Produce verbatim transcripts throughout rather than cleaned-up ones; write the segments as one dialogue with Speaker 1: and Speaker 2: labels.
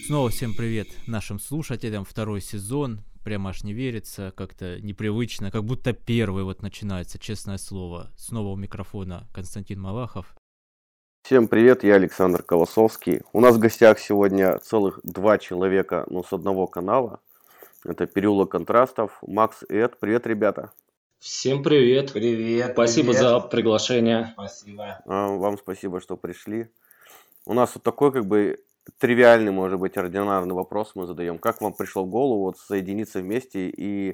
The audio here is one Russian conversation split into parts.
Speaker 1: Снова всем привет нашим слушателям, второй сезон, прямо аж не верится, как-то непривычно, как будто первый вот начинается, честное слово. Снова у микрофона Константин Малахов.
Speaker 2: Всем привет, я Александр Колосовский. У нас в гостях сегодня целых два человека, ну, с одного канала. Это «Переулок контрастов», Макс и Эд. Привет, ребята.
Speaker 3: Всем привет.
Speaker 4: Привет.
Speaker 3: Спасибо
Speaker 4: привет.
Speaker 3: за приглашение.
Speaker 4: Спасибо.
Speaker 2: А, Вам спасибо, что пришли. У нас вот такой, как бы, тривиальный, может быть, ординарный вопрос мы задаем. Как вам пришло в голову вот соединиться вместе и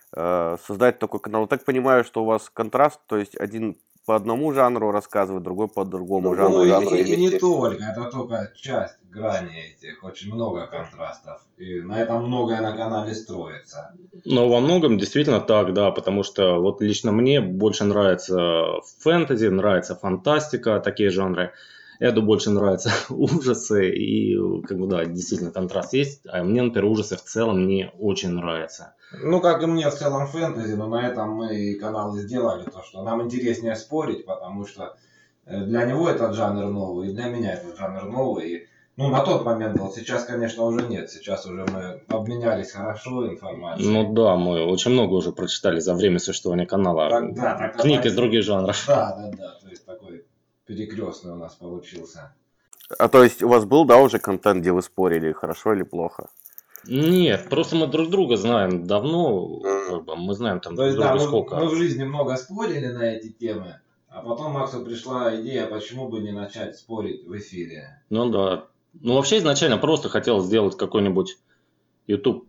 Speaker 2: э, создать такой канал? Я так понимаю, что у вас контраст, то есть один по одному жанру рассказывает, другой по другому жанру.
Speaker 4: Ну, и,
Speaker 2: жанру
Speaker 4: и, и не только, это только часть грани этих, очень много контрастов. И на этом многое на канале строится.
Speaker 3: Но во многом действительно так, да, потому что вот лично мне больше нравится фэнтези, нравится фантастика, такие жанры. Эду больше нравятся ужасы, и как бы да, действительно контраст есть. А мне, например, ужасы в целом не очень нравятся.
Speaker 4: Ну, как и мне в целом фэнтези, но на этом мы канал и сделали то, что нам интереснее спорить, потому что для него этот жанр новый, и для меня этот жанр новый. И, ну, на тот момент, вот сейчас, конечно, уже нет. Сейчас уже мы обменялись хорошо информацией.
Speaker 3: Ну да, мы очень много уже прочитали за время существования канала.
Speaker 4: Так, да, так,
Speaker 3: Книг
Speaker 4: так,
Speaker 3: из других жанров.
Speaker 4: Да, да, да, то есть такой перекрестный у нас получился.
Speaker 2: А то есть у вас был, да, уже контент, где вы спорили, хорошо или плохо?
Speaker 3: Нет, просто мы друг друга знаем давно, как бы, мы знаем там
Speaker 4: То
Speaker 3: друг
Speaker 4: есть, да,
Speaker 3: друга
Speaker 4: мы,
Speaker 3: сколько.
Speaker 4: мы в жизни много спорили на эти темы, а потом Максу пришла идея, почему бы не начать спорить в эфире.
Speaker 3: Ну да. Ну вообще изначально просто хотел сделать какой-нибудь YouTube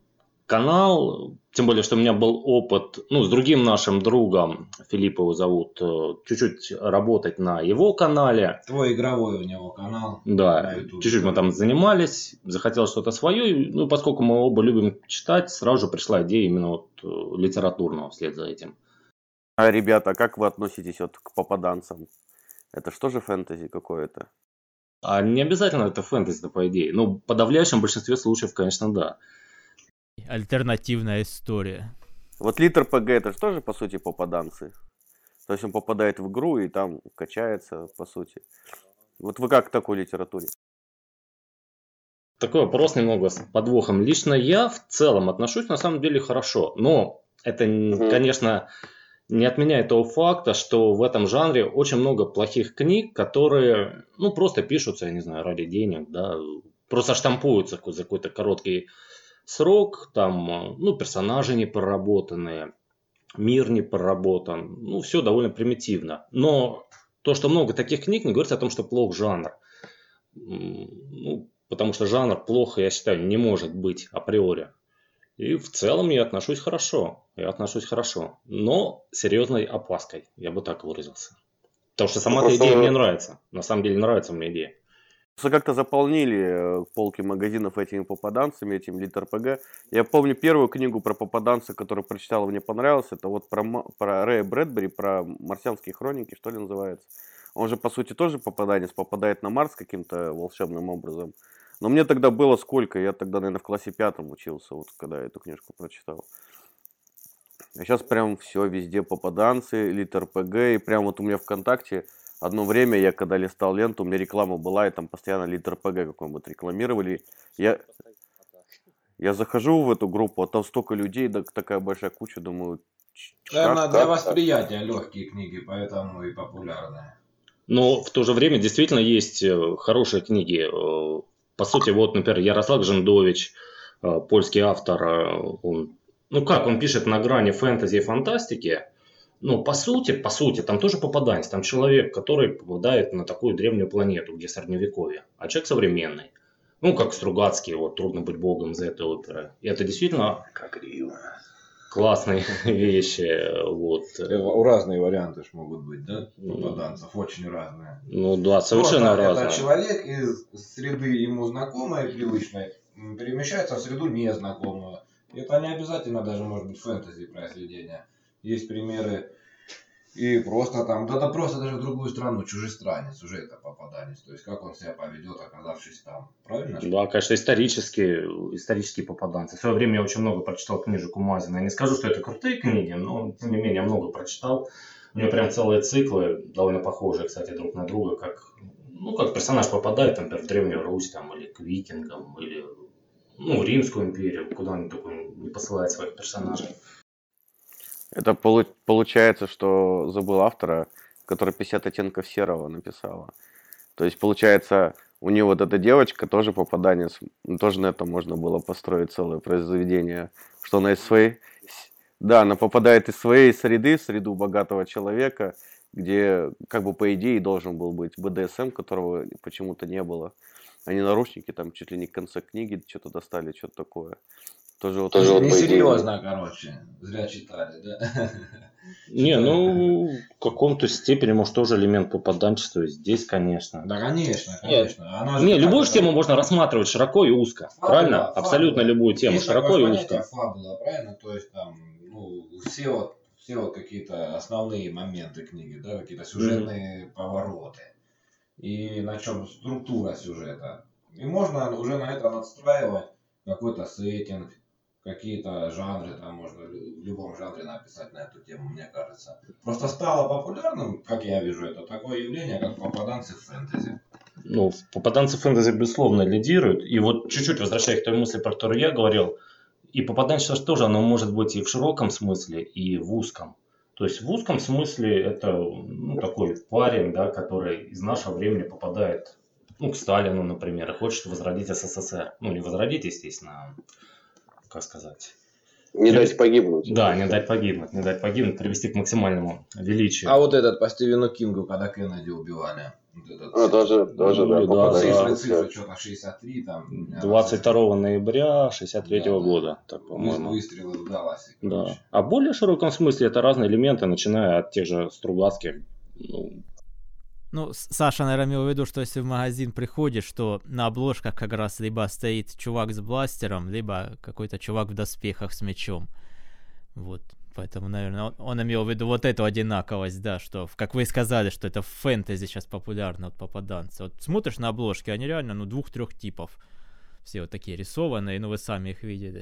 Speaker 3: канал, тем более, что у меня был опыт, ну, с другим нашим другом, Филипп его зовут, чуть-чуть работать на его канале.
Speaker 4: Твой игровой у него канал.
Speaker 3: Да, чуть-чуть мы там занимались, захотел что-то свое, ну, поскольку мы оба любим читать, сразу же пришла идея именно вот литературного вслед за этим.
Speaker 2: А, ребята, как вы относитесь вот к попаданцам? Это что же фэнтези какое-то?
Speaker 3: А не обязательно это фэнтези, по идее. Ну, в подавляющем большинстве случаев, конечно, да.
Speaker 1: Альтернативная история.
Speaker 2: Вот Литр ПГ это же тоже, по сути, попаданцы. То есть он попадает в игру и там качается, по сути. Вот вы как к такой литературе?
Speaker 3: Такой вопрос немного с подвохом. Лично я в целом отношусь на самом деле хорошо. Но это,
Speaker 2: Мгм.
Speaker 3: конечно, не отменяет того факта, что в этом жанре очень много плохих книг, которые, ну, просто пишутся, я не знаю, ради денег, да, просто штампуются за какой-то короткий срок, там, ну, персонажи не проработанные, мир не проработан, ну, все довольно примитивно. Но то, что много таких книг, не говорит о том, что плох жанр. Ну, потому что жанр плохо, я считаю, не может быть априори. И в целом я отношусь хорошо, я отношусь хорошо, но серьезной опаской, я бы так выразился. Потому что сама эта идея мне нравится, на самом деле нравится мне идея.
Speaker 2: Просто как-то заполнили полки магазинов этими попаданцами, этим Литр ПГ. Я помню первую книгу про попаданца, которую прочитал, мне понравилось. Это вот про, про Рэя Брэдбери, про марсианские хроники, что ли, называется. Он же, по сути, тоже попаданец, попадает на Марс каким-то волшебным образом. Но мне тогда было сколько? Я тогда, наверное, в классе пятом учился, вот когда я эту книжку прочитал. А сейчас прям все, везде попаданцы, Литр ПГ. И прям вот у меня ВКонтакте одно время, я когда листал ленту, у меня реклама была, и там постоянно Литр ПГ какой-нибудь рекламировали. Я, я захожу в эту группу, а там столько людей, да, такая большая куча, думаю...
Speaker 4: Наверное, для восприятия легкие книги, поэтому и популярные.
Speaker 3: Но в то же время действительно есть хорошие книги. По сути, вот, например, Ярослав Гжендович, польский автор, он, ну как, он пишет на грани фэнтези и фантастики. Ну, по сути, по сути, там тоже попаданец. Там человек, который попадает на такую древнюю планету, где средневековье. А человек современный. Ну, как Стругацкий, вот «Трудно быть богом» из этой оперы. И это действительно
Speaker 4: как рио.
Speaker 3: Классные вещи. Вот.
Speaker 4: Разные варианты ж могут быть, да, попаданцев, очень разные.
Speaker 3: Ну да, совершенно
Speaker 4: Просто
Speaker 3: разные.
Speaker 4: Это человек из среды ему знакомой, привычной, перемещается в среду незнакомую. Это не обязательно даже может быть фэнтези произведения. Есть примеры и просто там, да, да просто даже в другую страну, чужестранец, уже это попаданец. То есть как он себя поведет, оказавшись там. Правильно?
Speaker 3: Да, конечно, исторические, исторические попаданцы. В свое время я очень много прочитал книжек у Мазина. Я не скажу, что это крутые книги, но тем не менее много прочитал. У него прям целые циклы, довольно похожие, кстати, друг на друга, как, ну, как персонаж попадает, например, в Древнюю Русь, там, или к викингам, или ну, Римскую империю, куда они только не посылают своих персонажей.
Speaker 2: Это полу- получается, что забыл автора, который пятьдесят оттенков серого написала. То есть, получается, у нее вот эта девочка тоже попаданец. Ну, тоже на этом можно было построить целое произведение. Что она из своей... Да, она попадает из своей среды, в среду богатого человека, где, как бы, по идее, должен был быть бэ дэ эс эм, которого почему-то не было. Они наручники там чуть ли не в конце книги что-то достали, что-то такое. Тоже вот,
Speaker 4: Тоже
Speaker 2: вот
Speaker 4: не
Speaker 2: по идее.
Speaker 4: серьезно, короче. Зря читали, да?
Speaker 3: Не, ну, в каком-то степени, может, тоже элемент попаданчества здесь, конечно.
Speaker 4: Да, конечно, конечно. Она же
Speaker 3: Не,
Speaker 4: как
Speaker 3: любую
Speaker 4: это-
Speaker 3: тему можно рассматривать широко и узко,
Speaker 4: Фабула,
Speaker 3: правильно?
Speaker 4: фабула.
Speaker 3: Абсолютно любую тему,
Speaker 4: Есть
Speaker 3: широко
Speaker 4: такое
Speaker 3: и
Speaker 4: понятие
Speaker 3: узко.
Speaker 4: фабула, правильно? То есть там, ну, все вот, все вот какие-то основные моменты книги, да, какие-то сюжетные повороты. И на чем структура сюжета. И можно уже на это надстраивать какой-то сеттинг, какие-то жанры, там можно в любом жанре написать на эту тему, мне кажется. Просто стало популярным, как я вижу, это такое явление, как попаданцы в фэнтези.
Speaker 3: Ну, попаданцы фэнтези, безусловно, лидируют. И вот чуть-чуть возвращаясь к той мысли, про которую я говорил, и попаданчество же тоже, оно может быть и в широком смысле, и в узком. То есть в узком смысле это, ну, такой парень, да, который из нашего времени попадает, ну, к Сталину, например, и хочет возродить эс эс эс эр. Ну, не возродить, естественно, как сказать.
Speaker 2: Не дать погибнуть.
Speaker 3: Да, не дать погибнуть, не дать погибнуть, привести к максимальному величию.
Speaker 4: А вот этот по Стивену Кингу, когда Кеннеди убивали. Вот этот,
Speaker 2: А, тоже, тоже, да,
Speaker 3: Ну, да,
Speaker 2: попадание.
Speaker 4: цифры,
Speaker 3: да.
Speaker 4: цифры, что-то шестьдесят три там.
Speaker 3: двадцать второго ноября шестьдесят третьего
Speaker 4: Да, да.
Speaker 3: года, так, по-моему.
Speaker 4: Выстрелы в Далласе.
Speaker 3: Да.
Speaker 4: короче.
Speaker 3: А в более широком смысле это разные элементы, начиная от тех же Стругацких. Ну,
Speaker 1: Ну, С- Саша, наверное, имел в виду, что если в магазин приходишь, то на обложках как раз либо стоит чувак с бластером, либо какой-то чувак в доспехах с мечом. Вот. Поэтому, наверное, он, он имел в виду вот эту одинаковость, да, что, в- как вы и сказали, что это в фэнтези сейчас популярно, вот попаданцы. Вот смотришь на обложки, они реально, ну, двух-трех типов. Все вот такие рисованные, ну, вы сами их видели.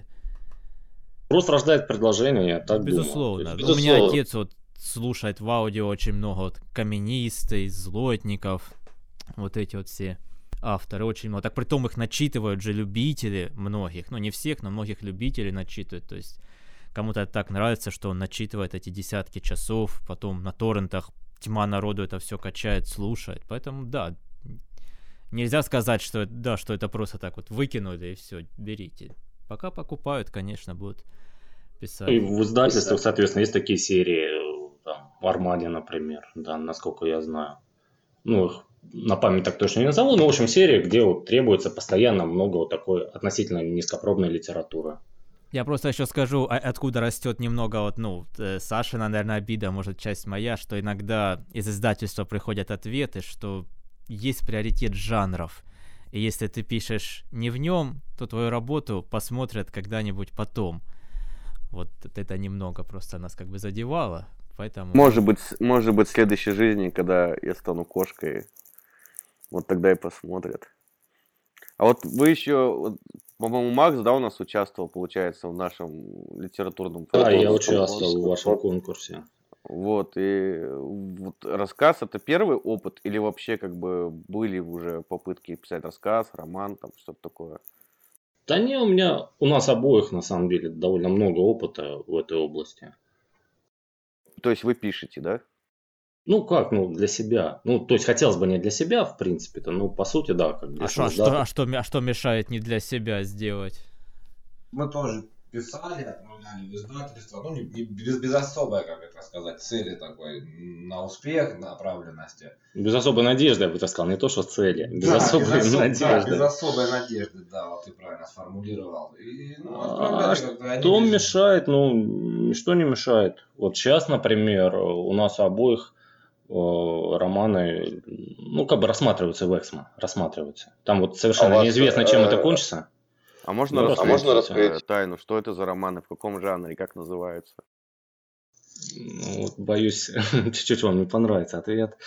Speaker 3: просто рождает предложение, я так
Speaker 1: Безусловно.
Speaker 3: думаю.
Speaker 1: У меня отец вот слушает в аудио очень много вот каменисты, злотников, вот эти вот все авторы, очень много. Так притом их начитывают же любители многих, ну не всех, но многих любителей начитывают, то есть кому-то это так нравится, что он начитывает эти десятки часов, потом на торрентах тьма народу это все качает, слушает, поэтому да, нельзя сказать, что да, что это просто так вот выкинули и все, берите. Пока покупают, конечно, будут писать.
Speaker 3: И в издательствах, соответственно, есть такие серии, там, в Армаде, например, да, насколько я знаю. Ну, их на память так точно не назову, но, в общем, серии, где вот требуется постоянно много вот такой относительно низкопробной литературы.
Speaker 1: Я просто еще скажу, а- откуда растет немного вот, ну, э, Сашина, наверное, обида, может, часть моя, что иногда из издательства приходят ответы, что есть приоритет жанров. И если ты пишешь не в нем, то твою работу посмотрят когда-нибудь потом. Вот это немного просто нас как бы задевало, поэтому...
Speaker 2: Может быть, с- может быть, в следующей жизни, когда я стану кошкой, вот тогда и посмотрят. А вот вы еще, вот, по-моему, Макс, да, у нас участвовал, получается, в нашем литературном
Speaker 3: Да, я
Speaker 2: конкурсе.
Speaker 3: участвовал в вашем конкурсе.
Speaker 2: Вот, и вот рассказ — это первый опыт, или вообще как бы были уже попытки писать рассказ, роман, там что-то такое?
Speaker 3: Да не, у меня, у нас обоих, на самом деле, довольно много опыта в этой области.
Speaker 2: То есть вы пишете, да?
Speaker 3: Ну, как, ну, для себя. Ну, то есть, хотелось бы не для себя, в принципе-то, ну, по сути, да, как для
Speaker 1: А что, а,
Speaker 3: самоздата.
Speaker 1: что, а, что, ме- а что мешает не для себя сделать?
Speaker 4: Мы тоже писали, отправляли в издательство, ну, не, не- без, без особой, как это сказать, цели такой, на успех, направленности.
Speaker 3: Без особой надежды, я бы так сказал, не то, что цели, без
Speaker 4: Да,
Speaker 3: особой
Speaker 4: без осо-
Speaker 3: надежды.
Speaker 4: Да, без особой надежды, да, вот ты правильно сформулировал. И, ну,
Speaker 3: А
Speaker 4: отправляли как-то, они
Speaker 3: что
Speaker 4: без-
Speaker 3: мешает? Ну, ничто не мешает. Вот сейчас, например, у нас у обоих э, романы, ну, как бы рассматриваются в Эксмо, рассматриваются. Там вот совершенно
Speaker 2: А у вас,
Speaker 3: неизвестно, чем
Speaker 2: э,
Speaker 3: это кончится.
Speaker 2: А можно,
Speaker 3: Ну,
Speaker 2: рассказать,
Speaker 3: а можно
Speaker 2: рассказать э, тайну, что это за романы, в каком жанре, как называются?
Speaker 3: Ну, вот, боюсь, чуть-чуть вам не понравится ответ.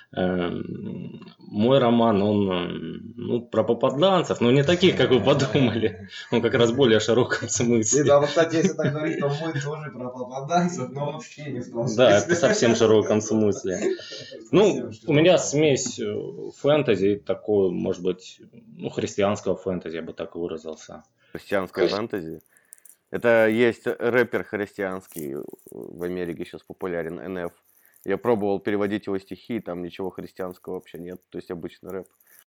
Speaker 3: Эм, Мой роман, он м, ну, про попаданцев, но не таких, как вы подумали. Он как раз более широком
Speaker 4: И,
Speaker 3: смысле.
Speaker 4: да, вот, кстати, если так говорить, то мы тоже про попаданцев, но вообще не в том смысле.
Speaker 3: Да, это совсем широком смысле. Ну,
Speaker 4: Совсем
Speaker 3: у меня
Speaker 4: широком.
Speaker 3: смесь э, фэнтези, такой, может быть, ну, христианского фэнтези, я бы так выразился.
Speaker 2: христианское фэнтези. Это есть рэпер христианский, в Америке сейчас популярен, эн эф. Я пробовал переводить его стихи, там ничего христианского вообще нет, то есть обычный рэп.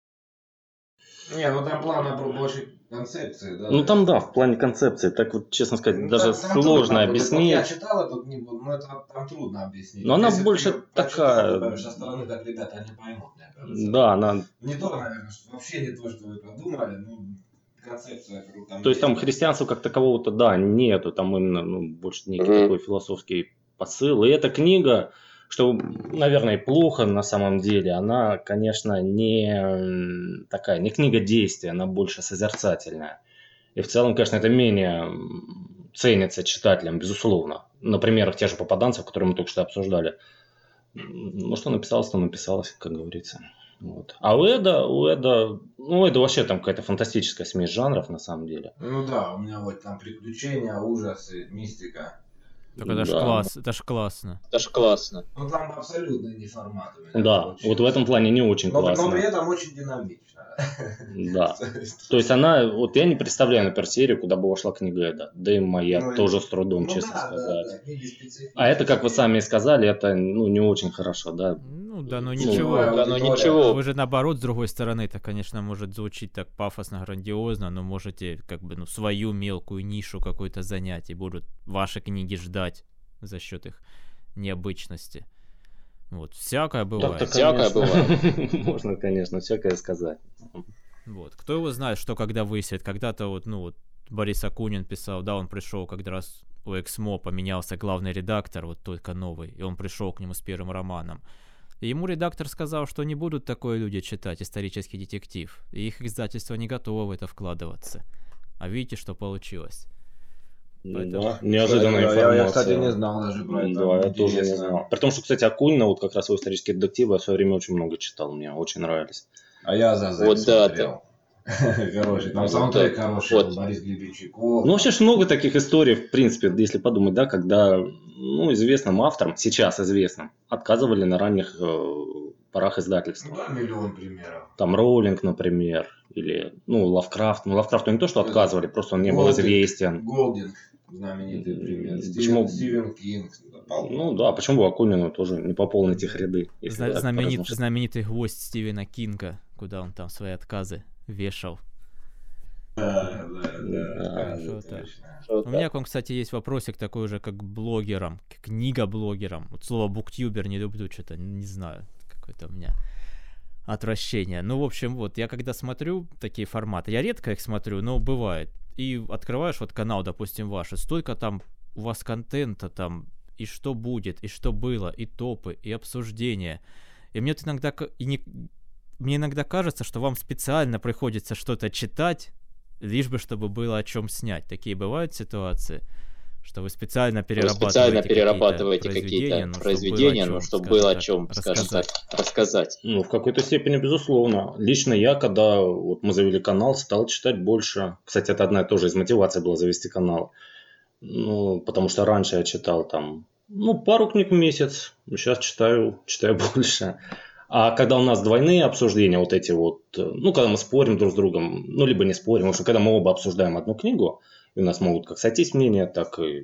Speaker 4: Не, ну там плавно больше концепции, да?
Speaker 3: Ну там да, в плане концепции, так вот, честно сказать,
Speaker 4: Ну,
Speaker 3: даже
Speaker 4: там- там
Speaker 3: сложно
Speaker 4: трудно. Вот
Speaker 3: объяснить.
Speaker 4: Я читал эту книгу, но это там трудно объяснить.
Speaker 3: Но она
Speaker 4: Если
Speaker 3: больше
Speaker 4: ты её
Speaker 3: такая-
Speaker 4: почитал, со стороны так ребята не поймут, мне кажется.
Speaker 3: Да, она...
Speaker 4: Не то, наверное, что вообще не то, что вы подумали, ну, концепция вокруг там
Speaker 3: То есть там
Speaker 4: есть.
Speaker 3: христианства как такового-то, да, нету, там именно ну, больше некий
Speaker 2: Мгм.
Speaker 3: такой философский посыл. И эта книга, что, наверное, и плохо на самом деле, она, конечно, не м, такая, не книга действия, она больше созерцательная. И в целом, конечно, это менее м, ценится читателям, безусловно. На примерах тех же попаданцев, которые мы только что обсуждали. М, Ну, что написалось, то написалось, как говорится. Вот. А у Эда, у Эда, ну, это вообще там какая-то фантастическая смесь жанров, на самом деле.
Speaker 4: Ну да, у меня вот там приключения, ужасы, мистика.
Speaker 1: Так это ж
Speaker 3: Да.
Speaker 1: класс, это ж классно.
Speaker 5: Это ж классно.
Speaker 4: Ну там абсолютно не формат у меня
Speaker 3: Да,
Speaker 4: получился.
Speaker 3: вот в этом плане не очень
Speaker 4: но,
Speaker 3: классно.
Speaker 4: но при этом очень динамично.
Speaker 3: Да. То есть она, вот я не представляю, например, серию, куда бы вошла книга Эда. Да и моя
Speaker 4: Ну,
Speaker 3: тоже с трудом,
Speaker 4: Ну
Speaker 3: честно
Speaker 4: да,
Speaker 3: сказать.
Speaker 4: да, да, книги специфические.
Speaker 3: А это, как вы сами и сказали, это ну не очень хорошо, да.
Speaker 1: Ну да, ну
Speaker 3: Ну,
Speaker 1: ничего.
Speaker 5: Да, ну
Speaker 4: аудитория.
Speaker 5: ничего.
Speaker 1: Вы же наоборот, с другой стороны, это, конечно, может звучить так пафосно, грандиозно, но можете как бы ну свою мелкую нишу какую-то занять, и будут ваши книги ждать за счет их необычности. Вот, всякое бывает.
Speaker 3: Так-то,
Speaker 5: Всякое
Speaker 3: конечно, можно, конечно, всякое сказать.
Speaker 1: Вот. Кто его знает, что когда выяснит. Когда-то вот, ну вот, Борис Акунин писал, да, он пришел, когда раз у Эксмо поменялся главный редактор, вот только новый, и он пришел к нему с первым романом. И ему редактор сказал, что не будут такое люди читать исторический детектив, и их издательство не готово в это вкладываться. А видите, что получилось? Поэтому-
Speaker 3: Да, неожиданная
Speaker 4: Да,
Speaker 3: информация.
Speaker 4: Я, я, кстати, не знал даже про это.
Speaker 3: Да, я тоже не
Speaker 4: Интересно.
Speaker 3: знал. При том, что, кстати, Акунина, вот как раз его исторические детективы, я в свое время очень много читал, мне очень нравились.
Speaker 4: А я за
Speaker 5: Вот да,
Speaker 4: смотрел. Хороший. Там
Speaker 5: Вот
Speaker 4: саундтрек
Speaker 5: да.
Speaker 4: хороший,
Speaker 5: Вот.
Speaker 4: Борис Гребенщиков.
Speaker 3: Ну, вообще ж много таких историй, в принципе, если подумать, да, когда, ну, известным авторам, сейчас известным, отказывали на ранних э, порах
Speaker 4: Ну
Speaker 3: издательства.
Speaker 4: да, миллион примеров.
Speaker 3: Там Роулинг, например, или, ну, Лавкрафт. Ну, Лавкрафту не то, что отказывали, просто он не был
Speaker 4: Голдинг.
Speaker 3: известен.
Speaker 4: Голдинг, знаменитый пример.
Speaker 3: Почему?
Speaker 4: Стивен, Стивен Кинг.
Speaker 3: Ну, да, почему бы Акунину тоже не пополнить их ряды? если
Speaker 1: Зна-
Speaker 3: так
Speaker 1: знаменит-
Speaker 3: поразмышлять?
Speaker 1: знаменитый гвоздь Стивена Кинга, куда он там свои отказы вешал.
Speaker 4: Да, да,
Speaker 3: Да,
Speaker 4: да.
Speaker 1: хорошо,
Speaker 4: это
Speaker 1: так.
Speaker 4: точно.
Speaker 5: Вот
Speaker 1: У меня
Speaker 5: так.
Speaker 1: к вам, кстати, есть вопросик такой же, как к блогерам, к книгоблогерам. Вот слово буктюбер не люблю, что-то не знаю, какое-то у меня отвращение. Ну, в общем, вот, я когда смотрю такие форматы, я редко их смотрю, но бывает. И открываешь вот канал, допустим, ваш, и столько там у вас контента там, и что будет, и что было, и топы, и обсуждения. И мне вот иногда, ка- и не, мне иногда кажется, что вам специально приходится что-то читать, лишь бы чтобы было о чем снять. Такие бывают ситуации, что вы специально
Speaker 5: Вы
Speaker 1: перерабатываете,
Speaker 5: специально перерабатываете
Speaker 1: произведения,
Speaker 5: какие-то
Speaker 1: ну,
Speaker 5: произведения,
Speaker 1: было
Speaker 5: ну,
Speaker 1: о чём,
Speaker 5: чтобы
Speaker 1: скажем
Speaker 5: было о
Speaker 1: так,
Speaker 5: чем, скажем так,
Speaker 1: рассказать.
Speaker 5: рассказать.
Speaker 3: Ну, в какой-то степени, безусловно. Лично я, когда вот мы завели канал, стал читать больше. Кстати, это одна тоже из мотиваций была завести канал. Ну, потому что раньше я читал там, ну, пару книг в месяц. Сейчас читаю, читаю больше. А когда у нас двойные обсуждения, вот эти вот, ну, когда мы спорим друг с другом, ну, либо не спорим, в общем, когда мы оба обсуждаем одну книгу, и у нас могут как сойтись мнения, так и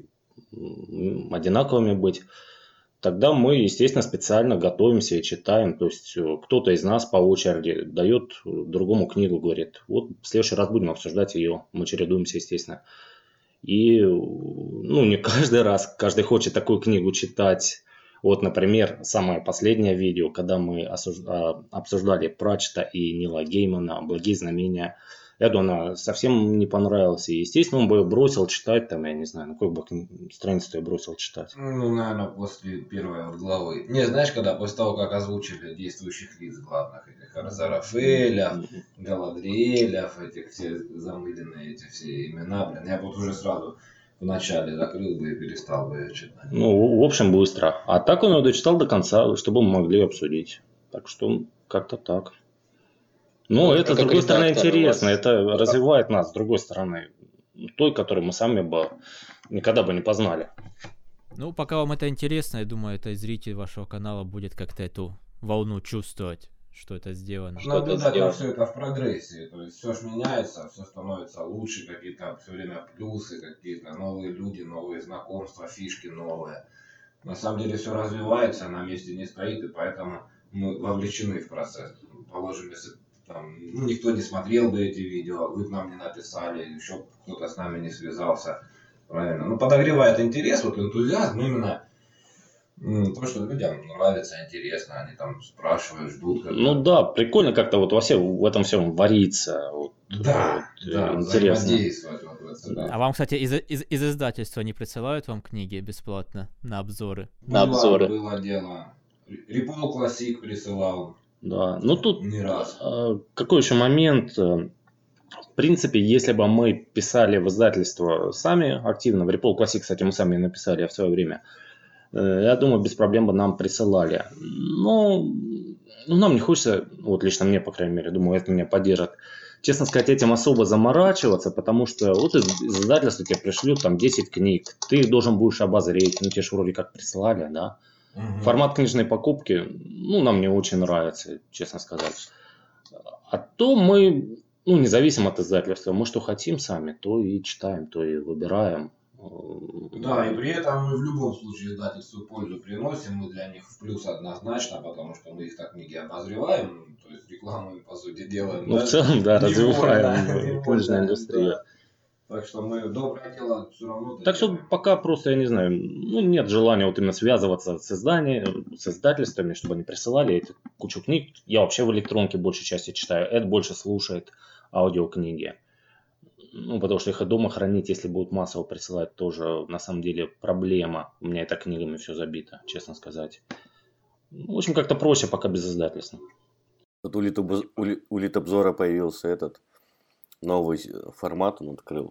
Speaker 3: м, одинаковыми быть, тогда мы, естественно, специально готовимся и читаем. То есть э, кто-то из нас по очереди дает другому книгу, говорит, вот в следующий раз будем обсуждать ее. Мы чередуемся, естественно. И, ну, не каждый раз, каждый хочет такую книгу читать. Вот, например, самое последнее видео, когда мы осуж- а, обсуждали Пратчета и Нила Геймана «Благие знамения». Эду она совсем не понравилась. И, естественно, он бы ее бросил читать, там, я не знаю, на какой бы кни- страницу я бросил читать.
Speaker 4: Ну, наверное, после первой вот главы. Не, знаешь, когда после того, как озвучили действующих лиц главных, этих Рафаэля, Галадриэлев, этих все замыленные, эти все имена, блин, я вот уже сразу вначале закрыл бы и перестал бы читать.
Speaker 3: Ну, в общем, быстро. А так он ее дочитал до конца, чтобы мы могли обсудить. Так что как-то так. Ну,
Speaker 5: Ну,
Speaker 3: это, с
Speaker 5: как
Speaker 3: другой стороны,
Speaker 5: редактор у
Speaker 3: интересно.
Speaker 5: вас.
Speaker 3: Это развивает нас, с другой стороны. Той, которую мы сами бы никогда бы не познали.
Speaker 1: Ну, пока вам это интересно, я думаю, это и зритель вашего канала будет как-то эту волну чувствовать, что это сделано.
Speaker 3: Что-то
Speaker 4: Наблюдать на
Speaker 3: сделано.
Speaker 4: все это в прогрессии. То есть все ж меняется, все становится лучше, какие-то все время плюсы, какие-то новые люди, новые знакомства, фишки новые. На самом деле все развивается, на месте не стоит, и поэтому мы вовлечены в процесс. Положим, если там, ну, никто не смотрел бы эти видео, вы к нам не написали, еще кто-то с нами не связался. Правильно. Ну, подогревает интерес, вот энтузиазм именно м, то, что людям нравится, интересно, они там спрашивают, ждут. Когда...
Speaker 3: Ну да, прикольно как-то вот во всем в этом всем вариться. Вот,
Speaker 4: Да,
Speaker 3: вот,
Speaker 4: да,
Speaker 3: интересно.
Speaker 4: взаимодействовать вот в это, да.
Speaker 1: А вам, кстати, из, из, из издательства не присылают вам книги бесплатно на обзоры?
Speaker 5: На
Speaker 4: Было-
Speaker 5: обзоры.
Speaker 4: Было дело. Репол Классик присылал
Speaker 3: Да, ну тут
Speaker 4: не раз.
Speaker 3: э, какой еще момент? э, В принципе, если бы мы писали в издательство сами активно, в Repol Classic, кстати, мы сами написали в свое время, э, я думаю, без проблем бы нам присылали. Но ну, нам не хочется, вот лично мне, по крайней мере, думаю, это меня поддержит, честно сказать, этим особо заморачиваться, потому что вот из, из издательства тебе пришлют там десять книг, ты их должен будешь обозреть, ну тебе же вроде как присылали, да?
Speaker 4: Мгм.
Speaker 3: Формат книжной покупки, ну, нам не очень нравится, честно сказать. А то мы, ну, независимо от издательства, мы что хотим сами, то и читаем, то и выбираем.
Speaker 4: Да, и при этом мы в любом случае издательству пользу приносим, мы для них в плюс однозначно, потому что мы их так книги обозреваем, то есть рекламу им, по сути, делаем.
Speaker 3: Ну,
Speaker 4: да?
Speaker 3: в целом, да,
Speaker 4: Невольно,
Speaker 3: развиваем
Speaker 4: невольно,
Speaker 3: книжную индустрию.
Speaker 4: да. Так что мы доброе дело все равно
Speaker 3: Так что
Speaker 4: доделаем.
Speaker 3: пока просто, я не знаю, ну, нет желания вот именно связываться с изданием, с издательствами, чтобы они присылали эти кучу книг. Я вообще в электронке большей части читаю, Эд больше слушает аудиокниги. Ну, потому что их и дома хранить, если будут массово присылать, тоже на самом деле проблема. У меня это книгами все забито, честно сказать. В общем, как-то проще пока без издательства.
Speaker 2: Вот у, Литобоз- у, Ли- у Литобзора появился этот новый формат, он открыл,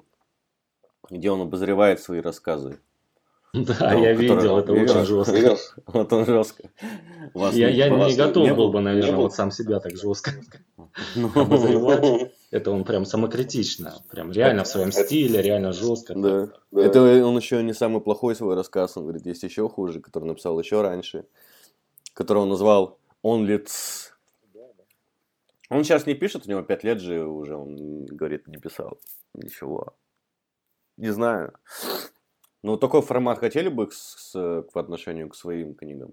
Speaker 2: где он обозревает свои рассказы.
Speaker 3: Да,
Speaker 2: Да,
Speaker 3: я
Speaker 2: который-
Speaker 3: видел, это
Speaker 2: видел?
Speaker 3: очень жестко.
Speaker 5: Видел?
Speaker 2: Вот он жестко. У вас
Speaker 3: Я,
Speaker 2: не-
Speaker 3: я
Speaker 2: у вас
Speaker 3: не готов
Speaker 2: не
Speaker 3: был
Speaker 2: был?
Speaker 3: бы, наверное,
Speaker 5: Не был?
Speaker 3: вот сам себя так жестко
Speaker 2: Ну,
Speaker 3: обозревать. Это он прям самокритично, прям реально в своем стиле, реально жестко.
Speaker 2: Да.
Speaker 5: Да.
Speaker 2: Это он еще не самый плохой свой рассказ, он говорит, есть еще хуже, который написал еще раньше, который он назвал Only Ts. Он сейчас не пишет, у него пять лет же уже, он говорит, не писал ничего. Не знаю. Ну, такой формат хотели бы с- с- по отношению к своим книгам?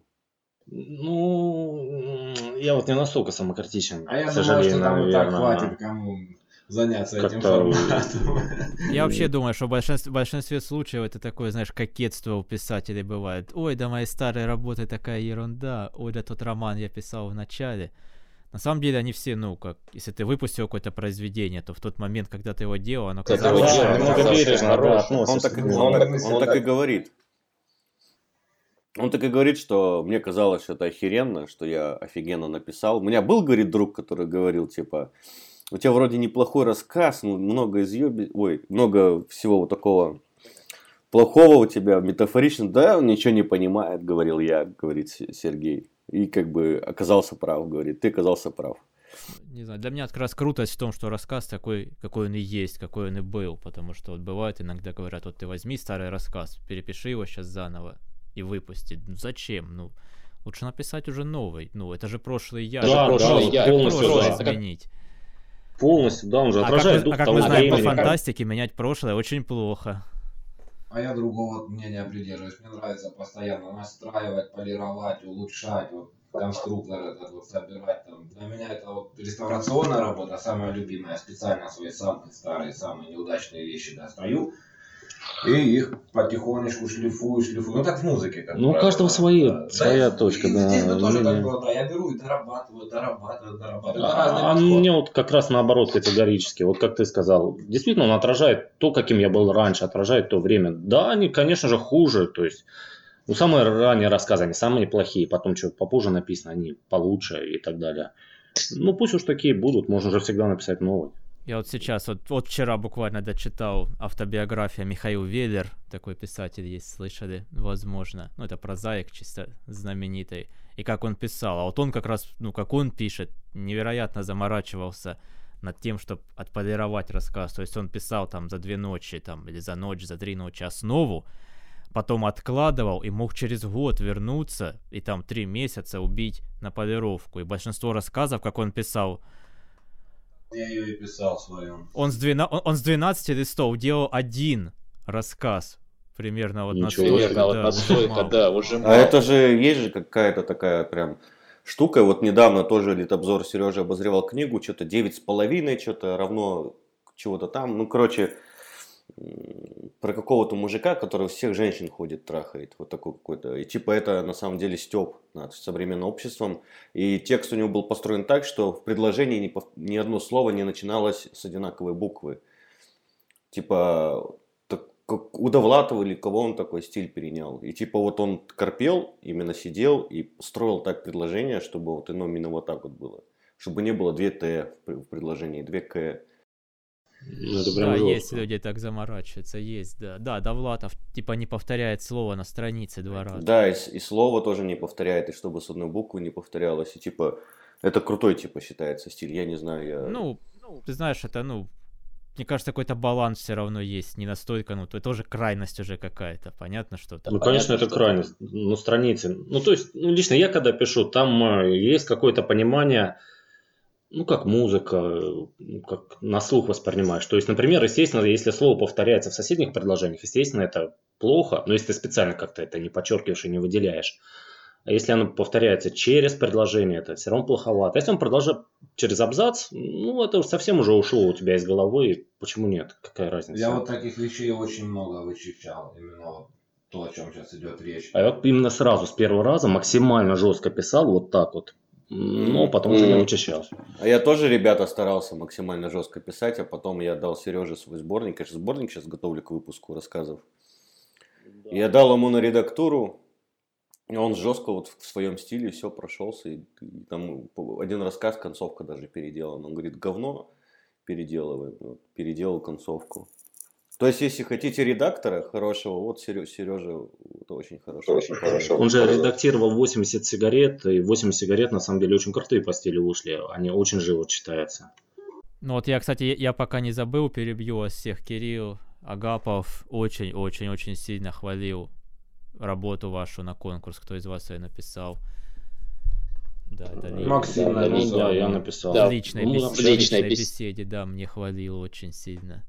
Speaker 3: Ну, я вот не настолько самокритичен,
Speaker 4: А я
Speaker 3: к
Speaker 4: думаю,
Speaker 3: сожалению,
Speaker 4: что там и так
Speaker 3: наверное.
Speaker 4: хватит кому заняться этим
Speaker 3: Как-то-
Speaker 4: форматом.
Speaker 1: Я вообще думаю, что в большинстве, в большинстве случаев это такое, знаешь, кокетство у писателей бывает. Ой, да мои старые работы такая ерунда. Ой, да тот роман я писал в начале. На самом деле они все, ну, как, если ты выпустил какое-то произведение, то в тот момент, когда ты его делал, оно
Speaker 5: Это
Speaker 1: казалось...
Speaker 5: очень
Speaker 3: Да, немного
Speaker 5: хорошо,
Speaker 3: бережно, да,
Speaker 5: хорошо.
Speaker 3: относишься.
Speaker 2: Он так, и-
Speaker 3: Ну,
Speaker 2: он, так,
Speaker 4: он
Speaker 2: он так и
Speaker 5: так-
Speaker 2: говорит. Он так и говорит, что мне казалось, что это охеренно, что я офигенно написал. У меня был, говорит, друг, который говорил, типа, у тебя вроде неплохой рассказ, ну, много изъеби... Ой, много всего вот такого плохого у тебя, метафорично. Да, он ничего не понимает, говорил я, говорит С- Сергей. И как бы оказался прав, говорит, ты оказался прав.
Speaker 1: Не знаю, для меня как раз крутость в том, что рассказ такой, какой он и есть, какой он и был. Потому что вот бывает иногда говорят, вот ты возьми старый рассказ, перепиши его сейчас заново и выпусти. Ну зачем? Ну, лучше написать уже новый. Ну, это же прошлый я.
Speaker 3: Да,
Speaker 1: Как
Speaker 3: да,
Speaker 1: прошлый-
Speaker 3: вот
Speaker 1: как
Speaker 3: полностью,
Speaker 1: прошлое
Speaker 3: да.
Speaker 1: изменить?
Speaker 3: Полностью, да, он же
Speaker 1: А как,
Speaker 3: отражает
Speaker 1: мы,
Speaker 3: дух
Speaker 1: а как
Speaker 3: того
Speaker 1: мы знаем по
Speaker 3: времени.
Speaker 1: фантастике, менять прошлое очень плохо.
Speaker 4: А я другого мнения придерживаюсь. Мне нравится постоянно настраивать, полировать, улучшать, вот конструктор этот вот собирать. Там. Для меня это вот реставрационная работа, самая любимая. Специально свои самые старые, самые неудачные вещи достаю. И их потихонечку шлифую, шлифую. Ну так в музыке. Как
Speaker 3: Ну, у
Speaker 4: правило,
Speaker 3: каждого
Speaker 4: да.
Speaker 3: свои-
Speaker 4: Да.
Speaker 3: своя
Speaker 4: Да,
Speaker 3: точка,
Speaker 4: и
Speaker 3: да,
Speaker 4: здесь бы тоже
Speaker 3: мнение.
Speaker 4: так было, да. Я беру и дорабатываю, дорабатываю, дорабатываю. Это разный
Speaker 3: А
Speaker 4: подход.
Speaker 3: мне вот как раз наоборот категорически, вот как ты сказал, действительно он отражает то, каким я был раньше, отражает то время. Да, они, конечно же, хуже, то есть, ну, самые ранние рассказы, они самые плохие, потом что попозже написано, они получше и так далее. Ну, пусть уж такие будут, можно же всегда написать новый.
Speaker 1: Я вот сейчас, вот, вот вчера буквально дочитал автобиография Михаил Веллер, такой писатель есть, слышали, возможно. Ну, это прозаик чисто знаменитый. И как он писал, а вот он как раз, ну, как он пишет, невероятно заморачивался над тем, чтобы отполировать рассказ. То есть он писал там за две ночи, там, или за ночь, за три ночи основу, потом откладывал и мог через год вернуться и там три месяца убить на полировку. И большинство рассказов, как он писал,
Speaker 4: Я ее и писал в своем.
Speaker 1: он с, двена... он, он с двенадцати листов делал один рассказ. Примерно вот
Speaker 3: Ничего.
Speaker 1: настолько,
Speaker 5: Примерно вот
Speaker 1: да,
Speaker 5: настолько,
Speaker 1: ужимал.
Speaker 5: да, уже
Speaker 2: А
Speaker 5: мало.
Speaker 2: это же есть же какая-то такая прям штука. Вот недавно тоже Литобзор Сережа обозревал книгу, что-то девять с половиной, что-то равно чего-то там. Ну, короче, м, про какого-то мужика, который всех женщин ходит, трахает. Вот такой какой-то. И типа это на самом деле стёб над современным обществом. И текст у него был построен так, что в предложении ни, пов- ни одно слово не начиналось с одинаковой буквы. Типа, так как у Довлатова или кого он такой стиль перенял. И типа вот он корпел, именно сидел и строил так предложение, чтобы вот оно именно вот так вот было. Чтобы не было две Т в пр- в предложении, две К.
Speaker 3: Ну, это прям
Speaker 1: Да,
Speaker 3: жестко.
Speaker 1: есть люди так заморачиваются, есть, да. Да, Довлатов типа не повторяет слово на странице два раза.
Speaker 2: Да, и, с- и слово тоже не повторяет, и чтобы с одной буквы не повторялось. И типа, это крутой типа считается стиль, я не знаю, я...
Speaker 1: Ну, ты знаешь, это, ну, мне кажется, какой-то баланс все равно есть, не настолько, ну, это тоже крайность уже какая-то, понятно, что
Speaker 3: Ну,
Speaker 1: там.
Speaker 3: конечно,
Speaker 5: Понятно,
Speaker 3: это
Speaker 5: что-
Speaker 3: крайность. Ну, страницы. Ну, то есть, ну, лично я когда пишу, там э, есть какое-то понимание, ну, как музыка, э, ну, как на слух воспринимаешь. То есть, например, естественно, если слово повторяется в соседних предложениях, естественно, это плохо, но если ты специально как-то это не подчеркиваешь и не выделяешь. А если оно повторяется через предложение, это все равно плоховато. Если он продолжает через абзац, ну, это уж совсем уже ушло у тебя из головы. и Почему нет? Какая разница?
Speaker 4: Я вот таких вещей очень много вычищал. Именно вот то, о чем сейчас идет речь.
Speaker 3: А я вот именно сразу, с первого раза, максимально жестко писал, вот так вот. Но потом уже не
Speaker 2: Мгм.
Speaker 3: вычищал.
Speaker 2: А я тоже, ребята, старался максимально жестко писать, а потом я дал Сереже свой сборник. Я же сборник сейчас готовлю к выпуску рассказов. Я дал ему на редактуру, и он жестко вот в своем стиле все прошелся. И, и там один рассказ, концовка даже переделана. Он говорит, говно переделываем. Вот, переделал концовку. То есть, если хотите редактора хорошего, вот Сережа, Сережа вот очень хорошо.
Speaker 5: Очень хорошо.
Speaker 3: Он же редактировал восемьдесят сигарет, и восемьдесят сигарет на самом деле очень крутые по стилю вышли. Они очень живо читаются.
Speaker 1: Ну вот я, кстати, я, я пока не забыл, перебью вас всех, Кирилл Агапов очень-очень-очень сильно хвалил работу вашу на конкурс, кто из вас ее написал. Да, это ли-
Speaker 4: Максим
Speaker 5: Да,
Speaker 3: Ну
Speaker 4: написал.
Speaker 3: да, я написал.
Speaker 5: Да.
Speaker 1: в личной,
Speaker 3: Ну,
Speaker 1: бес-
Speaker 3: в
Speaker 1: в
Speaker 5: личной
Speaker 1: личной
Speaker 5: бес-
Speaker 1: беседе, да, мне хвалил очень сильно.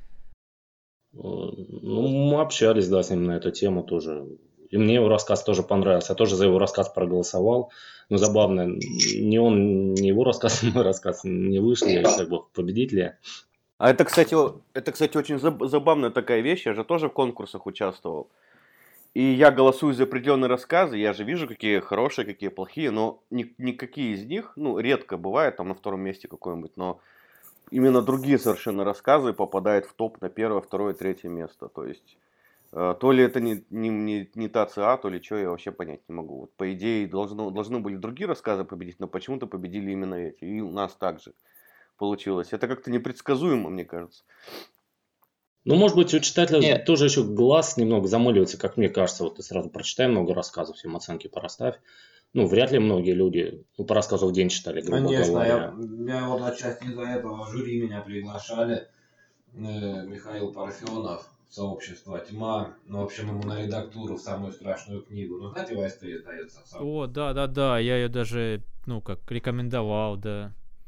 Speaker 3: Ну, мы общались, да, с ним на эту тему тоже. И мне его рассказ тоже понравился. Я тоже за его рассказ проголосовал. Но забавно, ни он, ни его рассказ, ни мой рассказ не вышли как бы в победителе.
Speaker 2: А это, кстати, о- это, кстати, очень заб- забавная такая вещь. Я же тоже в конкурсах участвовал. И я голосую за определенные рассказы. Я же вижу, какие хорошие, какие плохие. Но ни- никакие из них, ну, редко бывает, там на втором месте какой-нибудь. Но именно другие совершенно рассказы попадают в топ на первое, второе, третье место. То есть, э, то ли это не, не, не, не та ЦА, то ли что, я вообще понять не могу. Вот, по идее, должно, должны были другие рассказы победить, но почему-то победили именно эти. И у нас также получилось. Это как-то непредсказуемо, мне кажется.
Speaker 3: Ну, может быть, у читателя
Speaker 5: Нет.
Speaker 3: тоже еще глаз немного замыливается, как мне кажется. Вот ты сразу прочитай много рассказов, всем оценки порасставь. Ну, вряд ли многие люди ну, по рассказу в день читали, грубо
Speaker 4: Конечно,
Speaker 3: говоря.
Speaker 4: я, я вот отчасти из-за этого в жюри меня приглашали. Э, Михаил Парфенов, сообщество «Тьма». Ну, в общем, ему на редактуру в самую страшную книгу. Ну, знаете, в АСТ издается. в самом-
Speaker 1: О, да-да-да, я ее даже, ну, как рекомендовал, да.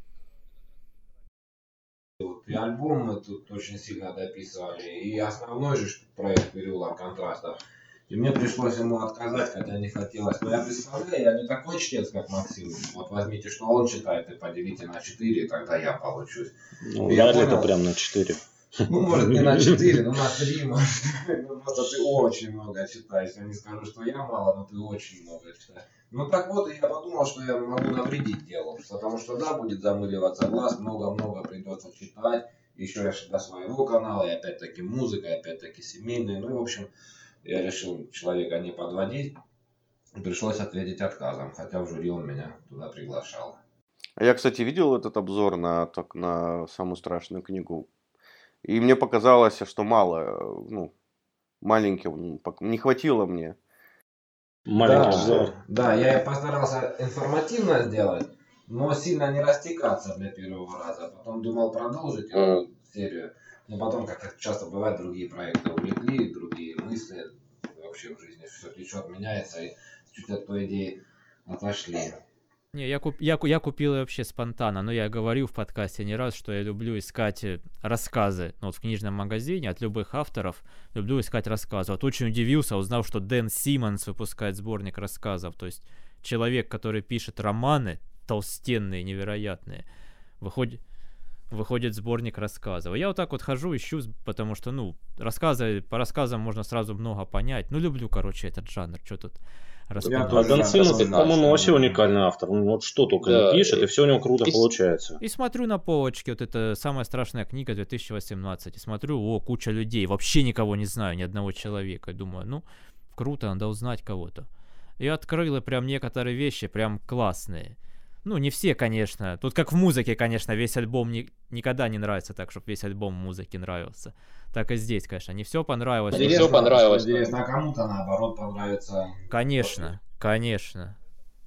Speaker 4: Вот, и альбом мы тут очень сильно дописывали. И основной же проект «Переулок контрастов». И мне пришлось ему отказать, хотя не хотелось. Но я представляю, я не такой чтец, как Максим. Вот возьмите, что он читает, и поделите на четыре, и тогда я получусь.
Speaker 3: Ну,
Speaker 4: Я
Speaker 3: вряд ли
Speaker 4: понял.
Speaker 3: это прям на четыре.
Speaker 4: Ну, может, не на четыре, но на три, может. Ну, просто ты очень много читаешь. Я не скажу, что я мало, но ты очень много читаешь. Ну, так вот, и я подумал, что я могу навредить делу. Потому что, да, будет замыливаться глаз, много-много придется читать. Еще я до своего канала, и опять-таки музыка, и опять-таки семейные. Ну, и, в общем, я решил человека не подводить. Пришлось ответить отказом, хотя в жюри он меня туда приглашал.
Speaker 2: А я, кстати, видел этот обзор на, так, на самую страшную книгу. И мне показалось, что мало, э, ну, маленьким, ну, пок- не хватило мне.
Speaker 3: Маленький
Speaker 4: Да,
Speaker 3: обзор.
Speaker 4: да, я постарался информативно сделать, но сильно не растекаться для первого раза. Потом думал продолжить эту серию, но потом, как это часто бывает, другие проекты увлекли, другие мысли. В вообще в жизни. Все течет, меняется, и чуть от той идеи отошли.
Speaker 1: Не, я, куп, я, ку- я купил ее вообще спонтанно, но я говорил в подкасте не раз, что я люблю искать э, рассказы, ну, вот в книжном магазине от любых авторов, люблю искать рассказы. Вот очень удивился, узнав, что Дэн Симмонс выпускает сборник рассказов, то есть человек, который пишет романы толстенные, невероятные, выходит, выходит сборник рассказов. Я вот так вот хожу, ищу, с- потому что, ну, рассказы, по рассказам можно сразу много понять. Ну, люблю, короче, этот жанр, что тут
Speaker 3: А
Speaker 1: распинаться.
Speaker 4: тоже
Speaker 3: Дэн
Speaker 4: да,
Speaker 3: Симмонс,
Speaker 4: такой
Speaker 3: по-моему,
Speaker 4: наш,
Speaker 3: вообще
Speaker 4: да.
Speaker 3: уникальный автор. Он вот что только
Speaker 5: Да,
Speaker 3: не пишет,
Speaker 5: и-
Speaker 3: и все у него круто
Speaker 5: и с-
Speaker 3: получается.
Speaker 1: И смотрю на полочке, вот это самая страшная книга две тысячи восемнадцать. И смотрю, о, куча людей. Вообще никого не знаю, ни одного человека. И думаю, ну, круто, надо узнать кого-то. И открыл, и прям некоторые вещи прям классные. Ну, не все, конечно. Тут как в музыке, конечно, весь альбом ни- никогда не нравится так, чтобы весь альбом музыки нравился. Так и здесь, конечно, не все понравилось.
Speaker 5: Не
Speaker 1: но-
Speaker 5: всё
Speaker 4: Интересно,
Speaker 5: понравилось.
Speaker 4: что Интересно, а кому-то наоборот понравится.
Speaker 1: Конечно, конечно.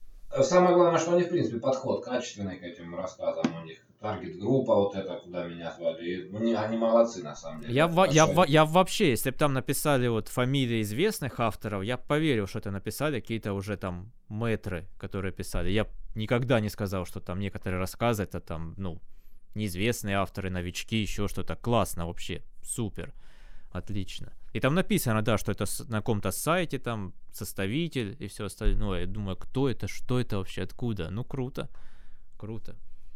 Speaker 4: Самое главное, что они, в принципе, подход качественный к этим рассказам. У них таргет-группа вот эта, куда меня звали. И они, они молодцы, на самом деле.
Speaker 1: Я, во- я,
Speaker 4: Хорошо
Speaker 1: во- я вообще, если бы там написали вот фамилии известных авторов, я б поверил, что это написали какие-то уже там мэтры, которые писали. Я б никогда не сказал, что там некоторые рассказы это там, ну, неизвестные авторы, новички, еще что-то. Классно вообще, супер, отлично. И там написано, да, что это с- на каком-то сайте, там, составитель и все остальное. Я думаю, кто это, что это вообще, откуда? Ну, круто, круто.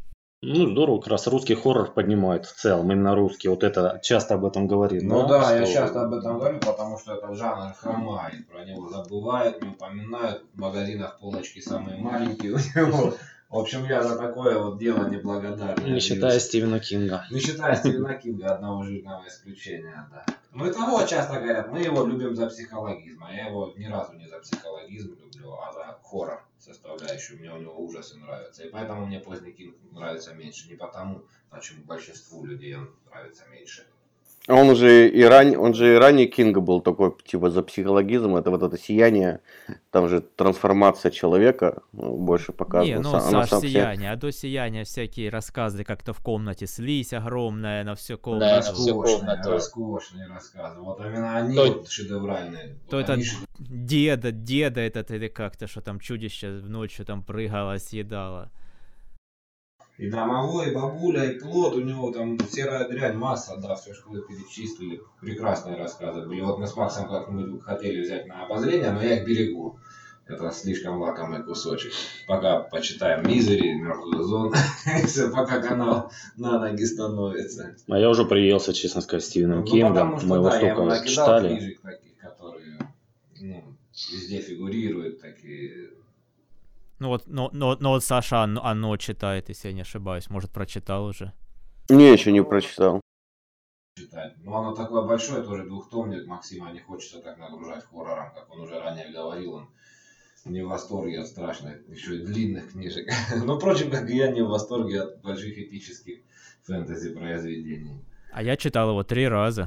Speaker 3: Ну, здорово, как раз русский хоррор поднимает в целом, именно русский. Вот это часто об этом говорит.
Speaker 4: Ну да, я
Speaker 3: что-
Speaker 4: часто об этом говорю, потому что этот жанр хромает, про него забывают, не упоминают, в магазинах полочки самые маленькие у него. В общем, я за такое вот дело неблагодарное.
Speaker 3: Не считая Стивена Кинга.
Speaker 4: Не считая Стивена Кинга, одного жирного исключения, да. Мы того часто говорят, мы его любим за психологизм, а я его ни разу не за психологизм люблю, а за хоррор составляющую. Мне у него ужасы нравятся. И поэтому мне поздний Кинг нравится меньше. Не потому, почему большинству людей он нравится меньше.
Speaker 2: А Он уже и ран... он же и ранее Кинга был такой, типа, за психологизм, это вот это сияние, там же трансформация человека ну, больше
Speaker 1: Не,
Speaker 2: показывается.
Speaker 1: ну,
Speaker 2: Она
Speaker 1: Саш,
Speaker 2: сам все-
Speaker 1: сияние, а до сияния всякие рассказы, как-то в комнате слизь огромная на всю
Speaker 5: Да,
Speaker 1: комнату.
Speaker 5: на всю
Speaker 4: Роскошные,
Speaker 5: комнату.
Speaker 4: роскошные рассказы. Вот именно они
Speaker 5: То-
Speaker 4: вот шедевральные.
Speaker 1: То
Speaker 4: Вот
Speaker 1: это
Speaker 4: они шедевральные.
Speaker 1: деда, деда этот или как-то, что там чудище ночью там прыгало, съедало.
Speaker 4: И домовой, и бабуля, и плод, у него там серая дрянь, масса, да, все, что вы перечислили. Прекрасные рассказы были. Вот мы с Максом как-нибудь хотели взять на обозрение, но я их берегу. Это слишком лакомый кусочек. Пока почитаем Мизери, Мертвую зону, всё, пока канал на ноги становится.
Speaker 3: А я уже приелся, честно сказать, Стивеном
Speaker 4: Ну,
Speaker 3: Кингом.
Speaker 4: потому что,
Speaker 3: Мы его
Speaker 4: да, я ему
Speaker 3: столько
Speaker 4: накидал
Speaker 3: читали.
Speaker 4: книжек таких, которые ну, везде фигурируют, такие.
Speaker 1: Ну вот, но, но, но вот Саша оно, оно читает, если я не ошибаюсь. Может, прочитал уже.
Speaker 2: Не, еще не прочитал.
Speaker 4: Читать. Но оно такое большое, тоже двухтомник Максима, не хочется так нагружать хоррором, как он уже ранее говорил, он не в восторге от страшных, еще и длинных книжек. Но, впрочем, как и я, не в восторге от больших эпических фэнтези-произведений.
Speaker 1: А я читал его три раза.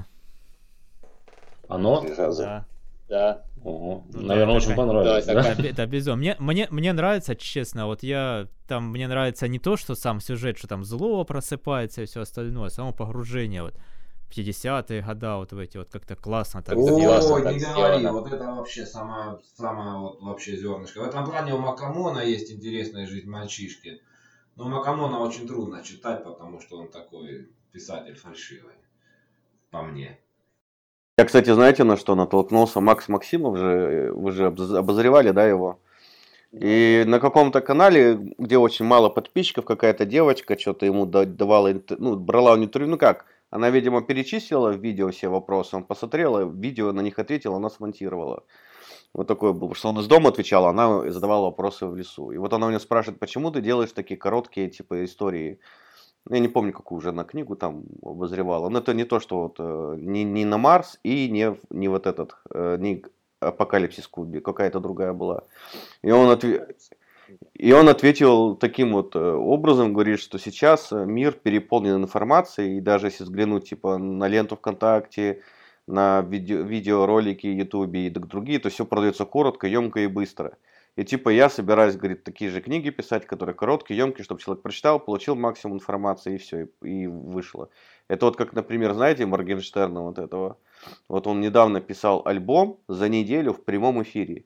Speaker 3: Оно?
Speaker 1: Да.
Speaker 5: Да.
Speaker 3: Ого.
Speaker 1: Ну,
Speaker 3: Наверное,
Speaker 1: да,
Speaker 3: очень
Speaker 1: такая-
Speaker 3: понравилось,
Speaker 5: да,
Speaker 3: да?
Speaker 5: такая-
Speaker 1: Это, бе- это безумно. Мне, мне, мне нравится, честно, вот я там, мне нравится не то, что сам сюжет, что там зло просыпается и все остальное, а само погружение вот в пятидесятые года вот в эти вот как-то классно так
Speaker 5: О,
Speaker 1: сделано.
Speaker 5: классно
Speaker 4: Ой,
Speaker 5: так
Speaker 4: не говори,
Speaker 5: сделано.
Speaker 4: вот это вообще самое, самое вот вообще зернышко. В этом плане у Макамона есть интересная жизнь мальчишки. Но Макамона очень трудно читать, потому что он такой писатель фальшивый, по мне.
Speaker 2: Я, кстати, знаете, на что натолкнулся? Макс Максимов же, вы же обоз- обозревали, да, его? И на каком-то канале, где очень мало подписчиков, какая-то девочка что-то ему да- давала, интер- ну, брала у него интервью, ну как, она, видимо, перечислила в видео все вопросы, он посмотрела, видео на них ответила, она смонтировала. Вот такое было, что он из дома отвечал, а она задавала вопросы в лесу. И вот она у него спрашивает, почему ты делаешь такие короткие, типа, истории? Ну, я не помню, какую уже она книгу там обозревала. Но это не то, что вот э, не, не на Марс и не, в- не вот этот, э, не Апокалипсис Куби, какая-то другая была. И он, отве- и он ответил таким вот э, образом, говорит, что сейчас э, мир переполнен информацией, и даже если взглянуть типа на ленту ВКонтакте, на видео, видеоролики Ютубе и д- другие, то все продается коротко, емко и быстро. И типа я собираюсь, говорит, такие же книги писать, которые короткие, емкие, чтобы человек прочитал, получил максимум информации и все, и, и вышло. Это вот как, например, знаете, Моргенштерна вот этого. Вот он недавно писал альбом за неделю в прямом эфире.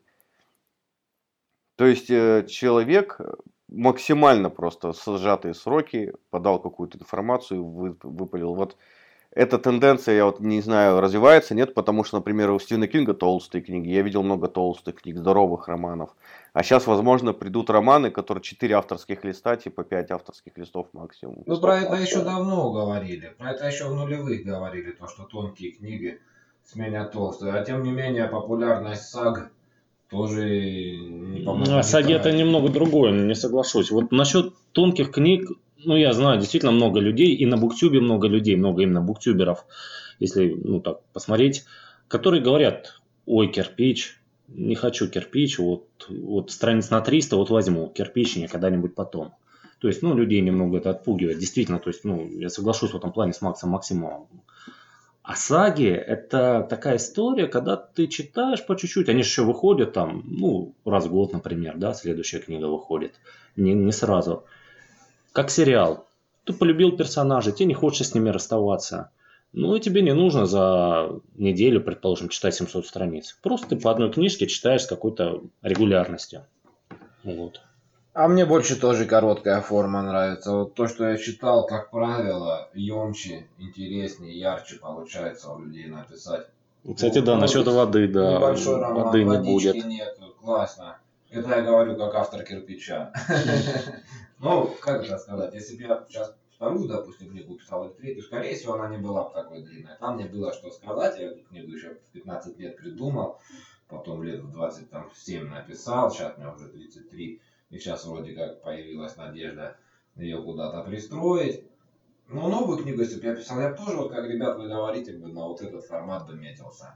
Speaker 2: То есть э, человек максимально просто в сжатые сроки подал какую-то информацию, вы, выпалил. Вот эта тенденция, я вот не знаю, развивается, нет, потому что, например, у Стивена Кинга толстые книги. Я видел много толстых книг, здоровых романов. А сейчас, возможно, придут романы, которые четыре авторских листа, типа пять авторских листов максимум.
Speaker 4: Ну, про это еще давно говорили. Про это еще в нулевых говорили, то, что тонкие книги сменят толстые. А тем не менее, популярность саг тоже не по-моему.
Speaker 3: Ну, а саги это немного другое, не соглашусь. Вот насчет тонких книг, ну, я знаю, действительно много людей, и на Буктюбе много людей, много именно буктюберов, если, ну, так посмотреть, которые говорят, ой, кирпич, не хочу кирпич, вот, вот страниц на триста вот возьму, кирпич не когда-нибудь потом. То есть, ну, людей немного это отпугивает, действительно, то есть, ну, я соглашусь в этом плане с Максом Максимовым. А саги это такая история, когда ты читаешь по чуть-чуть, они же еще выходят там, ну, раз в год, например, да, следующая книга выходит, не, не сразу. Как сериал. Ты полюбил персонажей, тебе не хочется с ними расставаться. Ну и тебе не нужно за неделю, предположим, читать семьсот страниц. Просто ты по одной книжке читаешь с какой-то регулярностью. Вот.
Speaker 4: А мне больше тоже короткая форма нравится. Вот то, что я читал, как правило, емче, интереснее, ярче получается у людей написать.
Speaker 3: Кстати, да,
Speaker 4: Ну,
Speaker 3: насчет воды, да.
Speaker 4: Небольшой роман,
Speaker 3: Воды не
Speaker 4: водички
Speaker 3: будет.
Speaker 4: нет, классно. Это я говорю как автор кирпича. Ну, как это сказать, если бы я сейчас вторую, допустим, книгу писал или третью, скорее всего, она не была бы такой длинной. Там мне было что сказать, я эту книгу еще в пятнадцать лет придумал, потом лет в двадцать семь написал, сейчас мне уже тридцать три, и сейчас вроде как появилась надежда ее куда-то пристроить. Но новую книгу, если бы я писал, я бы тоже, вот как, ребят, вы говорите, бы на вот этот формат бы метился.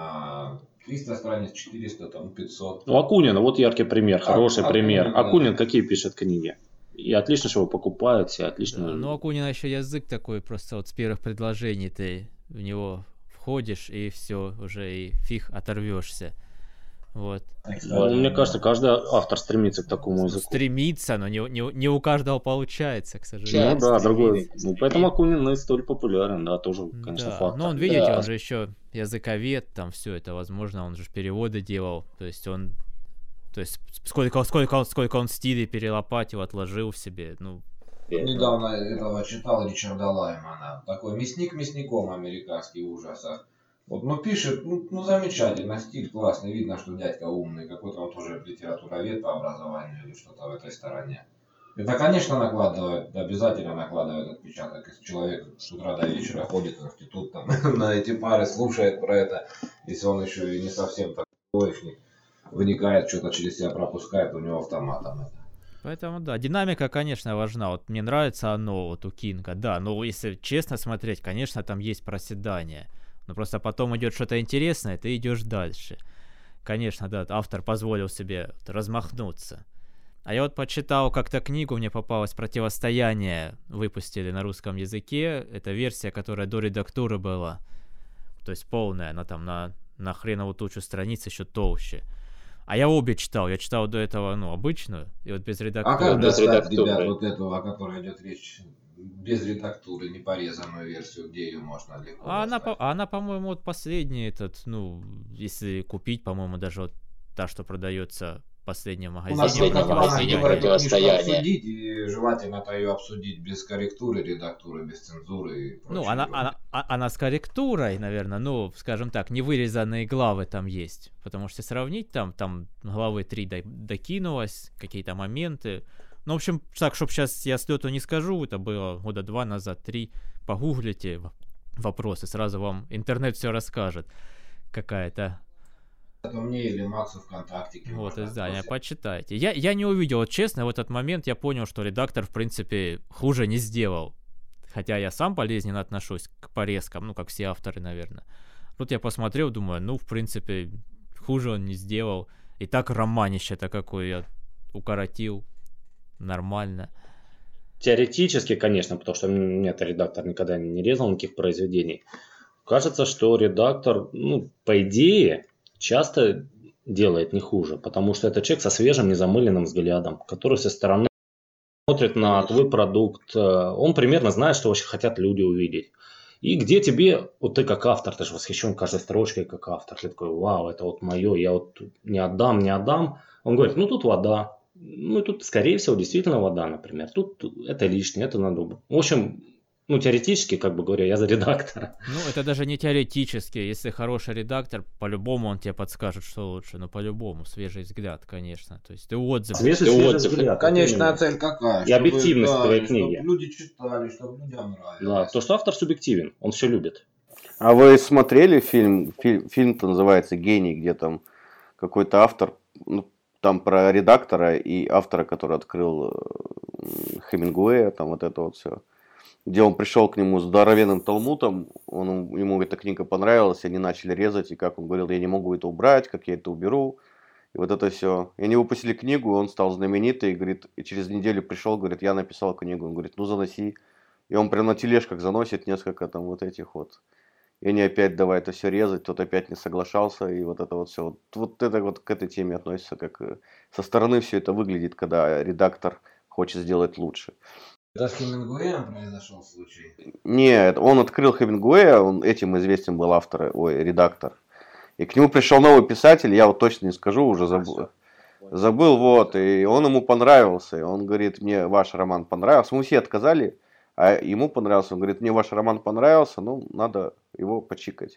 Speaker 4: На триста страниц, четыреста, там, пятьсот.
Speaker 3: У Акунина, вот яркий пример, хороший
Speaker 4: Акунин,
Speaker 3: пример.
Speaker 4: да.
Speaker 3: Акунин какие пишет книги? И отлично, что его покупают, все отлично.
Speaker 1: Да, ну, Акунина еще язык такой, просто вот с первых предложений ты в него входишь, и все, уже и фиг оторвешься. Вот.
Speaker 3: Ну, мне кажется, каждый автор стремится к такому языку.
Speaker 1: Стремится, но не, не, не у каждого получается, к сожалению.
Speaker 3: Ну да, другой.
Speaker 5: стремится,
Speaker 3: Ну, поэтому Акунин и столь популярен, да, тоже, конечно,
Speaker 1: Да,
Speaker 3: факт.
Speaker 1: но он, видите,
Speaker 5: Да.
Speaker 1: он же еще языковед, там все это, возможно, он же переводы делал, то есть он, то есть сколько, сколько, он, сколько он стилей перелопатил, отложил в себе, ну,
Speaker 4: Недавно этого читал Ричарда Лаймана. Такой мясник мясником американский ужаса. Вот, ну, пишет, ну, ну, замечательно, стиль классный, видно, что дядька умный, какой-то он тоже литературовед по образованию или что-то в этой стороне. Это, конечно, накладывает, обязательно накладывает отпечаток, если человек с утра до вечера ходит в институт, там, на эти пары, слушает про это, если он еще и не совсем такой, вникает, что-то через себя пропускает, у него автоматом это.
Speaker 1: поэтому, да, динамика, конечно, важна, вот мне нравится оно, вот у Кинга, да, но если честно смотреть, конечно, там есть проседание. Но просто потом идет что-то интересное, ты идешь дальше. Конечно, да, автор позволил себе размахнуться. А я вот почитал как-то книгу, мне попалось «Противостояние», выпустили на русском языке. Это версия, которая до редактуры была. То есть полная, она там на, на хреновую тучу страниц еще толще. А я обе читал. Я читал до этого, ну, обычную, и вот без редактуры.
Speaker 4: А как
Speaker 5: без
Speaker 4: достать,
Speaker 5: редактуры.
Speaker 4: ребят, вот эту, о которой идет речь, без редактуры, непорезанную версию, где ее можно легко
Speaker 1: А она,
Speaker 4: достать?
Speaker 1: по- а она, по-моему, вот последняя этот, ну, если купить, по-моему, даже вот та, что продается в последнем
Speaker 4: У
Speaker 1: магазине.
Speaker 4: нас
Speaker 5: Последнее
Speaker 4: как раз
Speaker 5: магазине
Speaker 4: хотим эту книжку
Speaker 5: «Противостояние».
Speaker 4: обсудить, и желательно-то ее обсудить без корректуры, редактуры, без цензуры и прочего.
Speaker 1: Ну, она, она, а- она с корректурой, наверное, ну, скажем так, не вырезанные главы там есть. Потому что сравнить там, там главы три до- докинулось, какие-то моменты. Ну, в общем, так, чтобы сейчас я с лету не скажу, это было года два назад, три. Погуглите в- вопросы, сразу вам интернет все расскажет. Какая-то.
Speaker 4: Это мне или Максу ВКонтакте.
Speaker 1: Вот,
Speaker 4: можно
Speaker 1: издание,
Speaker 4: спросить.
Speaker 1: почитайте. Я, я не увидел, вот честно, в этот момент я понял, что редактор, в принципе, хуже не сделал. Хотя я сам болезненно отношусь к порезкам, ну, как все авторы, наверное. Тут я посмотрел, думаю, ну, в принципе, хуже он не сделал. И так романище-то какой я укоротил. Нормально.
Speaker 3: Теоретически, конечно, потому что нет, редактор никогда не резал никаких произведений. Кажется, что редактор, ну, по идее, часто делает не хуже, потому что это человек со свежим, незамыленным взглядом, который со стороны смотрит на твой продукт, он примерно знает, что вообще хотят люди увидеть. И где тебе, вот ты как автор, ты же восхищен каждой строчкой как автор, ты такой, вау, это вот мое, я вот не отдам, не отдам. Он говорит, ну тут вода, ну тут скорее всего действительно вода, например, тут это лишнее, это надо. В общем, ну теоретически, как бы говоря, я за редактора.
Speaker 1: Ну это даже не теоретически, если хороший редактор, по-любому он тебе подскажет, что лучше, но по-любому, свежий взгляд, конечно, то есть ты отзыв.
Speaker 3: Свежий,
Speaker 5: Ты
Speaker 3: свежий
Speaker 5: отзыв.
Speaker 3: взгляд.
Speaker 4: Конечная
Speaker 3: именно.
Speaker 4: цель какая?
Speaker 3: И объективность
Speaker 4: да,
Speaker 3: твоей
Speaker 4: чтобы
Speaker 3: книги.
Speaker 4: люди читали, чтобы людям нравилось.
Speaker 3: Да, то, что автор субъективен, он все любит.
Speaker 2: А вы смотрели фильм? Фильм, фильм-то называется «Гений», где там какой-то автор, ну, там про редактора и автора, который открыл э, Хемингуэя, там вот это вот все. Где он пришел к нему с здоровенным талмудом, он, ему эта книга понравилась, они начали резать, и как он говорил, я не могу это убрать, как я это уберу, и вот это все. И они выпустили книгу, он стал знаменитый, и, говорит, и через неделю пришел, говорит, я написал книгу, он говорит, ну заноси. И он прям на тележках заносит несколько там вот этих вот. И они опять давай это все резать, тот опять не соглашался, и вот это вот все. Вот, вот это вот к этой теме относится, как со стороны все это выглядит, когда редактор хочет сделать лучше.
Speaker 4: Это с Хемингуэем произошел случай?
Speaker 2: Нет, он открыл Хемингуэя, он этим известен был автор, ой, редактор. И к нему пришел новый писатель, я вот точно не скажу, уже забыл. Забыл, вот, и он ему понравился. И он говорит, мне ваш роман понравился. Мы все отказали, а ему понравился. Он говорит, мне ваш роман понравился, ну, надо его почикать.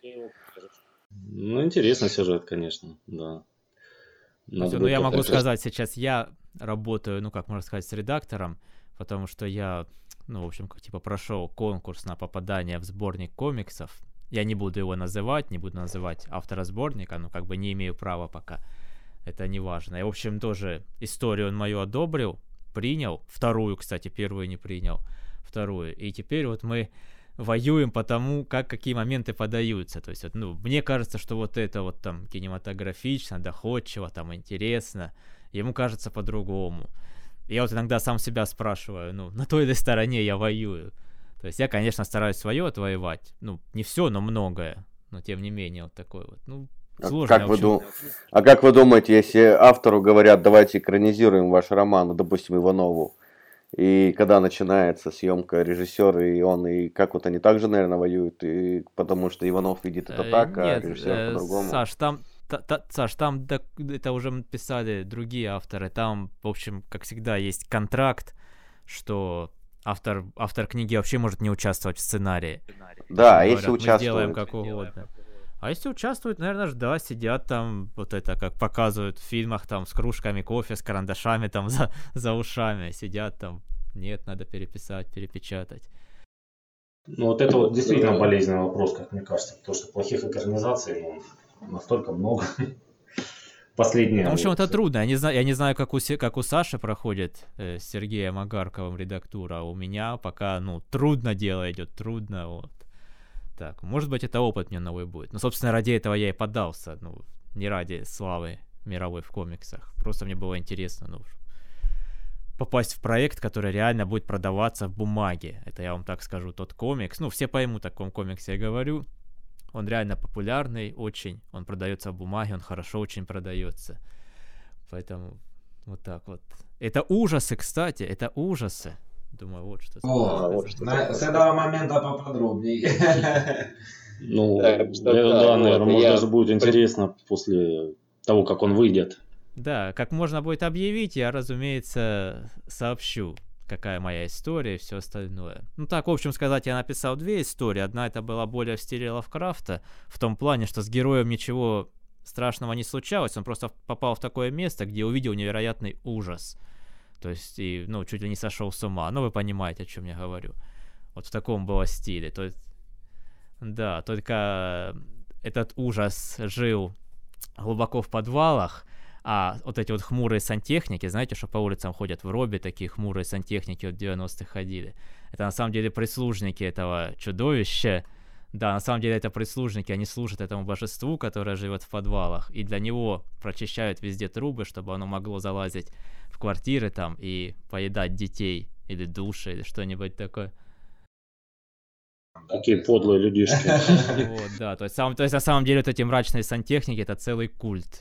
Speaker 3: Ну, интересный сюжет, конечно, да.
Speaker 1: Надо ну, я могу сейчас сказать, сейчас я работаю, ну, как можно сказать, с редактором, потому что я, ну, в общем, как типа прошел конкурс на попадание в сборник комиксов. Я не буду его называть, не буду называть автора сборника, ну, как бы не имею права пока. Это не важно. И, в общем, тоже историю он мою одобрил, принял. Вторую, кстати, первую не принял. Вторую. И теперь вот мы воюем по тому, как какие моменты подаются. То есть, вот, ну, мне кажется, что вот это вот там кинематографично, доходчиво, там интересно. Ему кажется по-другому. Я вот иногда сам себя спрашиваю, ну, на той или стороне я воюю. То есть я, конечно, стараюсь свое отвоевать. Ну, не все, но многое. Но тем не менее, вот такой вот. Ну, сложно.
Speaker 2: Как вы дум... А как вы думаете, если автору говорят, давайте экранизируем ваш роман, ну, допустим, Иванову, и когда начинается съемка режиссера, и он, и как вот они также, наверное, воюют, и потому что Иванов видит это так, а
Speaker 1: Нет,
Speaker 2: режиссер
Speaker 1: э,
Speaker 2: по-другому.
Speaker 1: Саш, там... Та, та, Саш, там да, это уже писали другие авторы. Там, в общем, как всегда, есть контракт, что автор, автор книги вообще может не участвовать в сценарии.
Speaker 2: Да, а
Speaker 1: говорят,
Speaker 2: если
Speaker 1: мы
Speaker 2: участвует.
Speaker 1: сделаем как угодно. А если участвуют, наверное, да, сидят там, вот это, как показывают в фильмах, там, с кружками кофе, с карандашами там за, за ушами, сидят там, нет, надо переписать, перепечатать.
Speaker 3: Ну, вот это вот действительно болезненный вопрос, как мне кажется, потому что плохих экранизаций, ну, настолько много. Последнее.
Speaker 1: Ну, в общем,
Speaker 3: вот.
Speaker 1: это трудно. Я не знаю, я не знаю, как у, как у Саши проходит э, с Сергеем Агарковым редактура, а у меня пока, ну, трудно дело идет, трудно, вот. Так, может быть, это опыт мне новый будет. Но, собственно, ради этого я и подался, ну, не ради славы мировой в комиксах. Просто мне было интересно, ну, попасть в проект, который реально будет продаваться в бумаге. Это я вам так скажу, тот комикс. Ну, все поймут, о каком комиксе я говорю. Он реально популярный очень, он продается в бумаге, он хорошо очень продается. Поэтому вот так вот. Это ужасы, кстати, это ужасы. Думаю, вот что.
Speaker 4: О, вот что на, с этого момента поподробнее.
Speaker 3: Ну, да, наверное, может даже будет интересно после того, как он выйдет.
Speaker 1: Да, как можно будет объявить, я, разумеется, сообщу, какая моя история и все остальное. Ну так, в общем сказать, я написал две истории. Одна это была более в стиле Лавкрафта, в том плане, что с героем ничего страшного не случалось, он просто попал в такое место, где увидел невероятный ужас. То есть, и, ну, чуть ли не сошел с ума. Ну, вы понимаете, о чем я говорю. Вот в таком было стиле. То есть, да, только этот ужас жил глубоко в подвалах, а вот эти вот хмурые сантехники, знаете, что по улицам ходят в робе, такие хмурые сантехники от девяностых ходили. Это на самом деле прислужники этого чудовища. Да, на самом деле это прислужники, они служат этому божеству, которое живет в подвалах, и для него прочищают везде трубы, чтобы оно могло залазить в квартиры там и поедать детей, или души, или что-нибудь такое.
Speaker 3: Какие подлые людишки.
Speaker 1: Вот, да, то есть, сам, то есть на самом деле вот эти мрачные сантехники — это целый культ.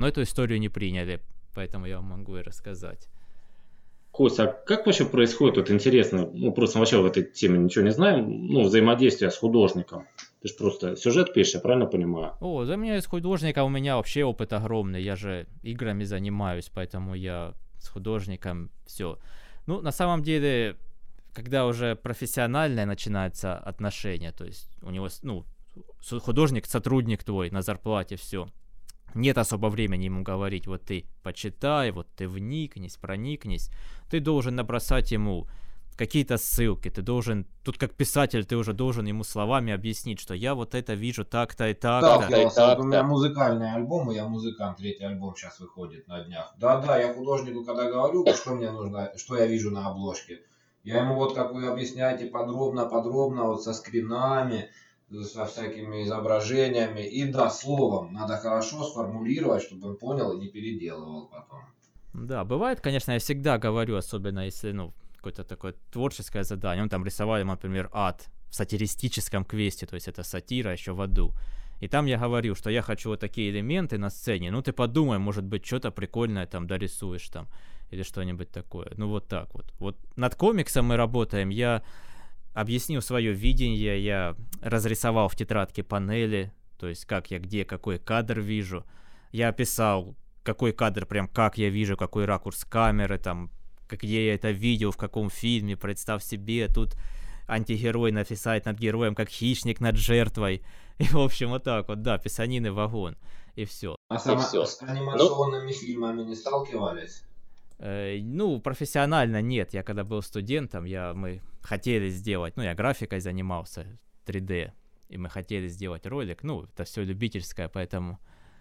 Speaker 1: Но эту историю не приняли, поэтому я вам могу и рассказать.
Speaker 3: Костя, а как вообще происходит, вот интересно, ну просто вообще в этой теме ничего не знаем, ну взаимодействие с художником? Ты же просто сюжет пишешь, я правильно понимаю?
Speaker 1: О, за меня из художника у меня вообще опыт огромный, я же играми занимаюсь, поэтому я с художником все. Ну, на самом деле, когда уже профессиональное начинается отношение, то есть у него, ну, художник, сотрудник твой на зарплате, все. Нет особо времени ему говорить, вот ты почитай, вот ты вникнись, проникнись. Ты должен набросать ему какие-то ссылки, ты должен, тут как писатель, ты уже должен ему словами объяснить, что я вот это вижу так-то и так-то.
Speaker 4: Так, я, вот у меня музыкальный альбом, и я музыкант, третий альбом сейчас выходит на днях. Да-да, я художнику, когда говорю, что мне нужно, что я вижу на обложке, я ему вот, как вы объясняете, подробно-подробно, вот со скринами, со всякими изображениями, и да, словом надо хорошо сформулировать, чтобы он понял и не переделывал потом.
Speaker 1: Да, бывает, конечно, я всегда говорю, особенно если, ну, какое-то такое творческое задание. Он там рисовали, например, ад в сатиристическом квесте, то есть это сатира еще в аду. И там я говорил, что я хочу вот такие элементы на сцене. Ну ты подумай, может быть, что-то прикольное там дорисуешь там или что-нибудь такое. Ну вот так вот. Вот над комиксом мы работаем. Я объяснил свое видение, я разрисовал в тетрадке панели, то есть как я где какой кадр вижу. Я описал, какой кадр прям как я вижу, какой ракурс камеры там, где я это видел, в каком фильме, представь себе, тут антигерой нависает над героем, как хищник над жертвой. И, в общем, вот так вот, да, писанины вагон, и все.
Speaker 4: А с, ама- с анимационными ну... фильмами не сталкивались?
Speaker 1: Э, ну, профессионально нет. Я когда был студентом, я, мы хотели сделать, ну, я графикой занимался, три дэ, и мы хотели сделать ролик. Ну, это все любительское, поэтому...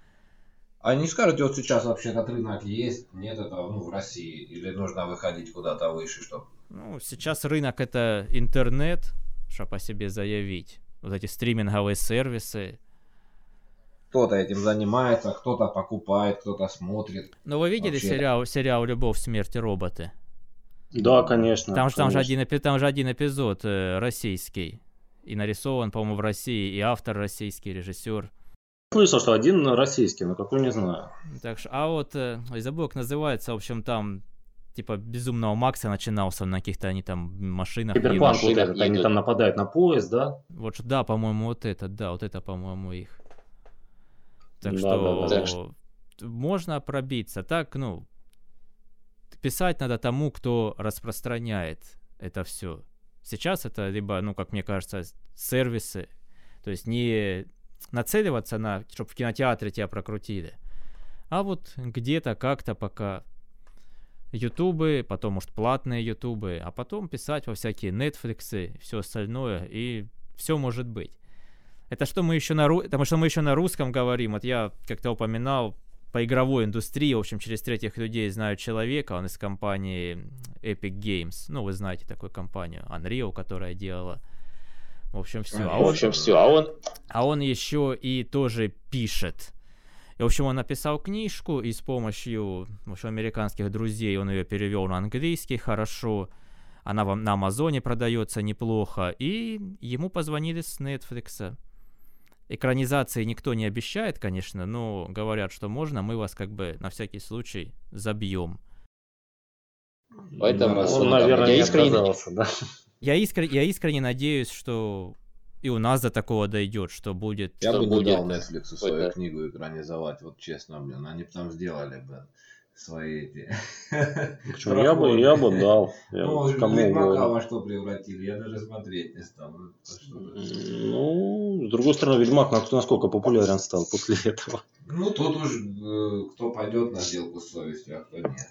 Speaker 4: А не скажете, вот сейчас вообще этот рынок есть, нет этого, ну, в России, или нужно выходить куда-то выше, чтобы...
Speaker 1: Ну, сейчас рынок это интернет, чтобы о себе заявить. Вот эти стриминговые сервисы.
Speaker 4: Кто-то этим занимается, кто-то покупает, кто-то смотрит.
Speaker 1: Ну, вы видели вообще... сериал, сериал «Любовь, смерть и роботы»?
Speaker 3: Да, конечно.
Speaker 1: Там,
Speaker 3: конечно.
Speaker 1: Там, же, один, там же один эпизод э, российский. И нарисован, по-моему, в России, и автор российский, режиссер.
Speaker 3: Слышал, что один российский, но какой не знаю.
Speaker 1: Так что, а вот, э, ой, забыл, как называется, в общем, там, типа, Безумного Макса начинался на каких-то, они там, машинах.
Speaker 3: Киберпанк вот этот, они там нападают на поезд, да?
Speaker 1: Вот, да, по-моему, вот это, да, вот это, по-моему, их. Так да, что,
Speaker 3: да, да.
Speaker 1: можно пробиться. Так, ну, писать надо тому, кто распространяет это все. Сейчас это либо, ну, как мне кажется, сервисы, то есть не... нацеливаться на, чтобы в кинотеатре тебя прокрутили. А вот где-то как-то пока ютубы, потом, может, платные ютубы, а потом писать во всякие нетфликсы, все остальное, и все может быть. Это что мы еще на, ру... Потому что мы еще на русском говорим. Вот я как-то упоминал по игровой индустрии, в общем, через третьих людей знаю человека, он из компании Epic Games. Ну, вы знаете такую компанию, Unreal, которая делала. В общем, все. А,
Speaker 5: в общем, он, все. А он...
Speaker 1: а он еще и тоже пишет. И, в общем, он написал книжку, и с помощью, в общем, американских друзей он ее перевел на английский хорошо. Она на Амазоне продается неплохо. И ему позвонили с Netflix. Экранизации никто не обещает, конечно, но говорят, что можно, мы вас как бы на всякий случай забьем.
Speaker 5: Поэтому,
Speaker 3: ну, он, наверное, я не искренне... отказался, да?
Speaker 1: Я, искр... я искренне надеюсь, что и у нас до такого дойдет, что будет...
Speaker 4: Я
Speaker 1: что
Speaker 4: бы
Speaker 1: будет...
Speaker 4: не дал Netflix свою это... книгу экранизовать, вот честно, блин, они бы там сделали, блин, свои эти...
Speaker 3: Почему? Я бы, я бы дал. Я
Speaker 4: ну, Ведьмака во что превратили, я даже смотреть не стал.
Speaker 3: Ну, с другой стороны, Ведьмак насколько популярен стал после этого.
Speaker 4: Ну, тут уж э, кто пойдет на сделку с совестью, а кто нет.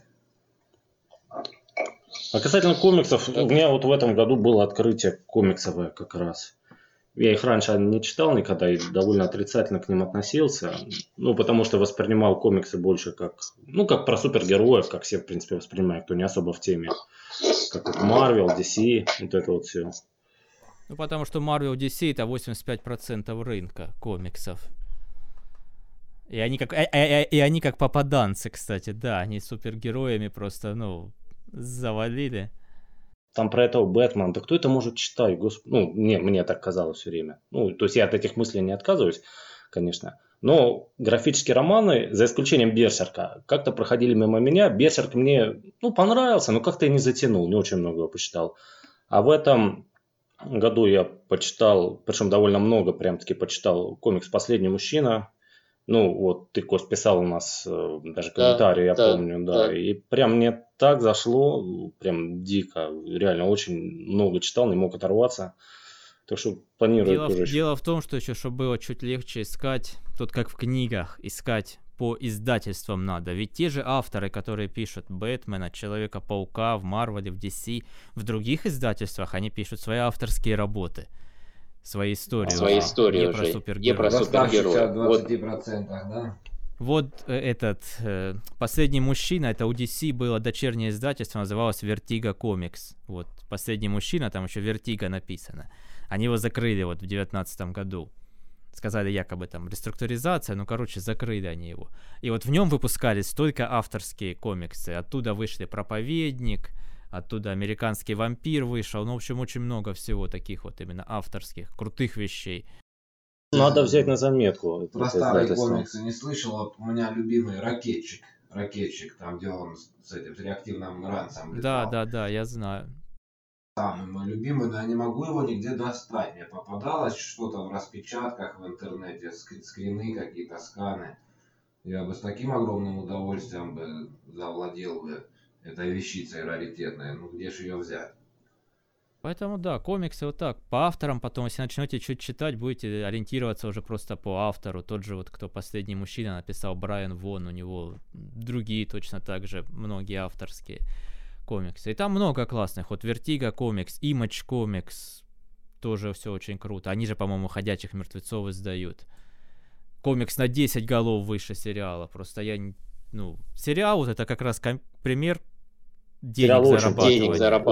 Speaker 3: А касательно комиксов, у меня вот в этом году было открытие комиксовое как раз. Я их раньше не читал никогда и довольно отрицательно к ним относился. Ну, потому что воспринимал комиксы больше как, ну, как про супергероев, как все, в принципе, воспринимают, кто не особо в теме. Как вот Marvel, ди си, вот это вот все.
Speaker 1: Ну, потому что Marvel, ди си это восемьдесят пять процентов рынка комиксов. И они как, и, и, и они как попаданцы, кстати, да, они супергероями просто, ну... завалили.
Speaker 3: Там про этого Бэтмена. Да кто это может читать? Госп... Ну, не, мне так казалось все время. Ну, то есть я от этих мыслей не отказываюсь, конечно. Но графические романы, за исключением Берсерка, как-то проходили мимо меня. Берсерк мне, ну, понравился, но как-то и не затянул, не очень много его почитал. А в этом году я почитал, причем довольно много, прям-таки почитал комикс «Последний мужчина». Ну, вот ты, Кость, писал у нас э, даже комментарий, я
Speaker 5: да,
Speaker 3: помню, да.
Speaker 5: да.
Speaker 3: И прям мне так зашло, прям дико. Реально очень много читал, не мог оторваться. Так что планирую
Speaker 1: Дело,
Speaker 3: тоже
Speaker 1: в,
Speaker 3: еще.
Speaker 1: дело в том, что еще, чтобы было чуть легче искать, тут как в книгах, искать по издательствам надо. Ведь те же авторы, которые пишут Бэтмена, Человека-паука в Марвеле, в Ди Си, в других издательствах они пишут свои авторские работы, свои истории.
Speaker 5: Свои
Speaker 1: уже,
Speaker 5: истории
Speaker 1: не
Speaker 5: уже,
Speaker 1: про
Speaker 5: не
Speaker 1: супергероев.
Speaker 5: про супергероев.
Speaker 4: Оставшихся в
Speaker 5: Вот.
Speaker 4: двадцати процентах, да?
Speaker 1: Вот э, этот э, «Последний мужчина», это у Ди Си было дочернее издательство, называлось Vertigo Comics. Вот «Последний мужчина», там еще Vertigo написано. Они его закрыли вот в девятнадцатом году. Сказали якобы там реструктуризация, ну короче закрыли они его. И вот в нем выпускались только авторские комиксы. Оттуда вышли «Проповедник», оттуда «Американский вампир» вышел. Ну в общем очень много всего таких вот именно авторских, крутых вещей.
Speaker 3: Надо взять на заметку.
Speaker 4: Про
Speaker 3: это
Speaker 4: старые
Speaker 3: издательство.
Speaker 4: комиксы не слышал. Вот у меня любимый «Ракетчик». «Ракетчик», там где он с, с этим с реактивным ранцем
Speaker 1: Да,
Speaker 4: летал.
Speaker 1: да, да, я знаю.
Speaker 4: Самый мой любимый, но я не могу его нигде достать. Мне попадалось что-то в распечатках в интернете, ск- скрины какие-то, сканы. Я бы с таким огромным удовольствием бы завладел бы этой вещицей раритетной. Ну где же ее взять?
Speaker 1: Поэтому да, комиксы вот так, по авторам потом, если начнете чуть читать, будете ориентироваться уже просто по автору. Тот же вот, кто «Последний мужчина» написал, Брайан Вон, у него другие точно так же, многие авторские комиксы. И там много классных, вот Vertigo Comics, Image Comics, тоже все очень круто. Они же, по-моему, «Ходячих мертвецов» издают. Комикс на десять голов выше сериала, просто я, не- ну, сериал вот это как раз ком- пример денег
Speaker 3: Сериал очень
Speaker 1: зарабатывания.
Speaker 5: Денег зарабатывать.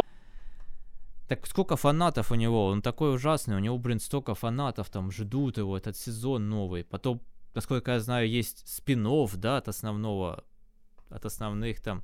Speaker 1: Так сколько фанатов у него, он такой ужасный, у него, блин, столько фанатов там ждут его, этот сезон новый. Потом, насколько я знаю, есть спин-офф, да, от основного, от основных там.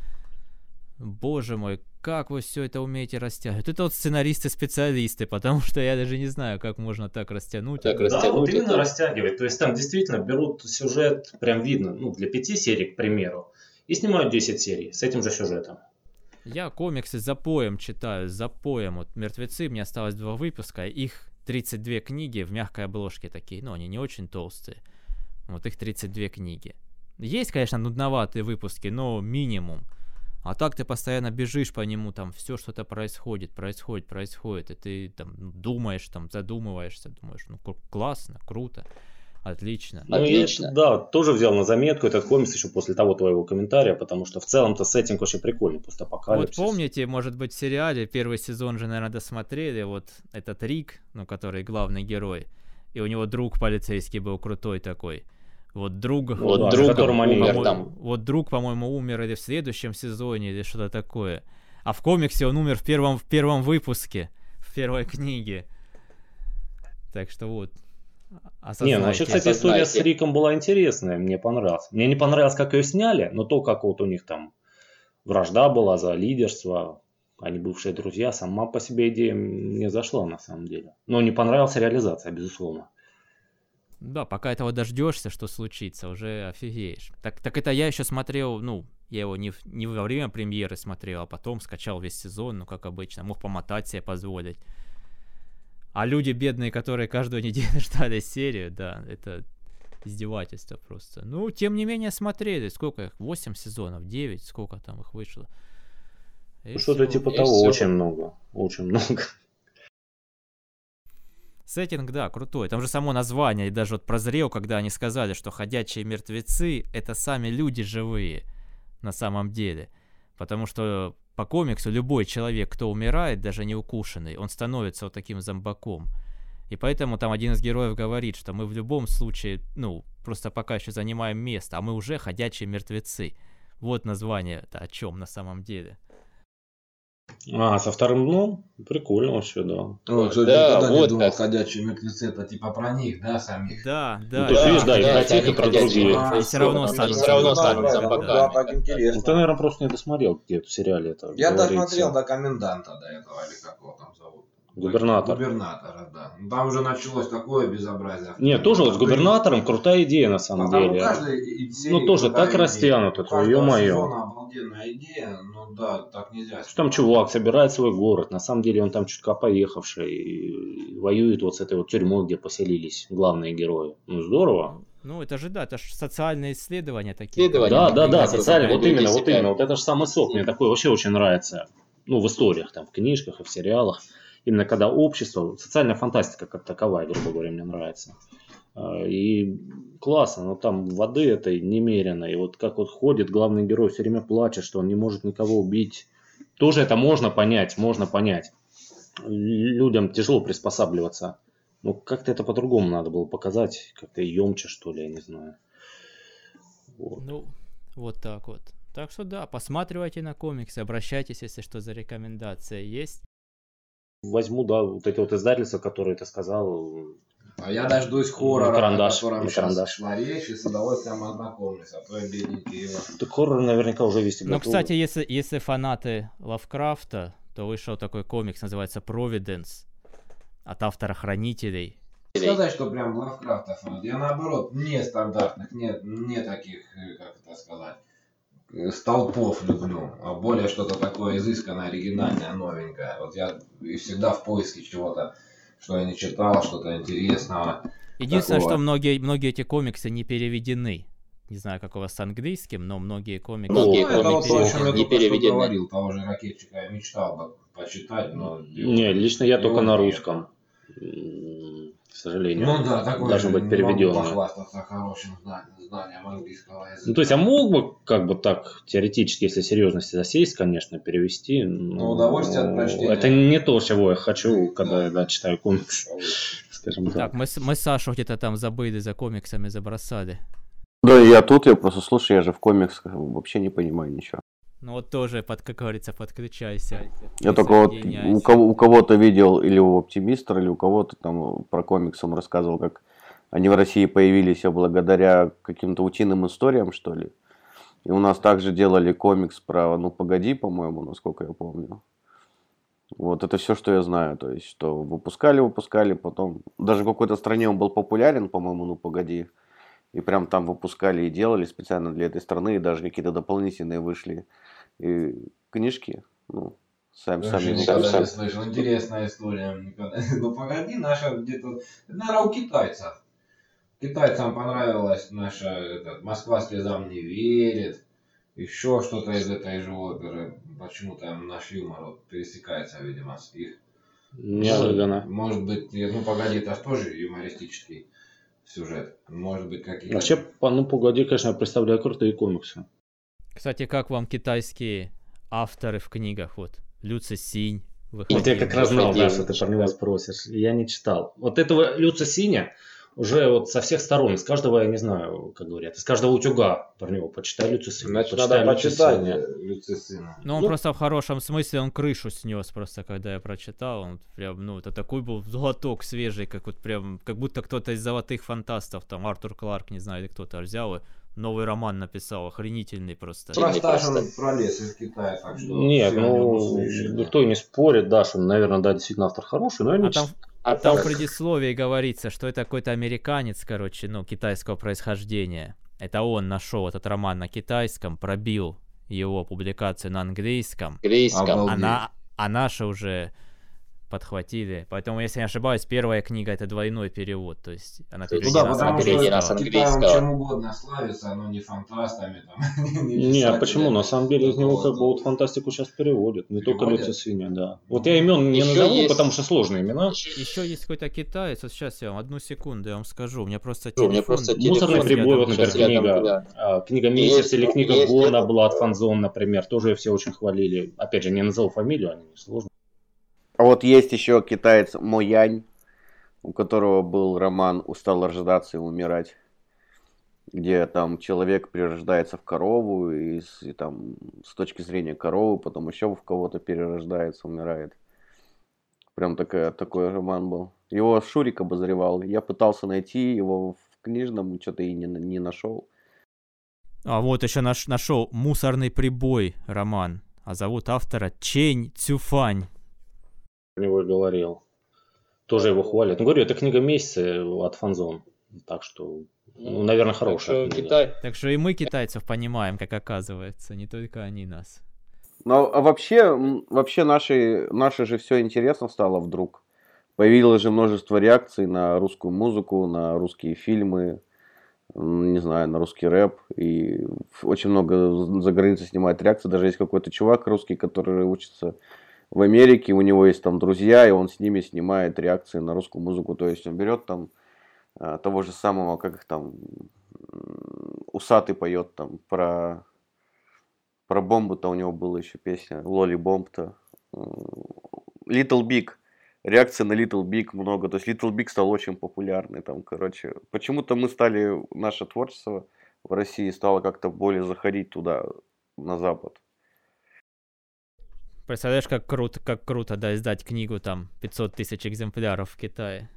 Speaker 1: Боже мой, как вы все это умеете растягивать. Это вот сценаристы-специалисты, потому что я даже не знаю, как можно так растянуть.
Speaker 5: Так
Speaker 3: Да, вот
Speaker 5: растянуть
Speaker 3: именно
Speaker 5: это.
Speaker 3: растягивать. То есть там действительно берут сюжет, прям видно, ну, для пяти серий, к примеру, и снимают десять серий с этим же сюжетом.
Speaker 1: Я комиксы запоем читаю, запоем. Вот «Мертвецы», мне осталось два выпуска, их тридцать две книги в мягкой обложке такие, но они не очень толстые. Вот их тридцать две книги. Есть, конечно, нудноватые выпуски, но минимум. А так ты постоянно бежишь по нему, там все что-то происходит, происходит, происходит, и ты там думаешь, там задумываешься, думаешь, ну к- классно, круто, отлично.
Speaker 3: Ну,
Speaker 5: Отлично.
Speaker 3: я, да, тоже взял на заметку этот комикс еще после того твоего комментария, потому что в целом-то сеттинг очень прикольный,
Speaker 1: Вот
Speaker 3: постапокалипсис.
Speaker 1: помните, может быть, в сериале, первый сезон же, наверное, досмотрели, вот этот Рик, ну, который главный герой, и у него друг полицейский был крутой такой. Вот друг,
Speaker 5: Вот
Speaker 3: да,
Speaker 5: друг
Speaker 3: в котором они-
Speaker 5: умер
Speaker 1: по-мо-
Speaker 5: там.
Speaker 1: вот друг, по-моему, умер или в следующем сезоне, или что-то такое. А в комиксе он умер в первом, в первом выпуске, в первой книге. Так что вот.
Speaker 3: Не, ну вообще,
Speaker 1: осознайте.
Speaker 3: кстати, история с
Speaker 5: Осознайте.
Speaker 3: Риком была интересная, мне понравилась. Мне не понравилось, как ее сняли, но то, как вот у них там вражда была за лидерство, они бывшие друзья, сама по себе идея мне зашла на самом деле. Но не понравилась реализация, безусловно.
Speaker 1: Да, пока этого дождешься, что случится, уже офигеешь. Так, так это я еще смотрел, ну, я его не, в- не во время премьеры смотрел, а потом скачал весь сезон, ну, как обычно, мог помотать себе позволить. А люди бедные, которые каждую неделю ждали серию, да, это издевательство просто. Ну, тем не менее, смотрели. Сколько их? восемь сезонов, девять, сколько там их вышло? И
Speaker 3: Что-то
Speaker 1: всё.
Speaker 3: типа
Speaker 5: И
Speaker 3: того,
Speaker 5: всё.
Speaker 3: очень много, очень много.
Speaker 1: Сеттинг, да, крутой. Там же само название, и даже вот прозрел, когда они сказали, что «Ходячие мертвецы» — это сами люди живые на самом деле. Потому что по комиксу любой человек, кто умирает, даже не укушенный, он становится вот таким зомбаком. И поэтому там один из героев говорит, что мы в любом случае, ну, просто пока еще занимаем место, а мы уже ходячие мертвецы. Вот название-то о чем на самом деле.
Speaker 3: А, со вторым дном? Прикольно вообще, да.
Speaker 4: Ой, кстати,
Speaker 5: Да,
Speaker 4: никогда не
Speaker 5: вот
Speaker 4: думал,
Speaker 5: как.
Speaker 4: «Ходячие мертвецы» это типа про них, да, самих?
Speaker 1: Да,
Speaker 3: Ну,
Speaker 1: да.
Speaker 3: то есть,
Speaker 1: да.
Speaker 3: видишь, да, и
Speaker 5: Да,
Speaker 3: про
Speaker 5: да,
Speaker 3: тех, и
Speaker 5: они
Speaker 3: про
Speaker 5: ходячие
Speaker 3: других.
Speaker 4: А,
Speaker 1: И все равно
Speaker 5: Они
Speaker 1: станут
Speaker 5: все равно
Speaker 1: зомбаками,
Speaker 5: станут
Speaker 4: да,
Speaker 1: да.
Speaker 5: зомбаками.
Speaker 4: да, так
Speaker 3: Ну,
Speaker 4: интересно.
Speaker 3: ты, наверное, просто не досмотрел где-то в сериале это
Speaker 4: Я
Speaker 3: говорится.
Speaker 4: досмотрел до коменданта до этого, или как его там зовут.
Speaker 3: Губернатор.
Speaker 4: Губернатора, да. Ну, там уже началось такое безобразие.
Speaker 3: Нет, тоже вот с губернатором крутая идея на самом
Speaker 4: А там у
Speaker 3: деле.
Speaker 4: каждой и- серии
Speaker 3: Ну тоже
Speaker 4: крутая
Speaker 3: так
Speaker 4: идея.
Speaker 3: растянуто,
Speaker 4: У
Speaker 3: то
Speaker 4: каждого
Speaker 3: ё-моё.
Speaker 4: сезона обалденная идея, ну да, так нельзя.
Speaker 3: Что там чувак собирает свой город, на самом деле он там чутка поехавший, и воюет вот с этой вот тюрьмой, где поселились главные герои. Ну здорово.
Speaker 1: Ну, это же, да, это же социальные исследования такие.
Speaker 5: Исследования.
Speaker 3: Да, да, да,
Speaker 5: Понятно,
Speaker 3: социально, вот
Speaker 5: люди
Speaker 3: именно, вот
Speaker 5: себя-
Speaker 3: именно, вот это же самый сок, мне такое вообще очень нравится. Ну, в историях, там, в книжках и в сериалах. Именно когда общество, социальная фантастика как таковая, грубо говоря, мне нравится. А, И классно, но там воды этой немерено. И вот как вот ходит главный герой, все время плачет, что он не может никого убить. Тоже это можно понять, можно понять. Людям тяжело приспосабливаться. Ну, как-то это по-другому надо было показать. Как-то емче, что ли, я не знаю. Вот.
Speaker 1: Ну, вот так вот. Так что да, посматривайте на комиксы, обращайтесь, если что, за рекомендация есть.
Speaker 3: Возьму, да, вот эти вот издательства, которые ты сказал.
Speaker 4: А я дождусь хоррора,
Speaker 3: На карандаш,
Speaker 4: о котором
Speaker 3: на
Speaker 4: сейчас
Speaker 3: карандаш.
Speaker 4: шла речь, и с удовольствием ознакомлюсь, а то я бедненький его.
Speaker 3: Так хоррор наверняка уже вести
Speaker 1: Ну,
Speaker 3: готовы.
Speaker 1: кстати, если, если фанаты Лавкрафта, то вышел такой комикс, называется Providence, от автора Хранителей.
Speaker 4: Сказать, что прям Лавкрафта фанат. Я наоборот нестандартных, не, не таких, э, как это сказать, э, столпов люблю, а более что-то такое изысканное, оригинальное, новенькое. Вот я и всегда в поиске чего-то, что я не читал, что-то интересного.
Speaker 1: Единственное,
Speaker 4: Такого.
Speaker 1: что многие, многие эти комиксы не переведены. Не знаю, как у вас с английским, но многие комиксы...
Speaker 5: Многие
Speaker 4: Ну, это вот то, о
Speaker 5: комиксы
Speaker 4: чем я
Speaker 5: не
Speaker 4: только что
Speaker 5: переведены.
Speaker 4: говорил, того же ракетчика я мечтал бы почитать, но...
Speaker 3: Не, лично я только
Speaker 4: его
Speaker 3: на
Speaker 4: нет.
Speaker 3: русском. М, К сожалению.
Speaker 4: Ну да, такой
Speaker 3: должен
Speaker 4: же,
Speaker 3: быть
Speaker 4: не
Speaker 3: переведенный.
Speaker 4: могу похвастаться хорошим знанием, знанием английского языка.
Speaker 3: Ну, то есть, я мог бы, как бы так, теоретически, если серьезности засесть, конечно, перевести. Но
Speaker 4: удовольствие от прочтения.
Speaker 3: Это не то, чего я хочу, когда
Speaker 4: Да.
Speaker 3: я да, читаю комикс, скажем так.
Speaker 1: Так, мы, с- мы Сашу где-то там забыли за комиксами, забросали.
Speaker 2: Да, я тут, я просто слушаю, я же в комиксах вообще не понимаю ничего.
Speaker 1: Ну вот тоже, под, как говорится, подключайся.
Speaker 2: Я только вот
Speaker 1: Присоединяйся.
Speaker 2: у, кого, у кого-то видел, или у Оптимистра, или у кого-то там про комикс он рассказывал, как они в России появились благодаря каким-то утиным историям, что ли. И у нас также делали комикс про «Ну, погоди», по-моему, насколько я помню. Вот это все, что я знаю. То есть, что выпускали, выпускали, потом... Даже в какой-то стране он был популярен, по-моему, «Ну, погоди». И прям там выпускали и делали специально для этой страны, и даже какие-то дополнительные вышли и книжки. Ну, сами,
Speaker 4: Вообще
Speaker 2: сами,
Speaker 4: никогда
Speaker 2: сами.
Speaker 4: не слышал. Интересная история. Никогда. Ну погоди, наша где-то... Наверное, у китайцев. Китайцам понравилась наша... Этот, «Москва слезам не верит». Еще что-то из этой же оперы. Почему-то наш юмор вот пересекается, видимо, с их.
Speaker 3: Неожиданно.
Speaker 4: Может быть, ну погоди, это ж тоже юмористический сюжет. Может быть, какие-то...
Speaker 3: Вообще, по- ну, погоди, конечно, я представляю крутые комиксы.
Speaker 1: Кстати, как вам китайские авторы в книгах? Вот, Люци Синь
Speaker 3: Вот я
Speaker 1: выходил.
Speaker 3: как раз знал, да,
Speaker 5: Выходил.
Speaker 3: что ты про него спросишь. Я не читал. Вот этого Люца Синя уже вот со всех сторон, из каждого, я не знаю, как говорят, из каждого утюга про него почитай Люца Синя.
Speaker 4: Значит,
Speaker 3: почитай
Speaker 4: надо
Speaker 3: Люца
Speaker 4: почитать
Speaker 3: Синя.
Speaker 4: Люцисына.
Speaker 1: Ну, он
Speaker 3: Ну-
Speaker 1: просто в хорошем смысле, он крышу снес просто, когда я прочитал. Он прям, ну, это такой был глоток свежий, как вот прям, как будто кто-то из золотых фантастов, там, Артур Кларк, не знаю, или кто-то взял и новый роман написал, охренительный просто.
Speaker 5: Про-
Speaker 4: Простаж он пролез из Китая, так что...
Speaker 3: Нет,
Speaker 4: все о нем
Speaker 3: ну,
Speaker 4: услышали.
Speaker 3: никто и не спорит, да, что, наверное, да, действительно автор хороший, но я не
Speaker 1: А там,
Speaker 3: чит-
Speaker 5: А
Speaker 1: там
Speaker 5: так,
Speaker 1: в предисловии говорится, что это какой-то американец, короче, ну, китайского происхождения. Это он нашел этот роман на китайском, пробил его публикацию на английском,
Speaker 5: английском.
Speaker 4: Обалдеть.
Speaker 1: а, на, а наши уже подхватили. Поэтому, если не ошибаюсь, первая книга — это двойной перевод, то есть она
Speaker 5: То есть
Speaker 4: Ну
Speaker 1: переведена
Speaker 4: да,
Speaker 1: с
Speaker 4: потому что
Speaker 5: переведена
Speaker 1: английского.
Speaker 5: с
Speaker 4: Китай он
Speaker 5: английского.
Speaker 4: чем угодно славится, но не фантастами там.
Speaker 3: Не, а почему? На самом деле из него как бы вот
Speaker 4: вот
Speaker 3: фантастику сейчас переводят. Не только
Speaker 4: Переводят?
Speaker 3: Люци Синя, да. Вот я имен не
Speaker 5: Еще
Speaker 3: назову,
Speaker 5: есть-
Speaker 3: потому что сложные имена.
Speaker 1: Еще есть какой-то китаец, вот сейчас я вам, одну секунду, я вам скажу, у меня просто
Speaker 5: У
Speaker 1: телефон...
Speaker 5: меня просто
Speaker 3: Мусорный
Speaker 5: телефон
Speaker 3: прибой, вот,
Speaker 1: рядом
Speaker 3: например,
Speaker 5: сейчас рядом,
Speaker 3: книга,
Speaker 5: да.
Speaker 3: а, книга
Speaker 5: Есть-
Speaker 3: «Месяц» или книга
Speaker 5: есть
Speaker 3: года
Speaker 5: это-
Speaker 3: была от Фанзон, например, тоже все очень хвалили. Опять же, не назову фамилию, они не сложные.
Speaker 2: А вот есть еще китаец Мо Янь, у которого был роман «Устал рождаться и умирать», где там человек перерождается в корову, и, с- и там с точки зрения коровы потом еще в кого-то перерождается, умирает. Прям такая, такой роман был. Его Шурик обозревал. Я пытался найти его в книжном, что-то и не, не нашел.
Speaker 1: А вот еще наш, нашел «Мусорный прибой» роман, а зовут автора Чэнь Цюфань.
Speaker 3: Про него и говорил. тоже его хвалят. Ну, говорю, это книга месяца от Фанзон. Так что, ну, наверное,
Speaker 5: Так
Speaker 3: хорошая
Speaker 5: что
Speaker 3: книга.
Speaker 5: Китай.
Speaker 1: Так что и мы китайцев понимаем, как оказывается, не только они нас.
Speaker 2: Ну, а вообще, м, вообще наши, наши же все интересно стало вдруг. Появилось же множество реакций на русскую музыку, на русские фильмы, м, не знаю, на русский рэп. И ф- очень много за границей снимает реакции. Даже есть какой-то чувак русский, который учится в Америке, у него есть там друзья, и он с ними снимает реакции на русскую музыку. То есть он берет там а, того же самого, как их там, м, Усатый поет там про, про бомбу-то у него была еще песня, Лоли Бомб-то. М, Little Big. Реакции на Little Big много. То есть Little Big стал очень популярный там, короче. Почему-то мы стали, наше творчество в России стало как-то более заходить туда, на Запад.
Speaker 1: Представляешь, как круто, как круто, да, издать книгу там пятьсот тысяч экземпляров в Китае.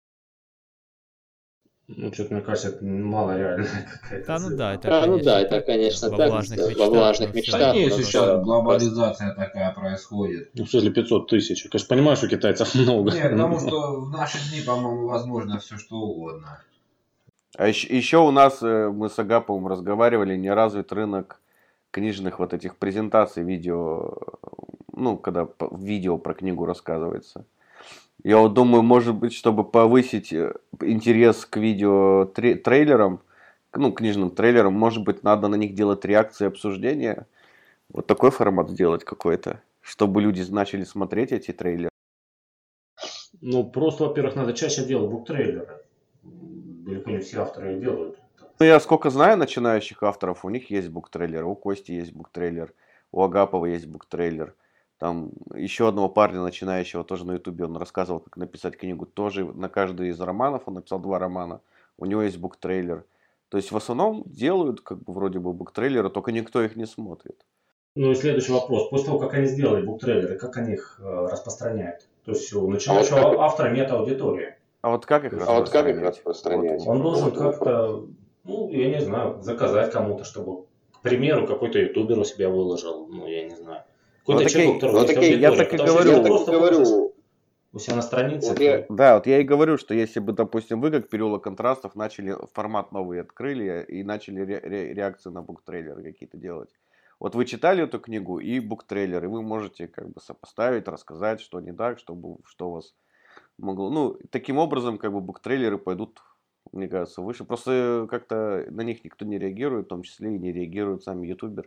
Speaker 3: Ну, что-то, мне кажется, это мало реальная какая-то
Speaker 1: Да, ну
Speaker 3: цифра.
Speaker 1: да, это,
Speaker 5: А, ну
Speaker 1: конечно,
Speaker 5: да, это,
Speaker 1: так,
Speaker 5: конечно,
Speaker 1: во
Speaker 5: так,
Speaker 1: влажных
Speaker 5: да, во
Speaker 1: мечтах,
Speaker 5: влажных
Speaker 1: но всё
Speaker 5: мечтах,
Speaker 4: Да
Speaker 1: равно.
Speaker 4: не,
Speaker 5: но
Speaker 4: сейчас
Speaker 5: просто-
Speaker 4: глобализация такая происходит.
Speaker 3: Ну, в смысле, пятьсот тысяч. Я, конечно, понимаю, что китайцев много.
Speaker 4: Нет, потому что в наши дни, по-моему, возможно все что угодно.
Speaker 2: А еще, у нас, э, мы с Агаповым разговаривали, не развит рынок книжных вот этих презентаций, видео, ну, когда по- видео про книгу рассказывается. Я вот думаю, может быть, чтобы повысить э, интерес к видео тре- трейлерам, к- ну, книжным трейлерам, может быть, надо на них делать реакции, обсуждения. Вот такой формат сделать какой-то, чтобы люди начали смотреть эти трейлеры.
Speaker 3: Ну, просто, во-первых, надо чаще делать буктрейлеры. Далеко не все авторы их делают.
Speaker 2: Ну, я сколько знаю начинающих авторов, у них есть буктрейлер, у Кости есть буктрейлер, у Агапова есть буктрейлер. Там еще одного парня начинающего тоже на ютубе, он рассказывал, как написать книгу. Тоже на каждый из романов, он написал два романа, у него есть буктрейлер. То есть в основном делают как бы вроде бы буктрейлеры, только никто их не смотрит.
Speaker 3: Ну и следующий вопрос. После того, как они сделали буктрейлеры, как они их э, распространяют? То есть у начинающего
Speaker 5: А вот
Speaker 3: автора нет аудитории.
Speaker 2: А вот как их
Speaker 3: А вот как их
Speaker 2: распространять?
Speaker 5: распространять?
Speaker 2: Вот.
Speaker 3: Он должен как-то, ну, я не знаю, заказать кому-то, чтобы, к примеру, какой-то ютубер у себя выложил, ну, я не знаю. Какой-то
Speaker 2: Ну, так я-
Speaker 3: человек, у которого
Speaker 2: ну,
Speaker 3: есть
Speaker 2: так я- я
Speaker 3: аудитория.
Speaker 2: так и
Speaker 3: Потому что
Speaker 2: говорю.
Speaker 3: если
Speaker 2: Я
Speaker 3: ты
Speaker 2: так
Speaker 3: просто выложишь у себя на странице,
Speaker 5: Вот
Speaker 3: то-
Speaker 5: я-
Speaker 2: Да, вот я и говорю, что если бы, допустим, вы как переулок контрастов начали формат новый открыли и начали ре- ре- реакции на буктрейлеры какие-то делать. Вот вы читали эту книгу и буктрейлер, и вы можете как бы сопоставить, рассказать, что не так, чтобы, что у вас могло. Ну, таким образом, как бы буктрейлеры пойдут, мне кажется, выше. Просто как-то на них никто не реагирует, в том числе и не реагируют сами ютуберы.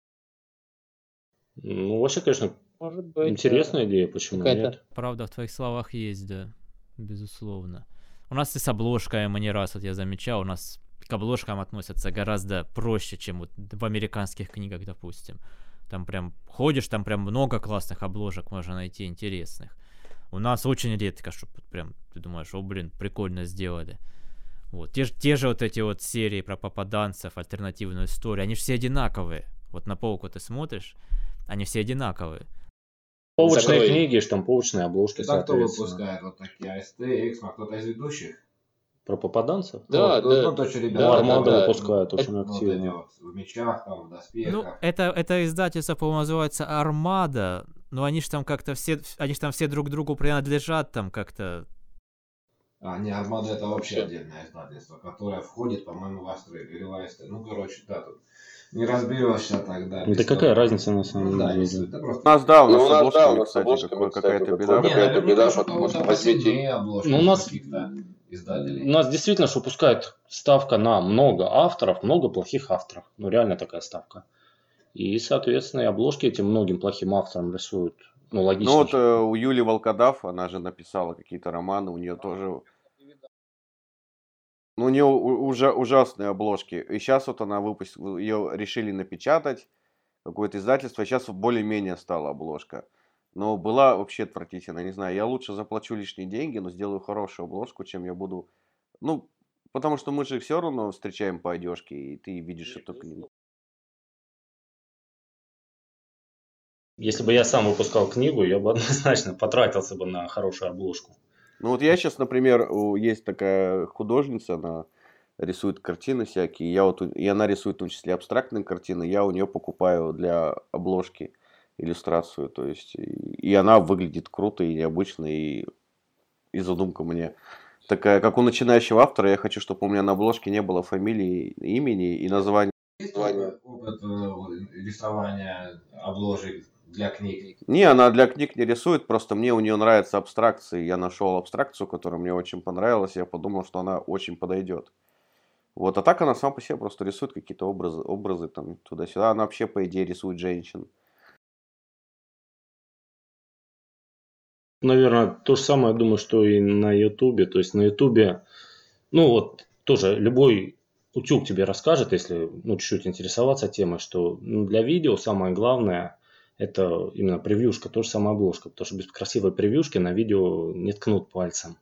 Speaker 3: Ну, вообще, конечно,
Speaker 5: Может быть,
Speaker 3: интересная идея, почему
Speaker 5: какая-то-
Speaker 3: нет?
Speaker 1: Правда в твоих словах есть, да, безусловно. У нас и с обложкой мы не раз, вот я замечал, у нас к обложкам относятся гораздо проще, чем вот в американских книгах, допустим. Там прям ходишь, там прям много классных обложек можно найти, интересных. У нас очень редко, чтобы прям ты думаешь, о, блин, прикольно сделали. Вот. Те, ж- те же вот эти вот серии про попаданцев, альтернативную историю, они же все одинаковые. Вот на полку ты смотришь, они все одинаковые.
Speaker 3: Штамповочные
Speaker 5: Закрой.
Speaker 3: книги, штамповочные обложки,
Speaker 4: Это кто
Speaker 3: соответственно.
Speaker 4: выпускает вот такие А С Т, Эксмо, кто-то из ведущих?
Speaker 3: Про попаданцев?
Speaker 5: Да,
Speaker 4: ну,
Speaker 5: да.
Speaker 4: ну, то, что
Speaker 3: Ну,
Speaker 4: ребята,
Speaker 3: Армада
Speaker 5: да,
Speaker 3: выпускают
Speaker 4: ну,
Speaker 3: очень
Speaker 4: вот эти
Speaker 3: активно.
Speaker 4: вот в мечах, там, в доспехах.
Speaker 1: Ну, это, это издательство, по-моему, называется Армада, но они же там как-то все, они же там все друг другу принадлежат там как-то.
Speaker 4: А, не, Армада это вообще
Speaker 5: Вообще.
Speaker 4: отдельное издательство, которое входит, по-моему, в Астры или в А С Т. Ну, короче, да, тут не разберешься тогда.
Speaker 3: Ну,
Speaker 4: без
Speaker 3: это какая
Speaker 4: того.
Speaker 3: разница на самом
Speaker 4: Ну, да,
Speaker 3: деле?
Speaker 4: не суть, это
Speaker 2: У
Speaker 4: просто...
Speaker 2: нас, да, у
Speaker 5: Ну,
Speaker 2: нас
Speaker 5: у
Speaker 2: с
Speaker 5: нас, да, у
Speaker 2: обложками,
Speaker 5: нас с
Speaker 2: кстати,
Speaker 5: обложками,
Speaker 2: какой-
Speaker 5: кстати,
Speaker 2: какая-то
Speaker 5: какой-
Speaker 2: беда.
Speaker 4: Не,
Speaker 5: какая-то
Speaker 4: наверное,
Speaker 5: беда,
Speaker 4: что
Speaker 5: потому что
Speaker 4: кого-то
Speaker 5: возьмите-
Speaker 4: посильнее обложки
Speaker 3: Ну, у нас-
Speaker 4: каких-то издателей.
Speaker 3: У нас действительно что выпускают ставка на много авторов, много плохих авторов. Ну, реально такая ставка. И, соответственно, и обложки этим многим плохим авторам рисуют. Ну, логично.
Speaker 2: Ну вот
Speaker 3: же.
Speaker 2: э, у Юли Волкодав, она же написала какие-то романы, у нее тоже... Ну, у нее уже ужасные обложки. И сейчас вот она выпустила, ее решили напечатать, какое-то издательство, и сейчас более-менее стала обложка. Но была вообще отвратительно, не знаю, я лучше заплачу лишние деньги, но сделаю хорошую обложку, чем я буду... Ну, потому что мы же все равно встречаем по одежке, и ты видишь эту книгу.
Speaker 3: Если бы я сам выпускал книгу, я бы однозначно потратился бы на хорошую обложку.
Speaker 2: Ну вот я сейчас, например, у- есть такая художница, она рисует картины всякие, я вот, у- и она рисует в том числе абстрактные картины, я у нее покупаю для обложки иллюстрацию, то есть, и, и она выглядит круто и необычно, и, и задумка мне такая, как у начинающего автора, я хочу, чтобы у меня на обложке не было фамилии, имени и названия.
Speaker 4: Есть опыт э, рисования обложек для книг?
Speaker 2: Не, она для книг не рисует, просто мне у нее нравятся абстракции. Я нашел абстракцию, которая мне очень понравилась, я подумал, что она очень подойдет. Вот, а так она сама по себе просто рисует какие-то образы, образы там туда-сюда. Она вообще, по идее, рисует женщин.
Speaker 3: Наверное, то же самое, я думаю, что и на Ютубе. То есть на Ютубе, ну вот тоже любой утюг тебе расскажет, если ну, чуть-чуть интересоваться темой, что ну, для видео самое главное это именно превьюшка, то же самое обложка. Потому что без красивой превьюшки на видео не ткнут пальцем.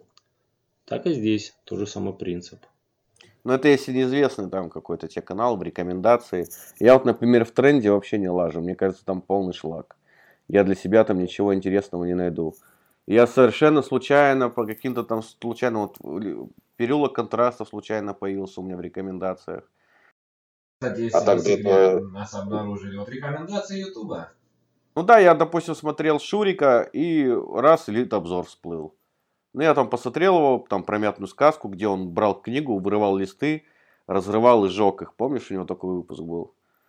Speaker 3: Так и здесь тот же самый принцип.
Speaker 2: Но это если неизвестный там какой-то тебе канал в рекомендации. Я вот, например, в тренде вообще не лажу. Мне кажется, там полный шлак. Я для себя там ничего интересного не найду. Я совершенно случайно, по каким-то там случайно, вот переулок контрастов случайно появился у меня в рекомендациях.
Speaker 4: Кстати, если
Speaker 2: А так
Speaker 4: вы
Speaker 2: где-то-
Speaker 4: нас обнаружили, вот рекомендации Ютуба.
Speaker 2: Ну да, я, допустим, смотрел Шурика, и раз элит обзор всплыл. Ну, я там посмотрел его, там про мятную сказку, где он брал книгу, вырывал листы, разрывал и сжег их. Помнишь, у него такой выпуск был?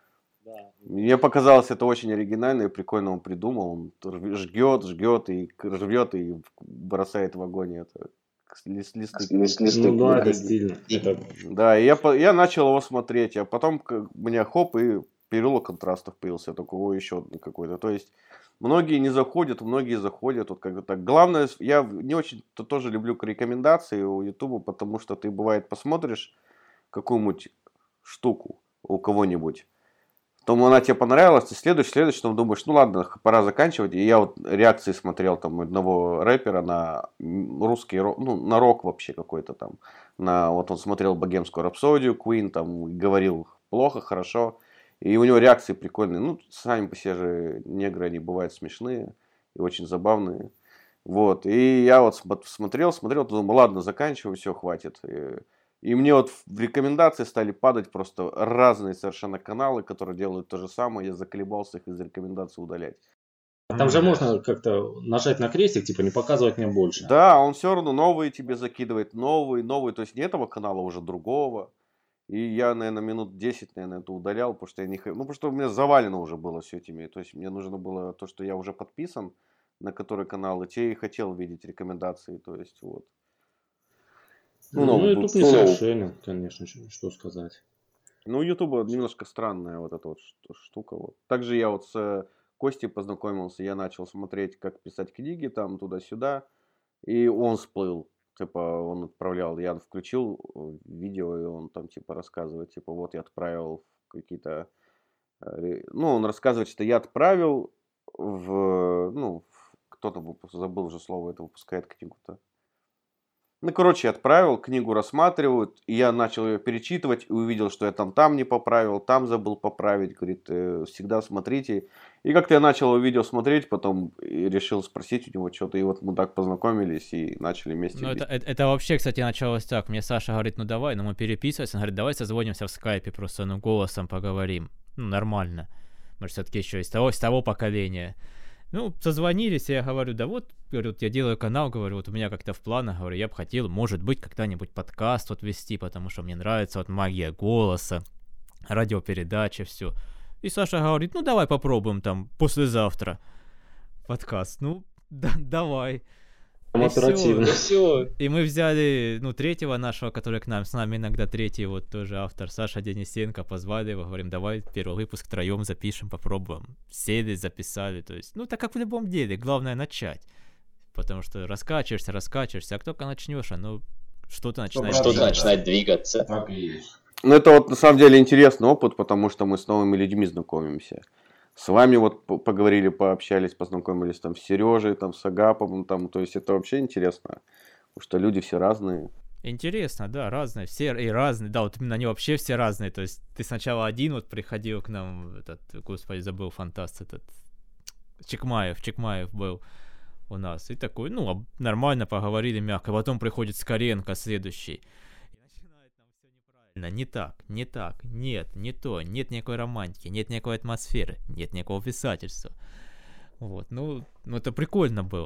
Speaker 3: Да.
Speaker 2: Мне показалось это очень оригинально и прикольно он придумал. Он рв- жгет, жгет и к- рвет и бросает в огонь это лист- листы.
Speaker 5: Лист- листы.
Speaker 3: Ну да,
Speaker 5: книги.
Speaker 3: это стильно. Это
Speaker 2: Да, и я, по- я начал его смотреть, а потом к- у меня хоп, и переулок контрастов появился. Я такой, о, еще один какой-то. То есть, многие не заходят, многие заходят. Вот как-то так. Главное, с- я в- не очень то тоже люблю рекомендации у Ютуба, потому что ты, бывает, посмотришь какую-нибудь штуку у кого-нибудь, потом она тебе понравилась, ты следуешь, следуешь, потом думаешь, ну ладно, х- пора заканчивать. И я вот реакции смотрел там одного рэпера на м, русский рок, ну, на рок вообще какой-то там. На, вот он смотрел «Богемскую рапсодию», Queen, там, и говорил плохо, хорошо. И у него реакции прикольные. Ну, сами по себе же негры, они бывают смешные и очень забавные. Вот, и я вот смо- смотрел, смотрел, думал, ладно, заканчиваю, все, хватит. И, и мне вот в рекомендации стали падать просто разные совершенно каналы, которые делают то же самое. Я заколебался их из рекомендаций удалять.
Speaker 3: А там же можно как-то нажать на крестик, типа не показывать мне больше.
Speaker 2: Да, он все равно новые тебе закидывает, новые, новые. То есть не этого канала, уже другого. И я, наверное, минут десять, наверное, это удалял, потому что я не х- ну, потому что у меня завалено уже было все этими. То есть мне нужно было то, что я уже подписан на который канал, и те и хотел видеть рекомендации. То есть вот.
Speaker 3: Ну,
Speaker 2: новый
Speaker 3: YouTube
Speaker 2: был.
Speaker 3: несовершенен, конечно, что что сказать.
Speaker 2: Ну, у Ютуба немножко странная вот эта вот ш- штука. Вот. Также я вот с э, Костей познакомился, я начал смотреть, как писать книги там туда-сюда, и он всплыл. Типа, он отправлял, я включил э, видео, и он там типа рассказывает, типа, вот я отправил в какие-то... э, ре- Ну, он рассказывает, что я отправил в... Ну, в- кто-то выпуск- забыл уже слово, это выпускает книгу-то. Ну, короче, отправил, книгу рассматривают, и я начал ее перечитывать, и увидел, что я там там не поправил, там забыл поправить, говорит, «Э, всегда смотрите. И как-то я начал его видео смотреть, потом и решил спросить у него что-то, и вот мы так познакомились и начали вместе.
Speaker 1: Ну, это,
Speaker 2: видеть.
Speaker 1: это, это вообще, кстати, началось так. Мне Саша говорит, ну давай, ну мы переписываемся. Он говорит, давай созвонимся в скайпе, просто, ну, голосом поговорим. Ну, нормально. Мы же все-таки еще из того, из того поколения. Ну, созвонились, и я говорю, да вот, говорю, вот я делаю канал, говорю, вот у меня как-то в планах, говорю, я бы хотел, может быть, когда-нибудь подкаст вот вести, потому что мне нравится вот магия голоса, радиопередача, все. И Саша говорит, ну, давай попробуем там послезавтра подкаст. Ну, да, давай.
Speaker 3: Там
Speaker 1: И
Speaker 3: оперативно.
Speaker 1: всё. Все. И мы взяли, ну, третьего нашего, который к нам, с нами иногда третий, вот тоже автор, Саша Денисенко, позвали его, говорим, давай первый выпуск втроем запишем, попробуем. Сели, записали, то есть, ну, так как в любом деле, главное начать. Потому что раскачиваешься, раскачиваешься, а как только начнешь, оно что-то начинает
Speaker 5: Что-то
Speaker 4: Что-то
Speaker 5: начинает двигаться.
Speaker 4: Так и есть.
Speaker 2: Ну, это вот на самом деле интересный опыт, потому что мы с новыми людьми знакомимся. С вами вот п- поговорили, пообщались, познакомились там с Сережей, там с Агаповым, там, то есть это вообще интересно, потому что люди все разные.
Speaker 1: Интересно, да, разные, все и разные, да, вот именно они вообще все разные, то есть ты сначала один вот приходил к нам, этот, господи, забыл, фантаст этот, Чекмаев, Чекмаев был у нас, и такой, ну, об- нормально поговорили, мягко, потом приходит Скоренко следующий, и начинает там все неправильно, не так, не так, нет, не то, нет никакой романтики, нет никакой атмосферы, нет никакого писательства, вот, ну, ну это прикольно было.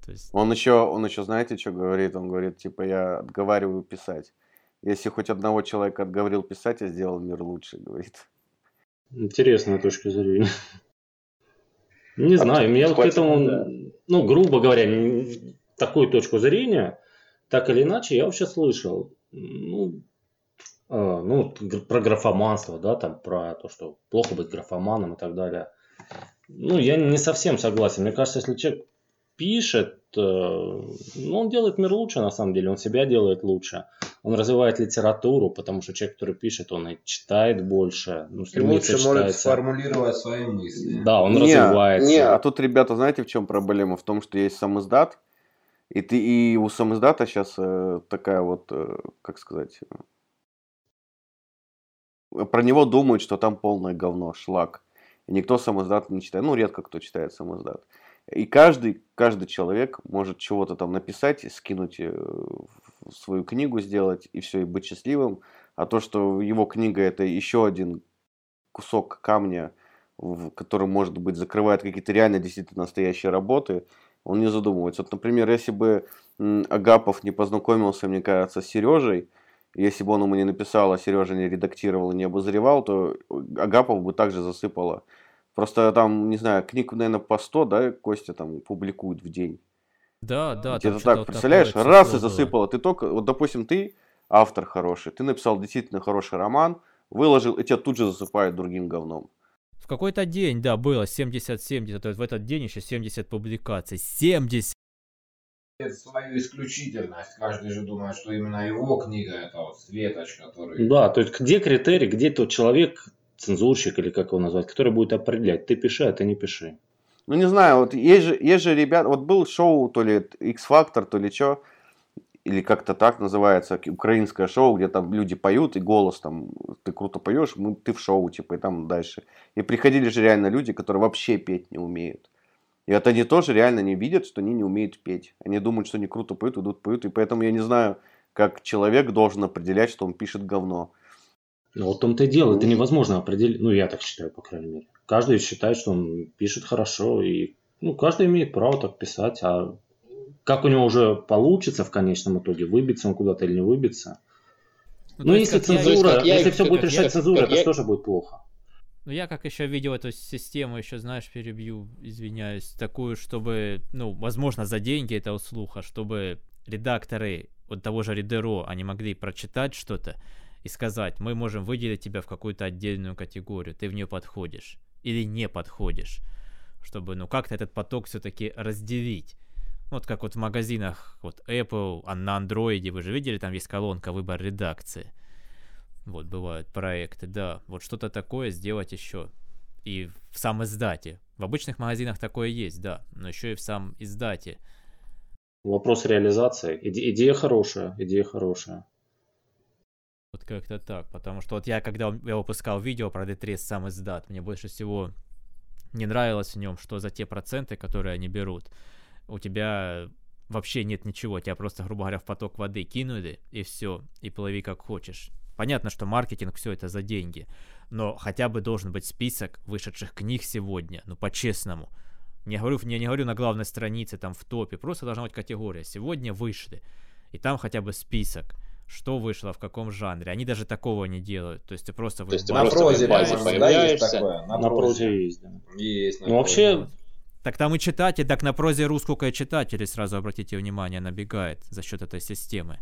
Speaker 1: То есть,
Speaker 2: Он еще, он еще, знаете, что говорит? Он говорит, типа, я отговариваю писать. Если хоть одного человека отговорил писать, я сделал мир лучше, говорит.
Speaker 3: Интересная точка зрения. Не
Speaker 5: А
Speaker 3: знаю,
Speaker 5: тут
Speaker 3: меня вот к
Speaker 5: хватит,
Speaker 3: этому,
Speaker 5: да.
Speaker 3: ну, грубо говоря, н- такую точку зрения, так или иначе, я вообще слышал. Ну, а, ну, вот г- про графоманство, да, там, про то, что плохо быть графоманом и так далее. Ну, я не совсем согласен. Мне кажется, если человек пишет, э, ну, он делает мир лучше, на самом деле, он себя делает лучше. Он развивает литературу, потому что человек, который пишет, он и читает больше, ну,
Speaker 4: И
Speaker 3: стремится
Speaker 4: лучше может
Speaker 3: читать.
Speaker 4: сформулировать свои мысли.
Speaker 3: Да, он
Speaker 2: Не,
Speaker 3: развивается.
Speaker 2: не, а тут, ребята, знаете, в чем проблема? В том, что есть самиздат, и ты и у самиздата сейчас э, такая вот, э, как сказать, э, про него думают, что там полное говно, шлак. И никто самиздат не читает. Ну, редко кто читает самиздат. И каждый, каждый человек может чего-то там написать, скинуть э, в свою книгу, сделать, и все, и быть счастливым. А то, что его книга это еще один кусок камня, в который, может быть, закрывает какие-то реально действительно настоящие работы, он не задумывается. Вот, например, если бы м, Агапов не познакомился, мне кажется, с Сережей, если бы он ему не написал, а Сережа не редактировал и не обозревал, то Агапов бы также засыпало. Просто там, не знаю, книг, наверное, по сто, да, Костя там публикует в день.
Speaker 1: да, да,
Speaker 2: Где-то
Speaker 1: там что-то
Speaker 2: так,
Speaker 1: вот
Speaker 2: представляешь,
Speaker 1: такое
Speaker 2: раз и
Speaker 1: число было.
Speaker 2: засыпало. Ты только, вот, допустим, ты автор хороший, ты написал действительно хороший роман, выложил, и тебя тут же засыпают другим говном.
Speaker 1: В какой-то день, да, было семьдесят семьдесят, то есть в этот день еще семьдесят публикаций. семьдесят!
Speaker 4: Это свою исключительность. Каждый же думает, что именно его книга это вот светоч, который...
Speaker 3: Да, то есть где критерий, где тот человек, цензурщик или как его назвать, который будет определять, ты пиши, а ты не пиши.
Speaker 2: Ну, не знаю, вот есть же, есть же ребята, вот был шоу, то ли X-Factor, то ли что, или как-то так называется, ки- украинское шоу, где там люди поют, и голос там, ты круто поешь, мы, ты в шоу, типа, и там дальше. И приходили же реально люди, которые вообще петь не умеют. И вот они тоже реально не видят, что они не умеют петь. Они думают, что они круто поют, идут поют, и поэтому я не знаю, как человек должен определять, что он пишет говно.
Speaker 3: Ну, вот в том-то и дело, это
Speaker 2: Ну,
Speaker 3: невозможно определить, ну, я так считаю, по крайней мере. Каждый считает, что он пишет хорошо, и, ну, каждый имеет право так писать, а как у него уже получится в конечном итоге, выбиться он куда-то или не выбиться.
Speaker 1: Ну,
Speaker 3: Ну,
Speaker 1: то есть,
Speaker 3: если
Speaker 1: как я,
Speaker 5: То есть,
Speaker 3: цензура,
Speaker 5: как я,
Speaker 3: если все
Speaker 5: как,
Speaker 3: будет
Speaker 1: как
Speaker 3: решать
Speaker 1: я,
Speaker 3: цензура,
Speaker 5: как
Speaker 3: это же
Speaker 5: я,
Speaker 3: тоже будет плохо.
Speaker 1: ну, я как еще видел эту систему, еще, знаешь, перебью, извиняюсь, такую, чтобы, ну, возможно, за деньги этого слуха, чтобы редакторы вот того же Ридеро, они могли прочитать что-то и сказать, мы можем выделить тебя в какую-то отдельную категорию, ты в нее подходишь или не подходишь, чтобы, ну, как-то этот поток все-таки разделить. Вот как вот в магазинах, вот Apple, а на андроиде, вы же видели, там есть колонка «Выбор редакции». Вот, бывают проекты, да. Вот что-то такое сделать еще. И в сам издате. В обычных магазинах такое есть, да. Но еще и в сам издате.
Speaker 3: Вопрос реализации. Иде- идея хорошая, идея хорошая.
Speaker 1: Вот как-то так. Потому что вот я, когда я выпускал видео про Детрес сам издат, мне больше всего не нравилось в нем, что за те проценты, которые они берут, у тебя вообще нет ничего. Тебя просто, грубо говоря, в поток воды кинули, и все. И плыви как хочешь. Понятно, что маркетинг, все это за деньги, но хотя бы должен быть список вышедших книг сегодня, ну по-честному. Не говорю, не, не говорю на главной странице, там в топе, просто должна быть категория. Сегодня вышли, и там хотя бы список, что вышло, в каком жанре. Они даже такого не делают, то есть ты просто...
Speaker 5: То есть ты
Speaker 4: На
Speaker 5: просто
Speaker 4: прозе,
Speaker 5: в базе
Speaker 4: по-моему, да, есть
Speaker 5: появляешься.
Speaker 4: такое? На
Speaker 3: На прозе
Speaker 4: прозе.
Speaker 3: есть, да.
Speaker 4: Есть на
Speaker 3: Ну,
Speaker 4: прозе.
Speaker 3: вообще,
Speaker 1: Так там и читатель, так на прозе ру сколько и читателей, сразу обратите внимание, набегает за счет этой системы.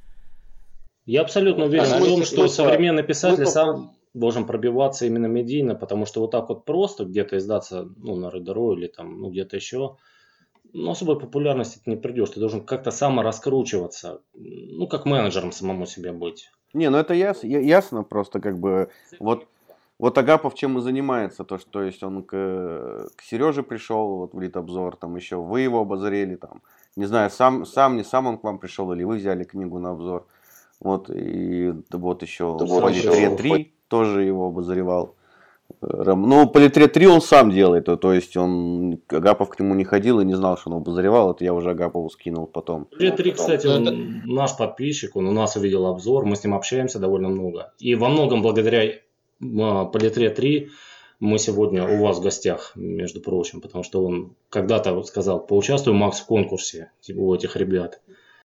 Speaker 3: я абсолютно уверен
Speaker 5: А
Speaker 3: в том,
Speaker 5: смысл-
Speaker 3: что
Speaker 5: смысл-
Speaker 3: современный писатель
Speaker 5: смысл-
Speaker 3: сам должен пробиваться именно медийно, потому что вот так вот просто где-то издаться, ну, на Ридеро или там, ну, где-то еще, ну, особой популярности ты не придешь. Ты должен как-то самораскручиваться, ну, как менеджером самому себе быть.
Speaker 2: Не, ну это яс- я- ясно просто как бы, вот, вот Агапов чем и занимается, то, что, то есть он к, к Сереже пришел, вот в Литобзор, там еще вы его обозрели, там, не знаю, сам, сам, не сам он к вам пришел, или вы взяли книгу на обзор, вот, и вот еще
Speaker 5: Да вот
Speaker 2: Политре
Speaker 5: еще
Speaker 2: три тоже его обозревал. Ром- Ну, Политре три он сам делает, то, то есть он, Агапов к нему не ходил и не знал, что он обозревал, это я уже Агапову скинул потом.
Speaker 3: Лет кстати,
Speaker 5: Ну,
Speaker 3: он
Speaker 5: это-
Speaker 3: наш подписчик, он у нас увидел обзор, мы с ним общаемся довольно много. И во многом благодаря а, Политре три Мы сегодня у вас в гостях, между прочим, потому что он когда-то вот сказал, поучаствуй, Макс, в конкурсе типа, у этих ребят.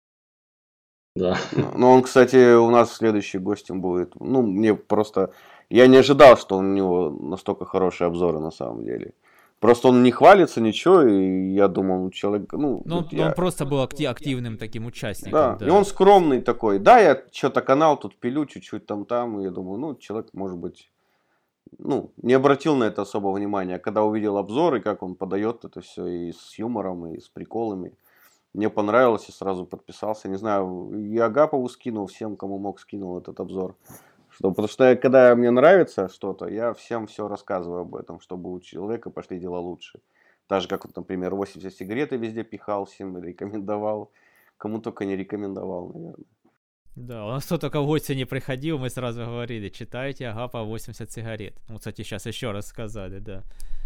Speaker 3: Да.
Speaker 2: Ну, он, кстати, у нас следующий гостем будет. Ну, мне просто... Я не ожидал, что у него настолько хорошие обзоры на самом деле. Просто он не хвалится, ничего, и я думал, ну, человек... Ну,
Speaker 1: Ну, он,
Speaker 2: я...
Speaker 1: он просто был акти- активным таким участником.
Speaker 2: Да.
Speaker 1: Да,
Speaker 2: и он скромный такой. Да, я что-то канал тут пилю, чуть-чуть там-там, и я думаю, ну, человек, может быть... Ну, не обратил на это особого внимания. А когда увидел обзоры, как он подает это все, и с юмором, и с приколами, мне понравилось, и сразу подписался. Не знаю, и Агапову скинул, всем, кому мог, скинул этот обзор. Что, потому что я, когда мне нравится что-то, я всем все рассказываю об этом, чтобы у человека пошли дела лучше. Так же, как, вот, например, восемьдесят сигареты везде пихал, всем рекомендовал. Кому только не рекомендовал, наверное.
Speaker 1: Да, у нас кто только в гости не приходил, мы сразу говорили, читайте Агапа восемьдесят сигарет. Ну, кстати, сейчас еще раз сказали, да.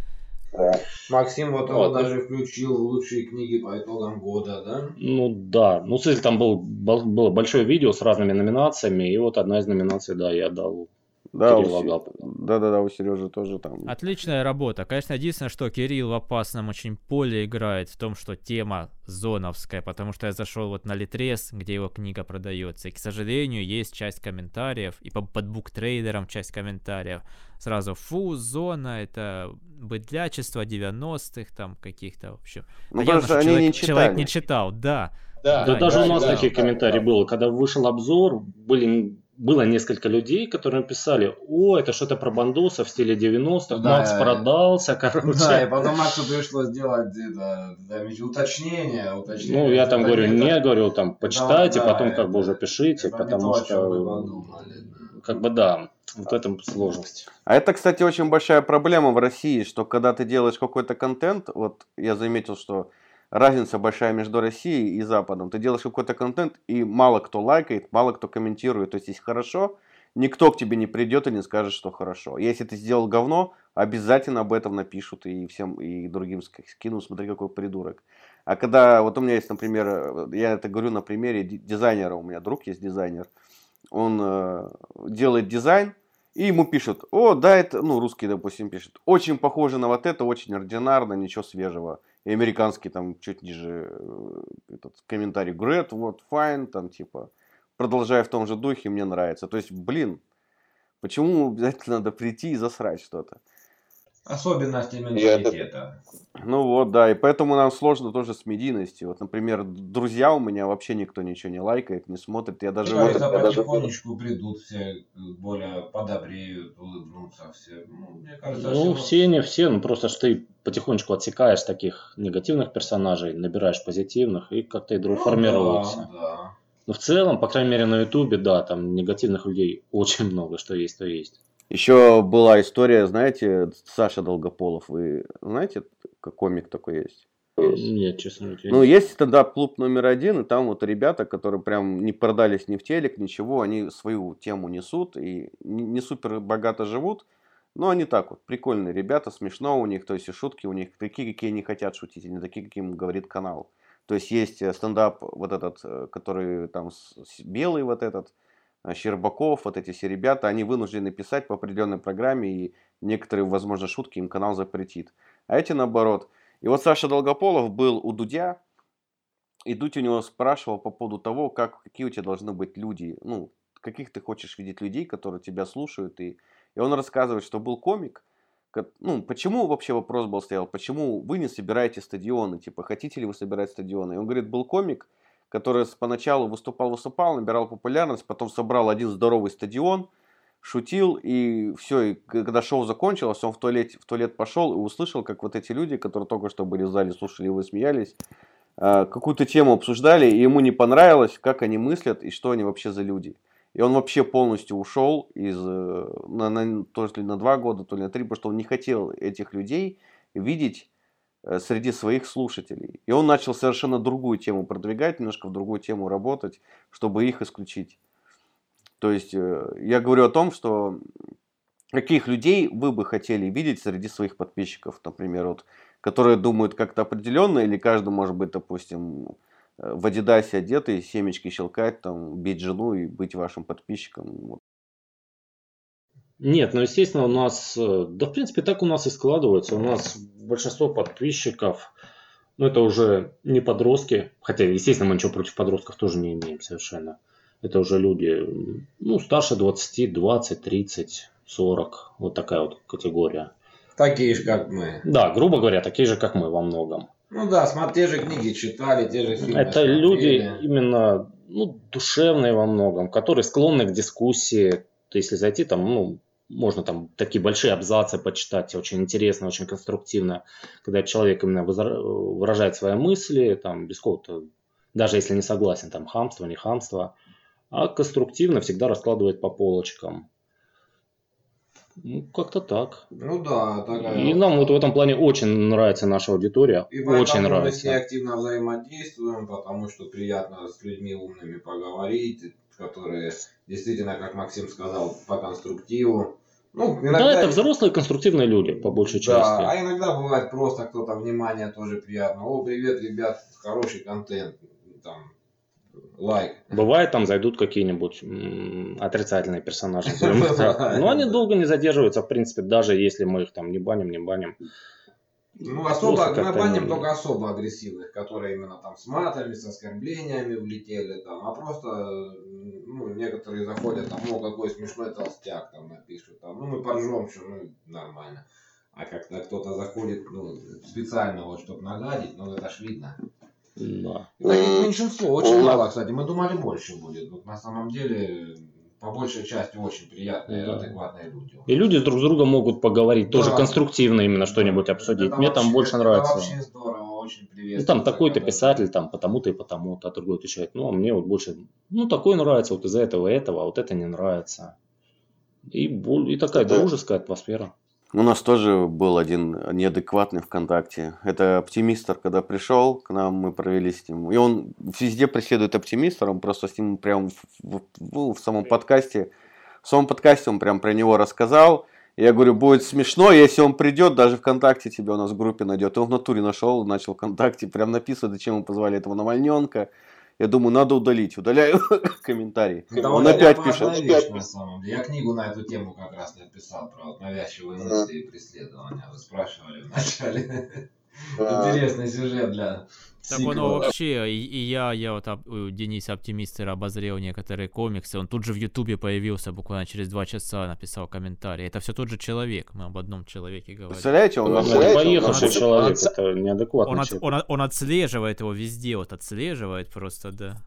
Speaker 4: Максим вот его
Speaker 3: Вот.
Speaker 4: даже включил в лучшие книги по итогам года, да?
Speaker 3: Ну да, ну, кстати, там был, был- было большое видео с разными номинациями, и вот одна из номинаций, да, я дал
Speaker 2: Да, у
Speaker 3: Кириллу
Speaker 2: Се-
Speaker 3: Агапову.
Speaker 2: да-да-да, у Сережи тоже там.
Speaker 1: Отличная работа. Конечно, единственное, что Кирилл в опасном очень поле играет в том, что тема зоновская, потому что я зашел вот на Литрес, где его книга продается, и, к сожалению, есть часть комментариев, и по- под буктрейдером часть комментариев. Сразу, фу, зона, это быдлячество девяностых там каких-то, в общем.
Speaker 2: Ну,
Speaker 1: Понятно,
Speaker 2: потому что
Speaker 1: что
Speaker 2: они
Speaker 1: человек,
Speaker 2: не
Speaker 1: человек
Speaker 2: читали.
Speaker 1: не читал, да.
Speaker 5: Да,
Speaker 3: Да,
Speaker 1: Да,
Speaker 3: даже
Speaker 1: да,
Speaker 3: у нас
Speaker 5: да,
Speaker 3: такие
Speaker 5: да,
Speaker 3: комментарии
Speaker 5: да.
Speaker 3: было. Когда вышел обзор, были, было несколько людей, которые написали, о, это что-то про бандоса в стиле девяностых,
Speaker 4: Да,
Speaker 3: Макс
Speaker 4: я-
Speaker 3: продался, короче.
Speaker 4: Да, и потом Максу пришлось сделать это, да, уточнение, уточнение.
Speaker 3: Ну, я там
Speaker 4: Это
Speaker 3: говорю,
Speaker 4: не
Speaker 3: не,
Speaker 4: то-
Speaker 3: говорю, там, почитайте,
Speaker 4: да,
Speaker 3: потом
Speaker 4: это-
Speaker 3: как бы уже пишите,
Speaker 4: это не
Speaker 3: потому
Speaker 4: то, о чем вы
Speaker 3: что,
Speaker 4: подумали.
Speaker 3: как бы, да, вот в этом сложность.
Speaker 2: А это, кстати, очень большая проблема в России, что когда ты делаешь какой-то контент, вот я заметил, что разница большая между Россией и Западом. Ты делаешь какой-то контент, и мало кто лайкает, мало кто комментирует. То есть, если хорошо, никто к тебе не придет и не скажет, что хорошо. Если ты сделал говно, обязательно об этом напишут и всем, и другим sk- скинут, смотри, какой придурок. А когда, вот у меня есть, например, э, я это говорю на примере ди- дизайнера, у меня друг есть дизайнер, он э, делает дизайн, и ему пишут, о, да, это, ну, русский, допустим, пишет, очень похоже на вот это, очень ординарно, ничего свежего. И американский там чуть ниже э, этот комментарий, great, вот, fine, там, типа, продолжая в том же духе, мне нравится. То есть, блин, почему обязательно надо прийти и засрать что-то?
Speaker 4: Особенности
Speaker 5: это-
Speaker 4: менталитета.
Speaker 2: Ну вот, да, и поэтому нам сложно тоже с медийностью. Вот, например, друзья у меня вообще никто ничего не лайкает, не смотрит. Я даже
Speaker 4: Мне
Speaker 2: вот...
Speaker 4: кажется,
Speaker 5: я даже-
Speaker 4: потихонечку придут все, более подобреют, улыбнутся все. Ну, мне кажется,
Speaker 3: Ну,
Speaker 4: всего-
Speaker 3: все не все, ну просто что ты потихонечку отсекаешь таких негативных персонажей, набираешь позитивных, и как-то и друг
Speaker 4: Ну,
Speaker 3: формируется.
Speaker 4: Да, да.
Speaker 3: Но в целом, по крайней мере, на Ютубе, да, там негативных людей очень много, что есть, то есть.
Speaker 2: Еще была история, знаете, Саша Долгополов. Вы знаете, как комик такой есть?
Speaker 3: Нет, честно говоря. я
Speaker 2: Ну,
Speaker 3: не-
Speaker 2: есть стендап-клуб номер один, и там вот ребята, которые прям не продались ни в телек, ничего, они свою тему несут и не, не супер богато живут, но они так вот, прикольные ребята, смешно у них, то есть и шутки у них такие, какие они хотят шутить, и не такие, каким говорит канал. То есть есть э, стендап вот этот, э, который там с- с- белый вот этот, э, Щербаков, вот эти все ребята, они вынуждены писать по определенной программе, и некоторые, возможно, шутки им канал запретит. А эти наоборот. И вот Саша Долгополов был у Дудя, и Дудь у него спрашивал по поводу того, как, какие у тебя должны быть люди, ну, каких ты хочешь видеть людей, которые тебя слушают. И, и он рассказывает, что был комик, ко- ну, почему вообще вопрос был стоял, почему вы не собираете стадионы, типа, хотите ли вы собирать стадионы? И он говорит, был комик, который с- поначалу выступал-выступал, набирал популярность, потом собрал один здоровый стадион, шутил, и все, и к- когда шоу закончилось, он в туалет, в туалет пошел и услышал, как вот эти люди, которые только что были в зале, слушали его и смеялись, э, какую-то тему обсуждали, и ему не понравилось, как они мыслят и что они вообще за люди. И он вообще полностью ушел из, э, на, на- то ли на два года, то ли на три, потому что он не хотел этих людей видеть э, среди своих слушателей. И он начал совершенно другую тему продвигать, немножко в другую тему работать, чтобы их исключить. То есть э, я говорю о том, что каких людей вы бы хотели видеть среди своих подписчиков, например, вот, которые думают как-то определенно, или каждый может быть, допустим, э, в Адидасе одетый, семечки щелкать, там, бить жену и быть вашим подписчиком. Вот.
Speaker 3: Нет, ну, естественно, у нас, э, да, в принципе, так у нас и складывается. У нас большинство подписчиков, ну, это уже не подростки, хотя, естественно, мы ничего против подростков тоже не имеем совершенно. Это уже люди, м, ну, старше двадцати, двадцать, тридцать, сорок, вот такая вот категория.
Speaker 4: Такие же, как мы.
Speaker 3: Да, грубо говоря, такие же, как мы во многом.
Speaker 4: Ну да, смотри, те же книги читали, те же фильмы
Speaker 3: Это люди
Speaker 4: смотрели.
Speaker 3: именно, ну, душевные во многом, которые склонны к дискуссии. То есть, если зайти там, ну, можно там такие большие абзацы почитать, очень интересно, очень конструктивно, когда человек именно возра- выражает свои мысли, там, без какого-то, даже если не согласен, там, хамство, не хамство, а конструктивно всегда раскладывает по полочкам. Ну, как-то так.
Speaker 4: Ну да, такая
Speaker 3: И
Speaker 4: вот.
Speaker 3: нам вот в этом плане очень нравится наша аудитория,
Speaker 4: И
Speaker 3: очень
Speaker 4: поэтому мы с ней
Speaker 3: нравится.
Speaker 4: активно взаимодействуем, потому что приятно с людьми умными поговорить, которые действительно, как Максим сказал, по конструктиву. Ну,
Speaker 3: Да,
Speaker 4: иногда...
Speaker 3: это взрослые конструктивные люди, по большей
Speaker 4: Да,
Speaker 3: части.
Speaker 4: а иногда бывает просто кто-то внимание тоже приятно. О, привет, ребят, хороший контент, там, лайк.
Speaker 3: Бывает, там зайдут какие-нибудь м, отрицательные персонажи. назовем их так. Но они долго не задерживаются, в принципе, даже если мы их там не баним, не баним.
Speaker 4: Ну, особо,
Speaker 3: Просто
Speaker 4: мы
Speaker 3: как-то
Speaker 4: баним
Speaker 3: не-
Speaker 4: только особо агрессивных, которые именно там с матами, с оскорблениями влетели там, а просто, ну, некоторые заходят там, о, какой смешной толстяк там напишут, там, ну, мы поржем, что, ну, нормально. А когда кто-то заходит, ну, специально вот, чтобы нагадить, ну, это ж видно.
Speaker 3: Да.
Speaker 4: И таких меньшинство, очень мало, кстати, мы думали больше будет, но на самом деле, по большей части, очень приятные,
Speaker 3: Да.
Speaker 4: адекватные люди.
Speaker 3: И люди друг с другом могут поговорить, тоже
Speaker 4: Да.
Speaker 3: конструктивно именно что-нибудь
Speaker 4: Да,
Speaker 3: обсудить.
Speaker 4: это
Speaker 3: Мне там
Speaker 4: вообще-
Speaker 3: больше
Speaker 4: это
Speaker 3: нравится.
Speaker 4: вообще здорово, очень
Speaker 3: Ну,
Speaker 4: приветствую.
Speaker 3: там такой-то писатель, там потому-то и потому-то, а другой отвечает, ну, а мне вот больше, ну, такой нравится, вот из-за этого и этого, а вот это не нравится. И, боль- и такая
Speaker 2: Да.
Speaker 3: дружеская атмосфера.
Speaker 2: У нас тоже был один неадекватный ВКонтакте. Это оптимистр, когда пришел к нам, мы провели с ним. И он везде преследует оптимистра, он просто с ним прям в, в- в- в самом подкасте, в самом подкасте он прям про него рассказал. И я говорю, будет смешно, если он придет, даже ВКонтакте тебя у нас в группе найдет. И он в натуре нашел, начал ВКонтакте, прям написывать, зачем мы позвали этого Навальненка. Я думаю, надо удалить. Удаляю комментарий.
Speaker 4: Это
Speaker 2: Он
Speaker 4: очень
Speaker 2: опять
Speaker 4: опасная
Speaker 2: пишет.
Speaker 4: вещь, на самом деле. Я книгу на эту тему как раз написал, про вот навязчивые мысли и преследования. Вы спрашивали вначале. Интересный сюжет для
Speaker 1: Так оно
Speaker 4: сиквела.
Speaker 1: вообще, и, и я, я вот об- у Дениса Оптимистера обозрел некоторые комиксы, он тут же в Ютубе появился, буквально через два часа написал комментарий. Это все тот же человек, мы об одном человеке говорим.
Speaker 2: Представляете, он
Speaker 3: Ну,
Speaker 2: представляете, он
Speaker 3: поехавший
Speaker 2: нас-
Speaker 3: человек,
Speaker 5: он-
Speaker 3: это неадекватный
Speaker 1: Он, от-
Speaker 3: человек.
Speaker 1: он, от- он отслеживает его везде, вот отслеживает просто, да.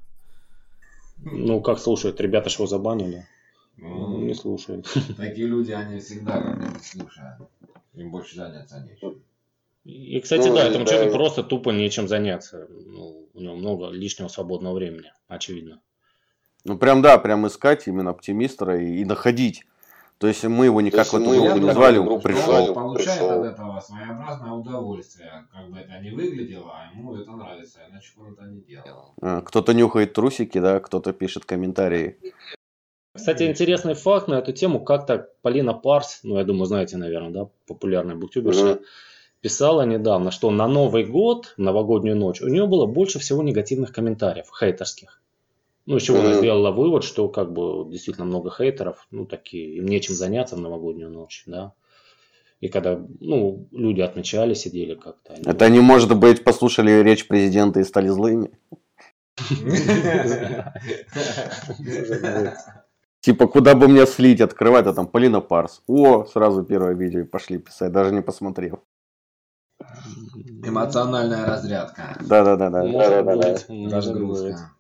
Speaker 3: Ну, как слушает, ребята ж его забанили.
Speaker 4: Ну,
Speaker 3: Не слушает.
Speaker 4: такие люди, они всегда как-нибудь слушают. Им больше заняться нечем.
Speaker 3: И, кстати,
Speaker 5: Ну,
Speaker 3: да,
Speaker 5: и
Speaker 3: этому
Speaker 5: да,
Speaker 3: человеку
Speaker 5: и-
Speaker 3: просто тупо нечем заняться. Ну, у него много лишнего свободного времени, очевидно.
Speaker 2: Ну, прям да, прям искать именно оптимистра и, и находить. То есть мы его никак в
Speaker 5: То есть
Speaker 2: эту
Speaker 5: мы его
Speaker 2: группу не
Speaker 5: никак
Speaker 2: звали,
Speaker 5: в
Speaker 2: он
Speaker 5: группу не
Speaker 2: пришел.
Speaker 5: звали.
Speaker 4: Он получает
Speaker 5: пришел.
Speaker 4: от этого своеобразное удовольствие. Как бы это ни выглядело, а ему это нравится, иначе бы он это не делал.
Speaker 2: А, Кто-то нюхает трусики, да, кто-то пишет комментарии.
Speaker 3: Кстати, интересный факт на эту тему. Как-то Полина Парс, ну, я думаю, знаете, наверное, да, популярная буктюберша,
Speaker 5: Мгм.
Speaker 3: писала недавно, что на Новый год, новогоднюю ночь, у нее было больше всего негативных комментариев, хейтерских. Ну, из чего она
Speaker 5: Мгм.
Speaker 3: сделала вывод, что как бы действительно много хейтеров, ну, такие, им нечем заняться в новогоднюю ночь, да. И когда, ну, люди отмечали, сидели как-то. они-
Speaker 2: Это они, может быть, послушали речь президента и стали злыми. Типа, куда бы мне слить, открывать, а там Полина Парс. О, сразу первое видео и пошли писать, даже не посмотрев.
Speaker 4: Эмоциональная разрядка.
Speaker 2: Да-да-да.
Speaker 3: Может
Speaker 5: Да-да-да.
Speaker 3: быть, может быть.
Speaker 4: Разгрузка.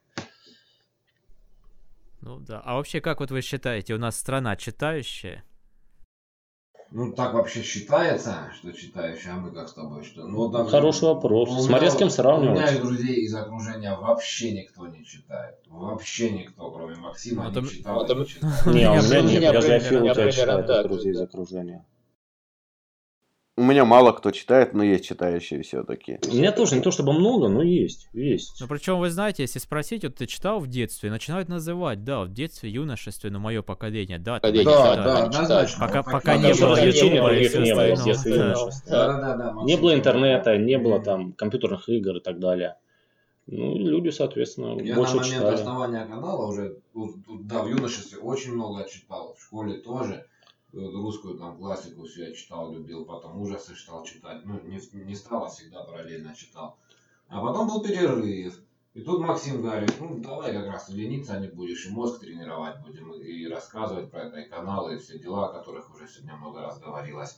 Speaker 1: Ну да. А вообще, как вот вы считаете, у нас страна читающая?
Speaker 4: Ну, так вообще считается, что читающий, а мы как с тобой, что? Ну, вот, например,
Speaker 3: Хороший вопрос.
Speaker 4: у меня
Speaker 3: Смотря с кем
Speaker 4: вот-
Speaker 3: сравнивать.
Speaker 4: У меня из друзей из окружения вообще никто не читает. Вообще никто, кроме Максима,
Speaker 1: Ну,
Speaker 4: не
Speaker 1: там-
Speaker 4: читал. и
Speaker 5: там-
Speaker 4: не читал.
Speaker 3: Не, у меня
Speaker 1: примерно-
Speaker 3: нет, я за Афилу
Speaker 5: я
Speaker 3: тебя
Speaker 5: примерно,
Speaker 3: читаю,
Speaker 5: да,
Speaker 3: из друзей из
Speaker 5: да.
Speaker 3: окружения.
Speaker 2: У меня мало кто читает, но есть читающие все-таки.
Speaker 3: У меня тоже не то чтобы много, но есть, есть.
Speaker 1: Ну причем, вы знаете, если спросить, вот ты читал в детстве, начинают называть, да, в детстве, юношестве, ну мое поколение, да, там они
Speaker 5: Поколение,
Speaker 4: Да,
Speaker 1: читали.
Speaker 4: да,
Speaker 5: да,
Speaker 4: однозначно.
Speaker 1: Пока-
Speaker 4: Вот
Speaker 1: пока
Speaker 4: так-
Speaker 1: не
Speaker 4: так
Speaker 1: было
Speaker 4: что
Speaker 1: Ютуба
Speaker 3: Ютуба,
Speaker 1: и
Speaker 3: их
Speaker 1: всё
Speaker 3: не было,
Speaker 1: остальное,
Speaker 3: детства,
Speaker 1: да.
Speaker 3: юношества.
Speaker 4: Да, да, да, да,
Speaker 3: Не
Speaker 4: Максим,
Speaker 3: было
Speaker 4: ты
Speaker 3: интернета,
Speaker 4: прав.
Speaker 3: не было
Speaker 4: Мгм.
Speaker 3: там компьютерных игр и так далее. Ну, и люди, соответственно,
Speaker 4: Я
Speaker 3: больше
Speaker 4: на момент
Speaker 3: читали.
Speaker 4: основания канала уже, вот, вот, да, в юношестве очень много читал, в школе тоже. Вот русскую там классику все я читал, любил, потом ужасы стал читать. Ну, не, не стал, а всегда параллельно читал. А потом был перерыв. И тут Максим говорит, ну давай как раз лениться не будешь, и мозг тренировать будем, и рассказывать про это, и каналы, и все дела, о которых уже сегодня много раз говорилось.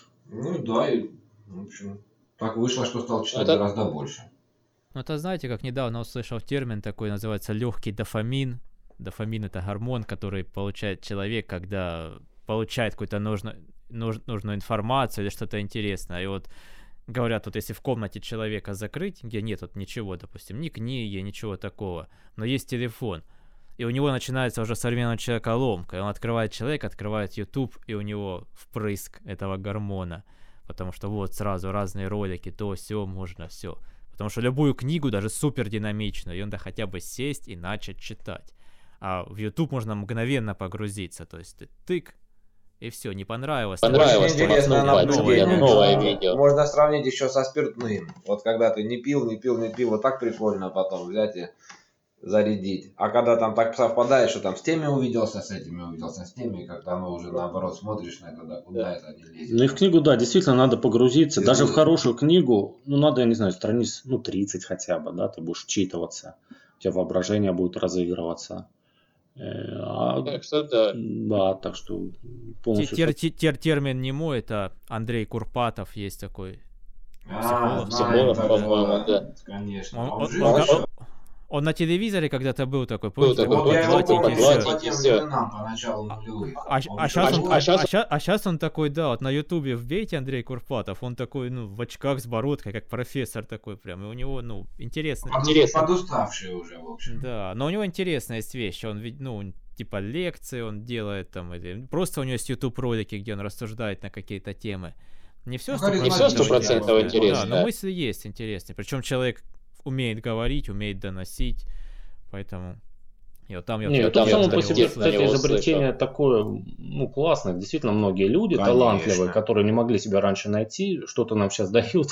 Speaker 4: Ну да, и в общем, так вышло, что стал читать
Speaker 5: Это-
Speaker 4: гораздо больше.
Speaker 1: Ну, это знаете, как недавно услышал термин такой, называется легкий дофамин. Дофамин — это гормон, который получает человек, когда получает какую-то нужно- нуж- нужную информацию или что-то интересное. И вот говорят, вот если в комнате человека закрыть, где нет вот ничего, допустим, ни книги, ничего такого, но есть телефон, и у него начинается уже современного человека ломка, и он открывает человек, открывает YouTube, и у него впрыск этого гормона, потому что вот сразу разные ролики, то, все можно, все. Потому что любую книгу, даже супер динамичную, ее надо хотя бы сесть и начать читать. А в YouTube можно мгновенно погрузиться, то есть ты тык, и все, не понравилось.
Speaker 5: Понравилось,
Speaker 4: Очень интересное
Speaker 5: новое,
Speaker 4: наблюдение.
Speaker 5: новое видео.
Speaker 4: Можно сравнить еще со спиртным. Вот когда ты не пил, не пил, не пил, вот так прикольно потом взять и зарядить. А когда там так совпадает, что там с теми увиделся, с этими увиделся, с теми, и когда оно уже наоборот смотришь на это, да, куда это не лезет.
Speaker 3: Ну и в книгу, да, действительно надо погрузиться.
Speaker 4: И
Speaker 3: Даже в
Speaker 4: вот-
Speaker 3: хорошую книгу, ну надо, я не знаю, страниц, ну тридцать хотя бы, да, ты будешь вчитываться. У тебя воображение будет разыгрываться. Э, а,
Speaker 5: Так что да.
Speaker 3: да, так что
Speaker 1: Те-
Speaker 3: полностью...
Speaker 1: тер- те- тер- термин не мой, это Андрей Курпатов есть такой.
Speaker 4: А,
Speaker 1: Психолог.
Speaker 4: знаем
Speaker 5: Психолог,
Speaker 4: такого,
Speaker 5: по-моему, да.
Speaker 4: Конечно.
Speaker 1: Он,
Speaker 4: А
Speaker 1: он-
Speaker 4: он жив
Speaker 1: он-
Speaker 4: еще?
Speaker 1: он- он на телевизоре когда-то был такой,
Speaker 5: Был
Speaker 1: помните,
Speaker 5: такой,
Speaker 1: такой
Speaker 4: Вот я его
Speaker 1: подлатик
Speaker 4: помню
Speaker 1: и
Speaker 5: подлатик,
Speaker 1: всё.
Speaker 4: по тем
Speaker 5: всё.
Speaker 4: временам, по началу нулевых.
Speaker 1: А,
Speaker 4: Он
Speaker 1: а,
Speaker 4: еще
Speaker 1: сейчас он,
Speaker 4: жив?
Speaker 5: а
Speaker 1: а,
Speaker 5: щас-
Speaker 1: ща- а щас он такой, да, вот на ютубе вбейте Андрей Курпатов, он такой, ну, в очках с бородкой, как профессор такой прям, и у него, ну, интересно.
Speaker 4: Подус-
Speaker 5: Интересно.
Speaker 4: Подуставший уже, в общем.
Speaker 1: Да, но у него интересная есть вещь, он ведь, ну, типа лекции он делает там, или просто у него есть YouTube ролики, где он рассуждает на какие-то темы. Не все
Speaker 4: Ну,
Speaker 5: Не всё сто процентов интересно,
Speaker 1: да, но
Speaker 5: да.
Speaker 1: мысли есть интересные. Причем человек умеет говорить, умеет доносить, поэтому... И вот там я
Speaker 3: Нет,
Speaker 1: вот
Speaker 3: тут
Speaker 5: там
Speaker 3: само
Speaker 5: я,
Speaker 3: по
Speaker 5: кстати,
Speaker 3: себе,
Speaker 5: естественно,
Speaker 3: кстати,
Speaker 5: его
Speaker 3: изобретение такое, ну, классное. Действительно, многие люди
Speaker 4: Конечно.
Speaker 3: талантливые, которые не могли себя раньше найти, что-то нам сейчас дают,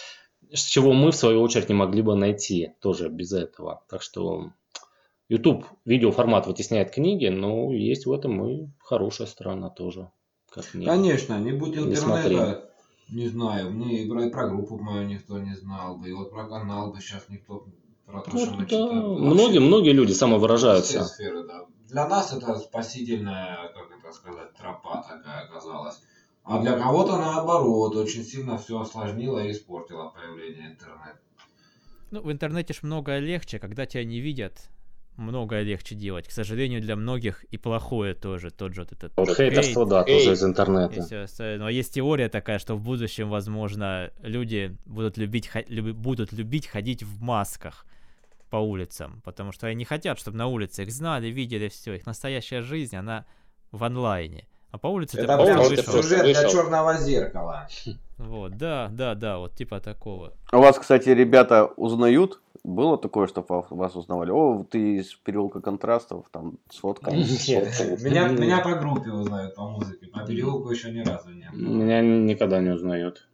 Speaker 3: с чего мы, в свою очередь, не могли бы найти тоже без этого. Так что YouTube видеоформат вытесняет книги, но есть в этом и хорошая сторона тоже. Как мне.
Speaker 4: Конечно, не будь
Speaker 3: Не смотри.
Speaker 4: интернета, не знаю, мне и про, и про группу мою никто не знал бы, и вот про канал бы сейчас никто про то, что
Speaker 3: Вот,
Speaker 4: мы
Speaker 3: да.
Speaker 4: читаем.
Speaker 3: Многие, многие люди
Speaker 4: Все
Speaker 3: самовыражаются.
Speaker 4: сферы, да. Для нас это спасительная, как это сказать, тропа такая оказалась. А для кого-то наоборот, очень сильно все осложнило и испортило появление интернета.
Speaker 1: Ну, в интернете ж многое легче, когда тебя не видят, многое легче делать. К сожалению, для многих и плохое тоже, тот же вот этот
Speaker 3: Хейтерство,
Speaker 1: хейт
Speaker 3: да,
Speaker 5: Хейт.
Speaker 3: тоже из
Speaker 1: и
Speaker 3: интернета.
Speaker 1: всё остальное. Но есть теория такая, что в будущем, возможно, люди будут любить, хо- люби- будут любить ходить в масках по улицам, потому что они не хотят, чтобы на улице их знали, видели все. Их настоящая жизнь, она в онлайне. А по улице ты
Speaker 4: Это
Speaker 1: просто
Speaker 4: прям
Speaker 5: улице
Speaker 1: вышел.
Speaker 5: просто
Speaker 4: сюжет для
Speaker 5: вышел.
Speaker 4: черного зеркала.
Speaker 1: Вот, да, да, да, вот типа такого.
Speaker 2: А вас, кстати, ребята узнают? Было такое, что ва- вас узнавали? О, ты из переулка контрастов, там, сфоткал.
Speaker 3: Нет.
Speaker 4: Меня, меня по группе узнают, по музыке, по переулку еще ни разу не было.
Speaker 3: Меня никогда не узнают.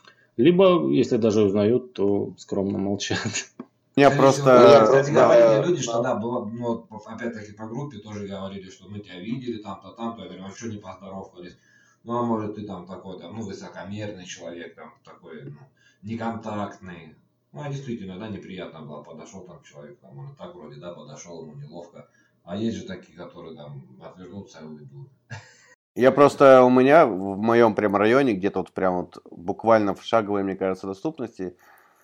Speaker 3: Либо, если даже узнают, то скромно молчат.
Speaker 2: Я
Speaker 4: Скорее
Speaker 2: просто...
Speaker 4: всего,
Speaker 5: Я
Speaker 4: мне, кстати,
Speaker 5: просто-
Speaker 4: говорили люди,
Speaker 5: да.
Speaker 4: что да, было, ну, вот, опять-таки по группе тоже говорили, что мы тебя видели там-то, там-то. Я говорю, а что не поздоровались? Ну, а может, ты там такой, там, ну, высокомерный человек, там, такой, ну, неконтактный. Ну, а действительно, да, неприятно было. Подошел там человек, там, он так вроде, да, подошел, ему неловко. А есть же такие, которые там отвернутся и уйдут.
Speaker 2: Я просто, у меня в моем прям районе, где-то вот прям вот буквально в шаговой, мне кажется, доступности,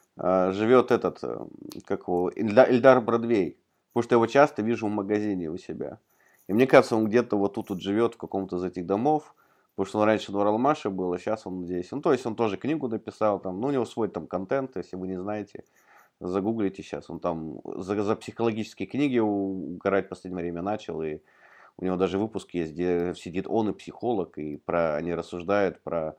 Speaker 2: э, живет этот, э, как его, Ильда- Ильдар Бродвей. Потому что я его часто вижу в магазине у себя. И мне кажется, он где-то вот тут вот живет в каком-то из этих домов. Потому что он раньше в Уралмаше был, а сейчас он здесь. Ну, то есть он тоже книгу написал, там, ну, у него свой там контент, если вы не знаете, загуглите сейчас. Он там за, за психологические книги угорать в последнее время начал, и у него даже выпуск есть, где сидит он и психолог, и про, они рассуждают про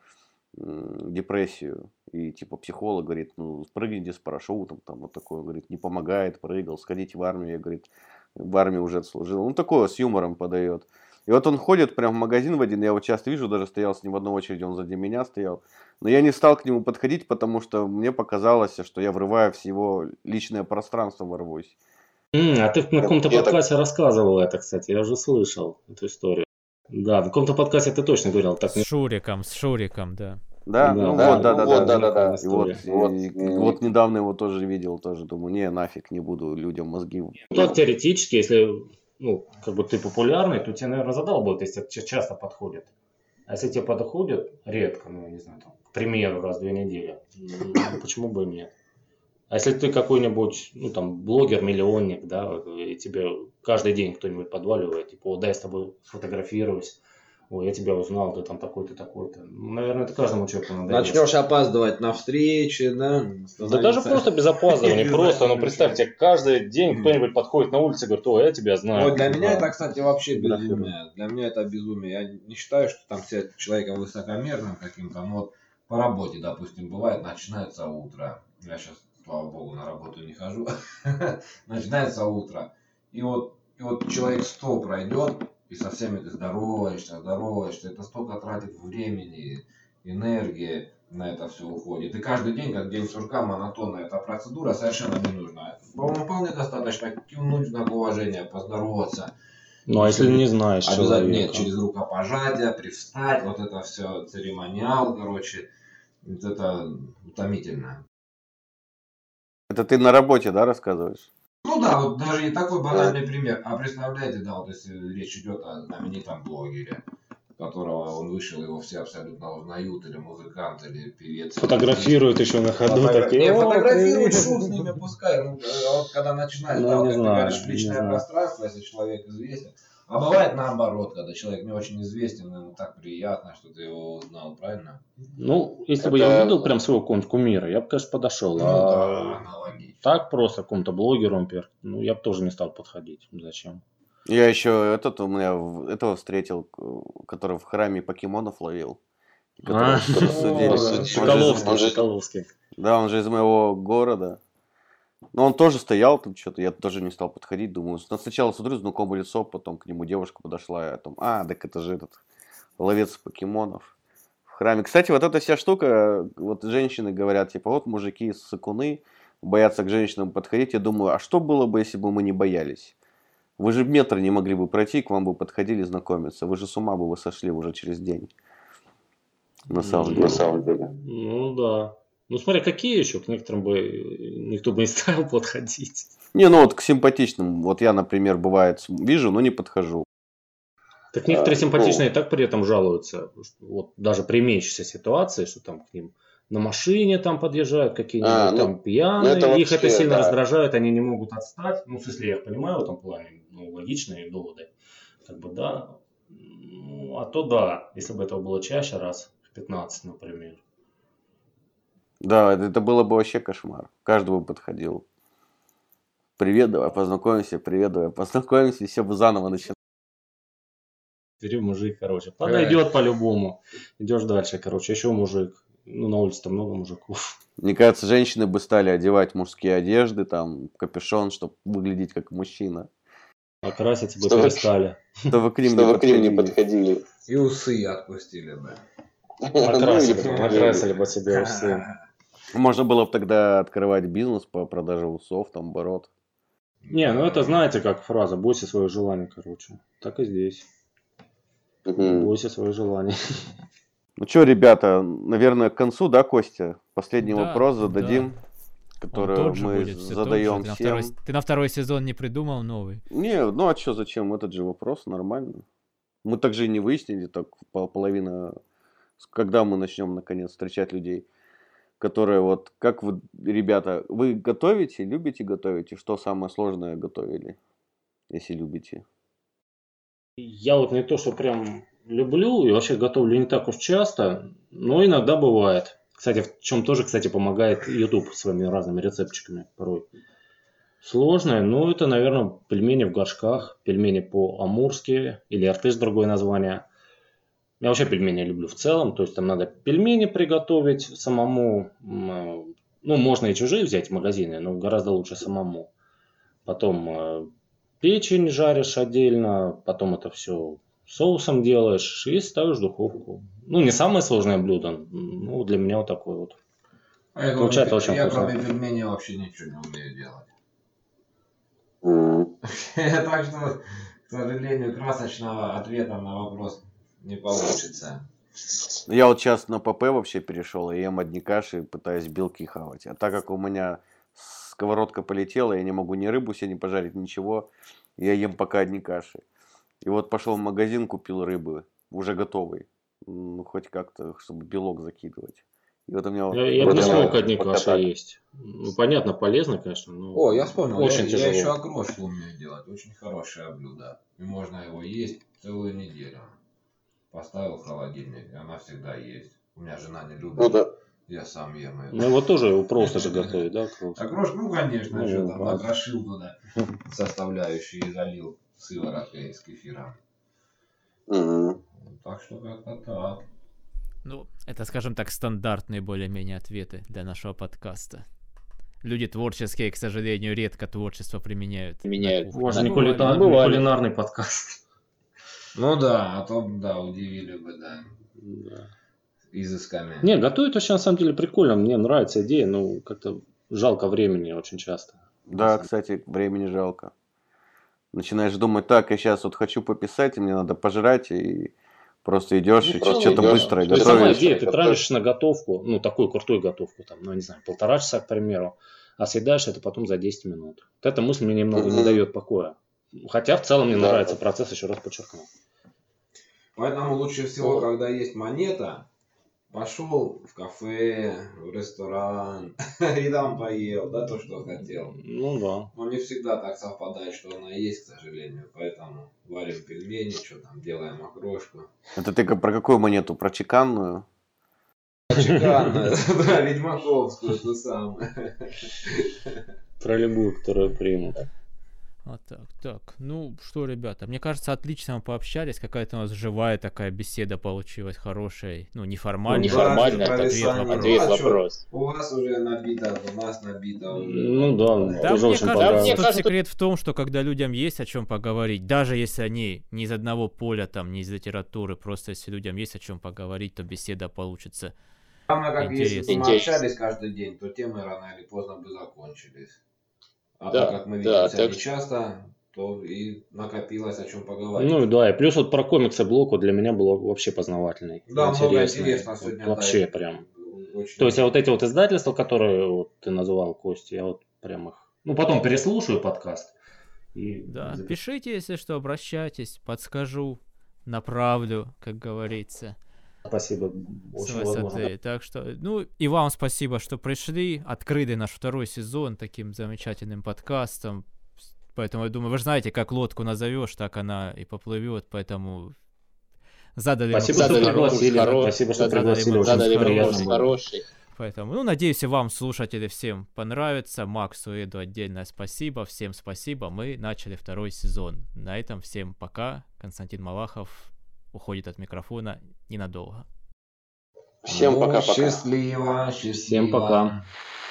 Speaker 2: м, депрессию. И типа психолог говорит, ну, прыгните с парашютом, там вот такое, говорит, не помогает, прыгал, сходите в армию, я, говорит, в армии уже отслужил. Ну, такое с юмором подает. И вот он ходит прям в магазин в один, я его часто вижу, даже стоял с ним в одной очереди, он сзади меня стоял. Но я не стал к нему подходить, потому что мне показалось, что я врываю в его личное пространство, ворвусь.
Speaker 3: М, а ты на каком-то
Speaker 5: Я так-
Speaker 3: подкасте рассказывал это, кстати, я уже слышал эту историю. Да, в каком-то подкасте ты точно говорил. Так
Speaker 1: С Шуриком, с Шуриком, да.
Speaker 2: Да,
Speaker 3: Да,
Speaker 2: ну
Speaker 3: да,
Speaker 2: вот, да, да,
Speaker 3: вот,
Speaker 2: да.
Speaker 3: да-да-да.
Speaker 2: И вот,
Speaker 3: история.
Speaker 2: и- и вот недавно его тоже видел, тоже думаю, не, нафиг, не буду людям мозги.
Speaker 3: Ну, так теоретически, если ну, как бы ты популярный, то тебе, наверное, задалбывает, если тебе часто подходит. А если тебе подходит редко, ну, я не знаю, там, к примеру, раз в две недели, ну, почему бы и нет? А если ты какой-нибудь, ну, там, блогер-миллионник, да, и тебе каждый день кто-нибудь подваливает, типа, о, дай я с тобой сфотографируюсь, ой, я тебя узнал, ты там такой-то, такой-то. Ну, наверное, это каждому человеку надоест.
Speaker 4: Начнешь опаздывать на встречи, да?
Speaker 3: Да даже просто без опаздывания, просто, ну, представьте, каждый день кто-нибудь подходит на улице и говорит, о, я тебя знаю.
Speaker 4: Вот для меня
Speaker 3: Да.
Speaker 4: это, кстати, вообще
Speaker 3: Фотографирую.
Speaker 4: безумие. Для меня это безумие. Я не считаю, что там себя человеком высокомерным каким-то, но вот по работе, допустим, бывает, начинается утро. Я сейчас, слава богу, на работу не хожу. Начинается утро. И вот, и вот человек сто пройдет, и со всеми ты здороваешься, здороваешься. Это столько тратит времени, энергии на это все уходит. И каждый день, как день сурка, монотонная эта процедура совершенно не нужна. По-моему, вполне достаточно кивнуть в знак уважения, поздороваться.
Speaker 3: Ну, а если не знаешь
Speaker 4: Обязательно
Speaker 3: человека?
Speaker 4: нет, через рукопожатие, привстать, вот это все церемониал, короче, вот это утомительно.
Speaker 2: Это ты на работе, да, рассказываешь?
Speaker 4: Ну да, вот даже и такой банальный пример. А представляете, да, вот если речь идет о знаменитом блогере, которого он вышел, его все абсолютно узнают, или музыкант, или певец.
Speaker 3: Фотографируют еще на ходу.
Speaker 4: Фотогра-
Speaker 3: такие,
Speaker 4: Не,
Speaker 3: «О,
Speaker 4: фотографируют,
Speaker 3: привет».
Speaker 4: шут с ними, пускай. Ну, а вот когда начинает,
Speaker 3: Ну,
Speaker 4: да, вот
Speaker 3: не
Speaker 4: как ты
Speaker 3: знаю,
Speaker 4: говоришь,
Speaker 3: не
Speaker 4: личное
Speaker 3: знаю.
Speaker 4: пространство, если человек известен. А бывает наоборот, когда человек не очень известен, ему так приятно, что ты его узнал, правильно?
Speaker 3: Ну, если бы я увидел прям своего какого-нибудь кумира, я бы, конечно, подошел.
Speaker 4: Ну
Speaker 3: а
Speaker 4: да, аналогично.
Speaker 3: так просто какому-то блогеру, например, ну, я бы тоже не стал подходить. Зачем?
Speaker 2: Я еще этот у меня в- этого встретил, к- который в храме покемонов ловил. Которого
Speaker 3: А,
Speaker 2: судили. Он же из-
Speaker 3: Соколовский, Соколовский.
Speaker 2: Да, он же из моего города. Но он тоже стоял там что-то, я тоже не стал подходить, думаю. с- Сначала смотрю, знакомое лицо, потом к нему девушка подошла, я там, а, так это же этот ловец покемонов в храме. Кстати, вот эта вся штука, вот женщины говорят, типа, вот мужики сыкуны, боятся к женщинам подходить. Я думаю, а что было бы, если бы мы не боялись? Вы же метр не могли бы пройти, к вам бы подходили знакомиться. Вы же с ума бы вы сошли уже через день. На самом деле.
Speaker 3: На самом деле. Ну да. Ну смотря какие еще, к некоторым бы никто бы не стал подходить.
Speaker 2: Не, ну вот к симпатичным. Вот я, например, бывает, с- вижу, но не подхожу.
Speaker 3: Так некоторые
Speaker 2: А,
Speaker 3: симпатичные так при этом жалуются, что вот даже при имеющейся ситуации, что там к ним на машине там подъезжают какие-нибудь
Speaker 5: А, ну,
Speaker 3: там пьяные,
Speaker 5: это
Speaker 3: их это
Speaker 5: вообще,
Speaker 3: сильно
Speaker 5: да.
Speaker 3: раздражает, они не могут отстать. Ну, в смысле, я их понимаю в этом плане, ну, логичные доводы. Как бы, да. Ну, а то да, если бы этого было чаще, раз в пятнадцать, например.
Speaker 2: Да, это, это было бы вообще кошмар. Каждый бы подходил. Привет, давай познакомимся, привет, давай познакомимся, и все бы заново начинали.
Speaker 3: Теперь мужик, короче, подойдет по-любому. Идешь дальше, короче, еще мужик. Ну, на улице-то много мужиков.
Speaker 2: Мне кажется, женщины бы стали одевать мужские одежды, там, капюшон, чтобы выглядеть как мужчина.
Speaker 3: А краситься бы
Speaker 5: Что вы-
Speaker 3: перестали.
Speaker 2: Чтобы к ним
Speaker 5: Чтобы
Speaker 2: не
Speaker 5: к ним не
Speaker 2: подходили.
Speaker 5: подходили.
Speaker 4: И усы отпустили бы.
Speaker 3: Накрасили бы,
Speaker 5: Ну, или-
Speaker 3: накрасили бы себе усы.
Speaker 2: Можно было бы тогда открывать бизнес по продаже усов, там, бород.
Speaker 3: Не, ну это знаете, как фраза, бойся своего желания, короче. Так и здесь.
Speaker 5: Мгм.
Speaker 3: Бойся своего желания.
Speaker 2: Ну что, ребята, наверное, к концу, да, Костя? Последний
Speaker 1: Да,
Speaker 2: вопрос
Speaker 1: да.
Speaker 2: зададим,
Speaker 1: Он
Speaker 2: который
Speaker 1: тот же
Speaker 2: мы
Speaker 1: будет, всё тот
Speaker 2: задаем
Speaker 1: же. Ты на
Speaker 2: всем.
Speaker 1: второй- Ты на второй сезон не придумал новый?
Speaker 2: Не, ну а что, зачем? Этот же вопрос, нормально. Мы так же и не выяснили, так пол- половина, с- когда мы начнем наконец встречать людей, которые вот, как вы, ребята, вы готовите, любите готовить, и что самое сложное готовили, если любите?
Speaker 3: Я вот не то, что прям люблю и вообще готовлю не так уж часто, но иногда бывает. Кстати, в чем тоже, кстати, помогает YouTube своими разными рецептчиками порой. Сложное, но это, наверное, пельмени в горшках, пельмени по-амурски или артыш, другое название. Я вообще пельмени люблю в целом, то есть там надо пельмени приготовить самому. м, Ну, можно и чужие взять в магазине, но гораздо лучше самому. Потом э, печень жаришь отдельно, потом это все соусом делаешь и ставишь в духовку. Ну, не самое сложное блюдо, ну, для меня вот такое вот.
Speaker 4: А я,
Speaker 3: Получается
Speaker 4: кроме,
Speaker 3: очень
Speaker 4: я
Speaker 3: вкусно.
Speaker 4: кроме пельменей вообще ничего не умею делать.
Speaker 5: Мгм.
Speaker 4: Так что, сожалению, красочного ответа на вопрос не получится.
Speaker 2: Я вот сейчас на ПП вообще перешел, и ем одни каши, пытаюсь белки хавать. А так как у меня сковородка полетела, я не могу ни рыбу себе не пожарить, ничего, я ем пока одни каши. И вот пошел в магазин, купил рыбы, уже готовый. Ну, хоть как-то, чтобы белок закидывать. И вот у меня...
Speaker 3: Я, я бы не
Speaker 2: вот
Speaker 3: смог
Speaker 2: она-
Speaker 3: одни
Speaker 2: вот
Speaker 3: каши
Speaker 2: так.
Speaker 3: есть. Ну, понятно, полезно, конечно, но
Speaker 4: О, я вспомнил,
Speaker 3: очень
Speaker 4: я,
Speaker 3: тяжело.
Speaker 4: я еще окрошку умею делать, очень хорошее блюдо. И можно его есть целую неделю. Поставил в холодильник, и она всегда есть. У меня жена не любит,
Speaker 5: Ну да.
Speaker 4: я сам ем ее.
Speaker 3: Ну, его тоже его просто же готовить, да? Кросс?
Speaker 4: Окрошку, ну конечно,
Speaker 3: Ну,
Speaker 4: что там,
Speaker 3: да.
Speaker 4: накрошил туда составляющие и залил сывороткой с кефиром.
Speaker 5: Мгм.
Speaker 4: Так что как-то так.
Speaker 1: Ну, это, скажем так, стандартные более-менее ответы для нашего подкаста. Люди творческие, к сожалению, редко творчество применяют.
Speaker 5: Применяют.
Speaker 1: на кухне.
Speaker 3: У вас же не,
Speaker 1: Ну, бывает.
Speaker 3: кулина- не
Speaker 5: Бывали.
Speaker 3: кулинарный подкаст.
Speaker 4: Ну да, а то, да, удивили бы, да,
Speaker 3: Да.
Speaker 4: изысками.
Speaker 3: Не, готовить вообще на самом деле прикольно. Мне нравится идея, но как-то жалко времени очень часто.
Speaker 2: Да, кстати, времени жалко. Начинаешь думать, так, я сейчас вот хочу пописать, и мне надо пожрать, и просто идешь,
Speaker 3: Ну,
Speaker 2: и
Speaker 3: просто
Speaker 2: что-то
Speaker 5: идёшь.
Speaker 2: быстрое
Speaker 5: То есть
Speaker 3: Сама
Speaker 2: готовишь.
Speaker 3: идея, ты
Speaker 5: готовишь.
Speaker 3: тратишь на готовку, ну, такую крутую готовку, там, ну, я не знаю, полтора часа, к примеру, а съедаешь это потом за десять минут. Вот эта мысль мне немного не
Speaker 5: Мгм.
Speaker 3: дает покоя. Хотя в целом мне
Speaker 5: Да.
Speaker 3: нравится процесс, еще раз подчеркну.
Speaker 4: Поэтому лучше всего,
Speaker 5: Вот.
Speaker 4: когда есть монета, пошел в кафе, в ресторан и там поел, да, то, что хотел.
Speaker 3: Ну да.
Speaker 4: Но не всегда так совпадает, что она есть, к сожалению. Поэтому варим пельмени, что там, делаем окрошку.
Speaker 2: Это ты ка- про какую монету? Про чеканную?
Speaker 4: Чеканную, да, ведьмаковскую, ту самую.
Speaker 3: Про любую, которую примут.
Speaker 1: Вот так, так. Ну что, ребята, мне кажется, отлично мы пообщались. Какая-то у нас живая такая беседа получилась, хорошая. Ну, неформальная.
Speaker 5: Ну, неформальная,
Speaker 4: Да,
Speaker 5: это
Speaker 1: ответ
Speaker 4: провисание.
Speaker 1: вопрос.
Speaker 5: Ответ
Speaker 4: Ну, а чё,
Speaker 5: вопрос.
Speaker 4: У вас уже набито, у нас набито уже.
Speaker 3: Ну да,
Speaker 1: Да,
Speaker 3: тоже
Speaker 1: мне
Speaker 3: очень
Speaker 1: кажется,
Speaker 3: понравилось.
Speaker 5: мне
Speaker 1: тут
Speaker 5: кажется,
Speaker 1: секрет в том, что когда людям есть о чем поговорить, даже если они не из одного поля, там, не из литературы, просто если людям есть о чем поговорить, то беседа получится.
Speaker 4: Главное, как если бы
Speaker 1: Интересно.
Speaker 4: мы
Speaker 5: Интересно.
Speaker 4: общались каждый день, то темы рано или поздно бы закончились. А
Speaker 5: Да,
Speaker 4: так как мы
Speaker 5: да,
Speaker 4: видимся
Speaker 5: так
Speaker 4: не
Speaker 5: что-
Speaker 4: часто, то и накопилось о чем поговорить.
Speaker 3: Ну да, и плюс вот про комиксы блок вот для меня был вообще познавательный.
Speaker 4: Да, много
Speaker 3: интересный.
Speaker 4: интересного
Speaker 3: Вот
Speaker 4: сегодня.
Speaker 3: вообще
Speaker 4: да,
Speaker 3: прям.
Speaker 4: очень
Speaker 3: То есть а вот эти вот издательства, которые вот ты назвал, Костя, я вот прям их... Ну потом переслушаю подкаст. И...
Speaker 1: Да, пишите, если что, обращайтесь, подскажу, направлю, как говорится,
Speaker 3: Спасибо.
Speaker 1: с
Speaker 3: Очень возможно.
Speaker 1: высоты. Так что, ну и вам спасибо, что пришли, открыли наш второй сезон таким замечательным подкастом. Поэтому я думаю, вы же знаете, как лодку назовешь, так она и поплывет, поэтому задали
Speaker 3: Спасибо,
Speaker 1: вопрос
Speaker 3: что
Speaker 5: Задали
Speaker 1: хороший.
Speaker 3: пригласили.
Speaker 5: вопрос
Speaker 3: Спасибо, что
Speaker 5: задали
Speaker 3: пригласили.
Speaker 1: вопрос
Speaker 3: Очень
Speaker 5: Задали
Speaker 1: хороший.
Speaker 5: вопрос
Speaker 3: приятно было.
Speaker 5: хороший.
Speaker 1: Поэтому, ну, надеюсь, и вам, слушатели, всем понравится. Максу и Эду отдельное спасибо. Всем спасибо. Мы начали второй сезон. На этом всем пока. Константин Малахов уходит от микрофона ненадолго.
Speaker 5: Всем
Speaker 4: Ну,
Speaker 5: пока-пока.
Speaker 4: Счастливо, счастливо.
Speaker 3: Всем пока.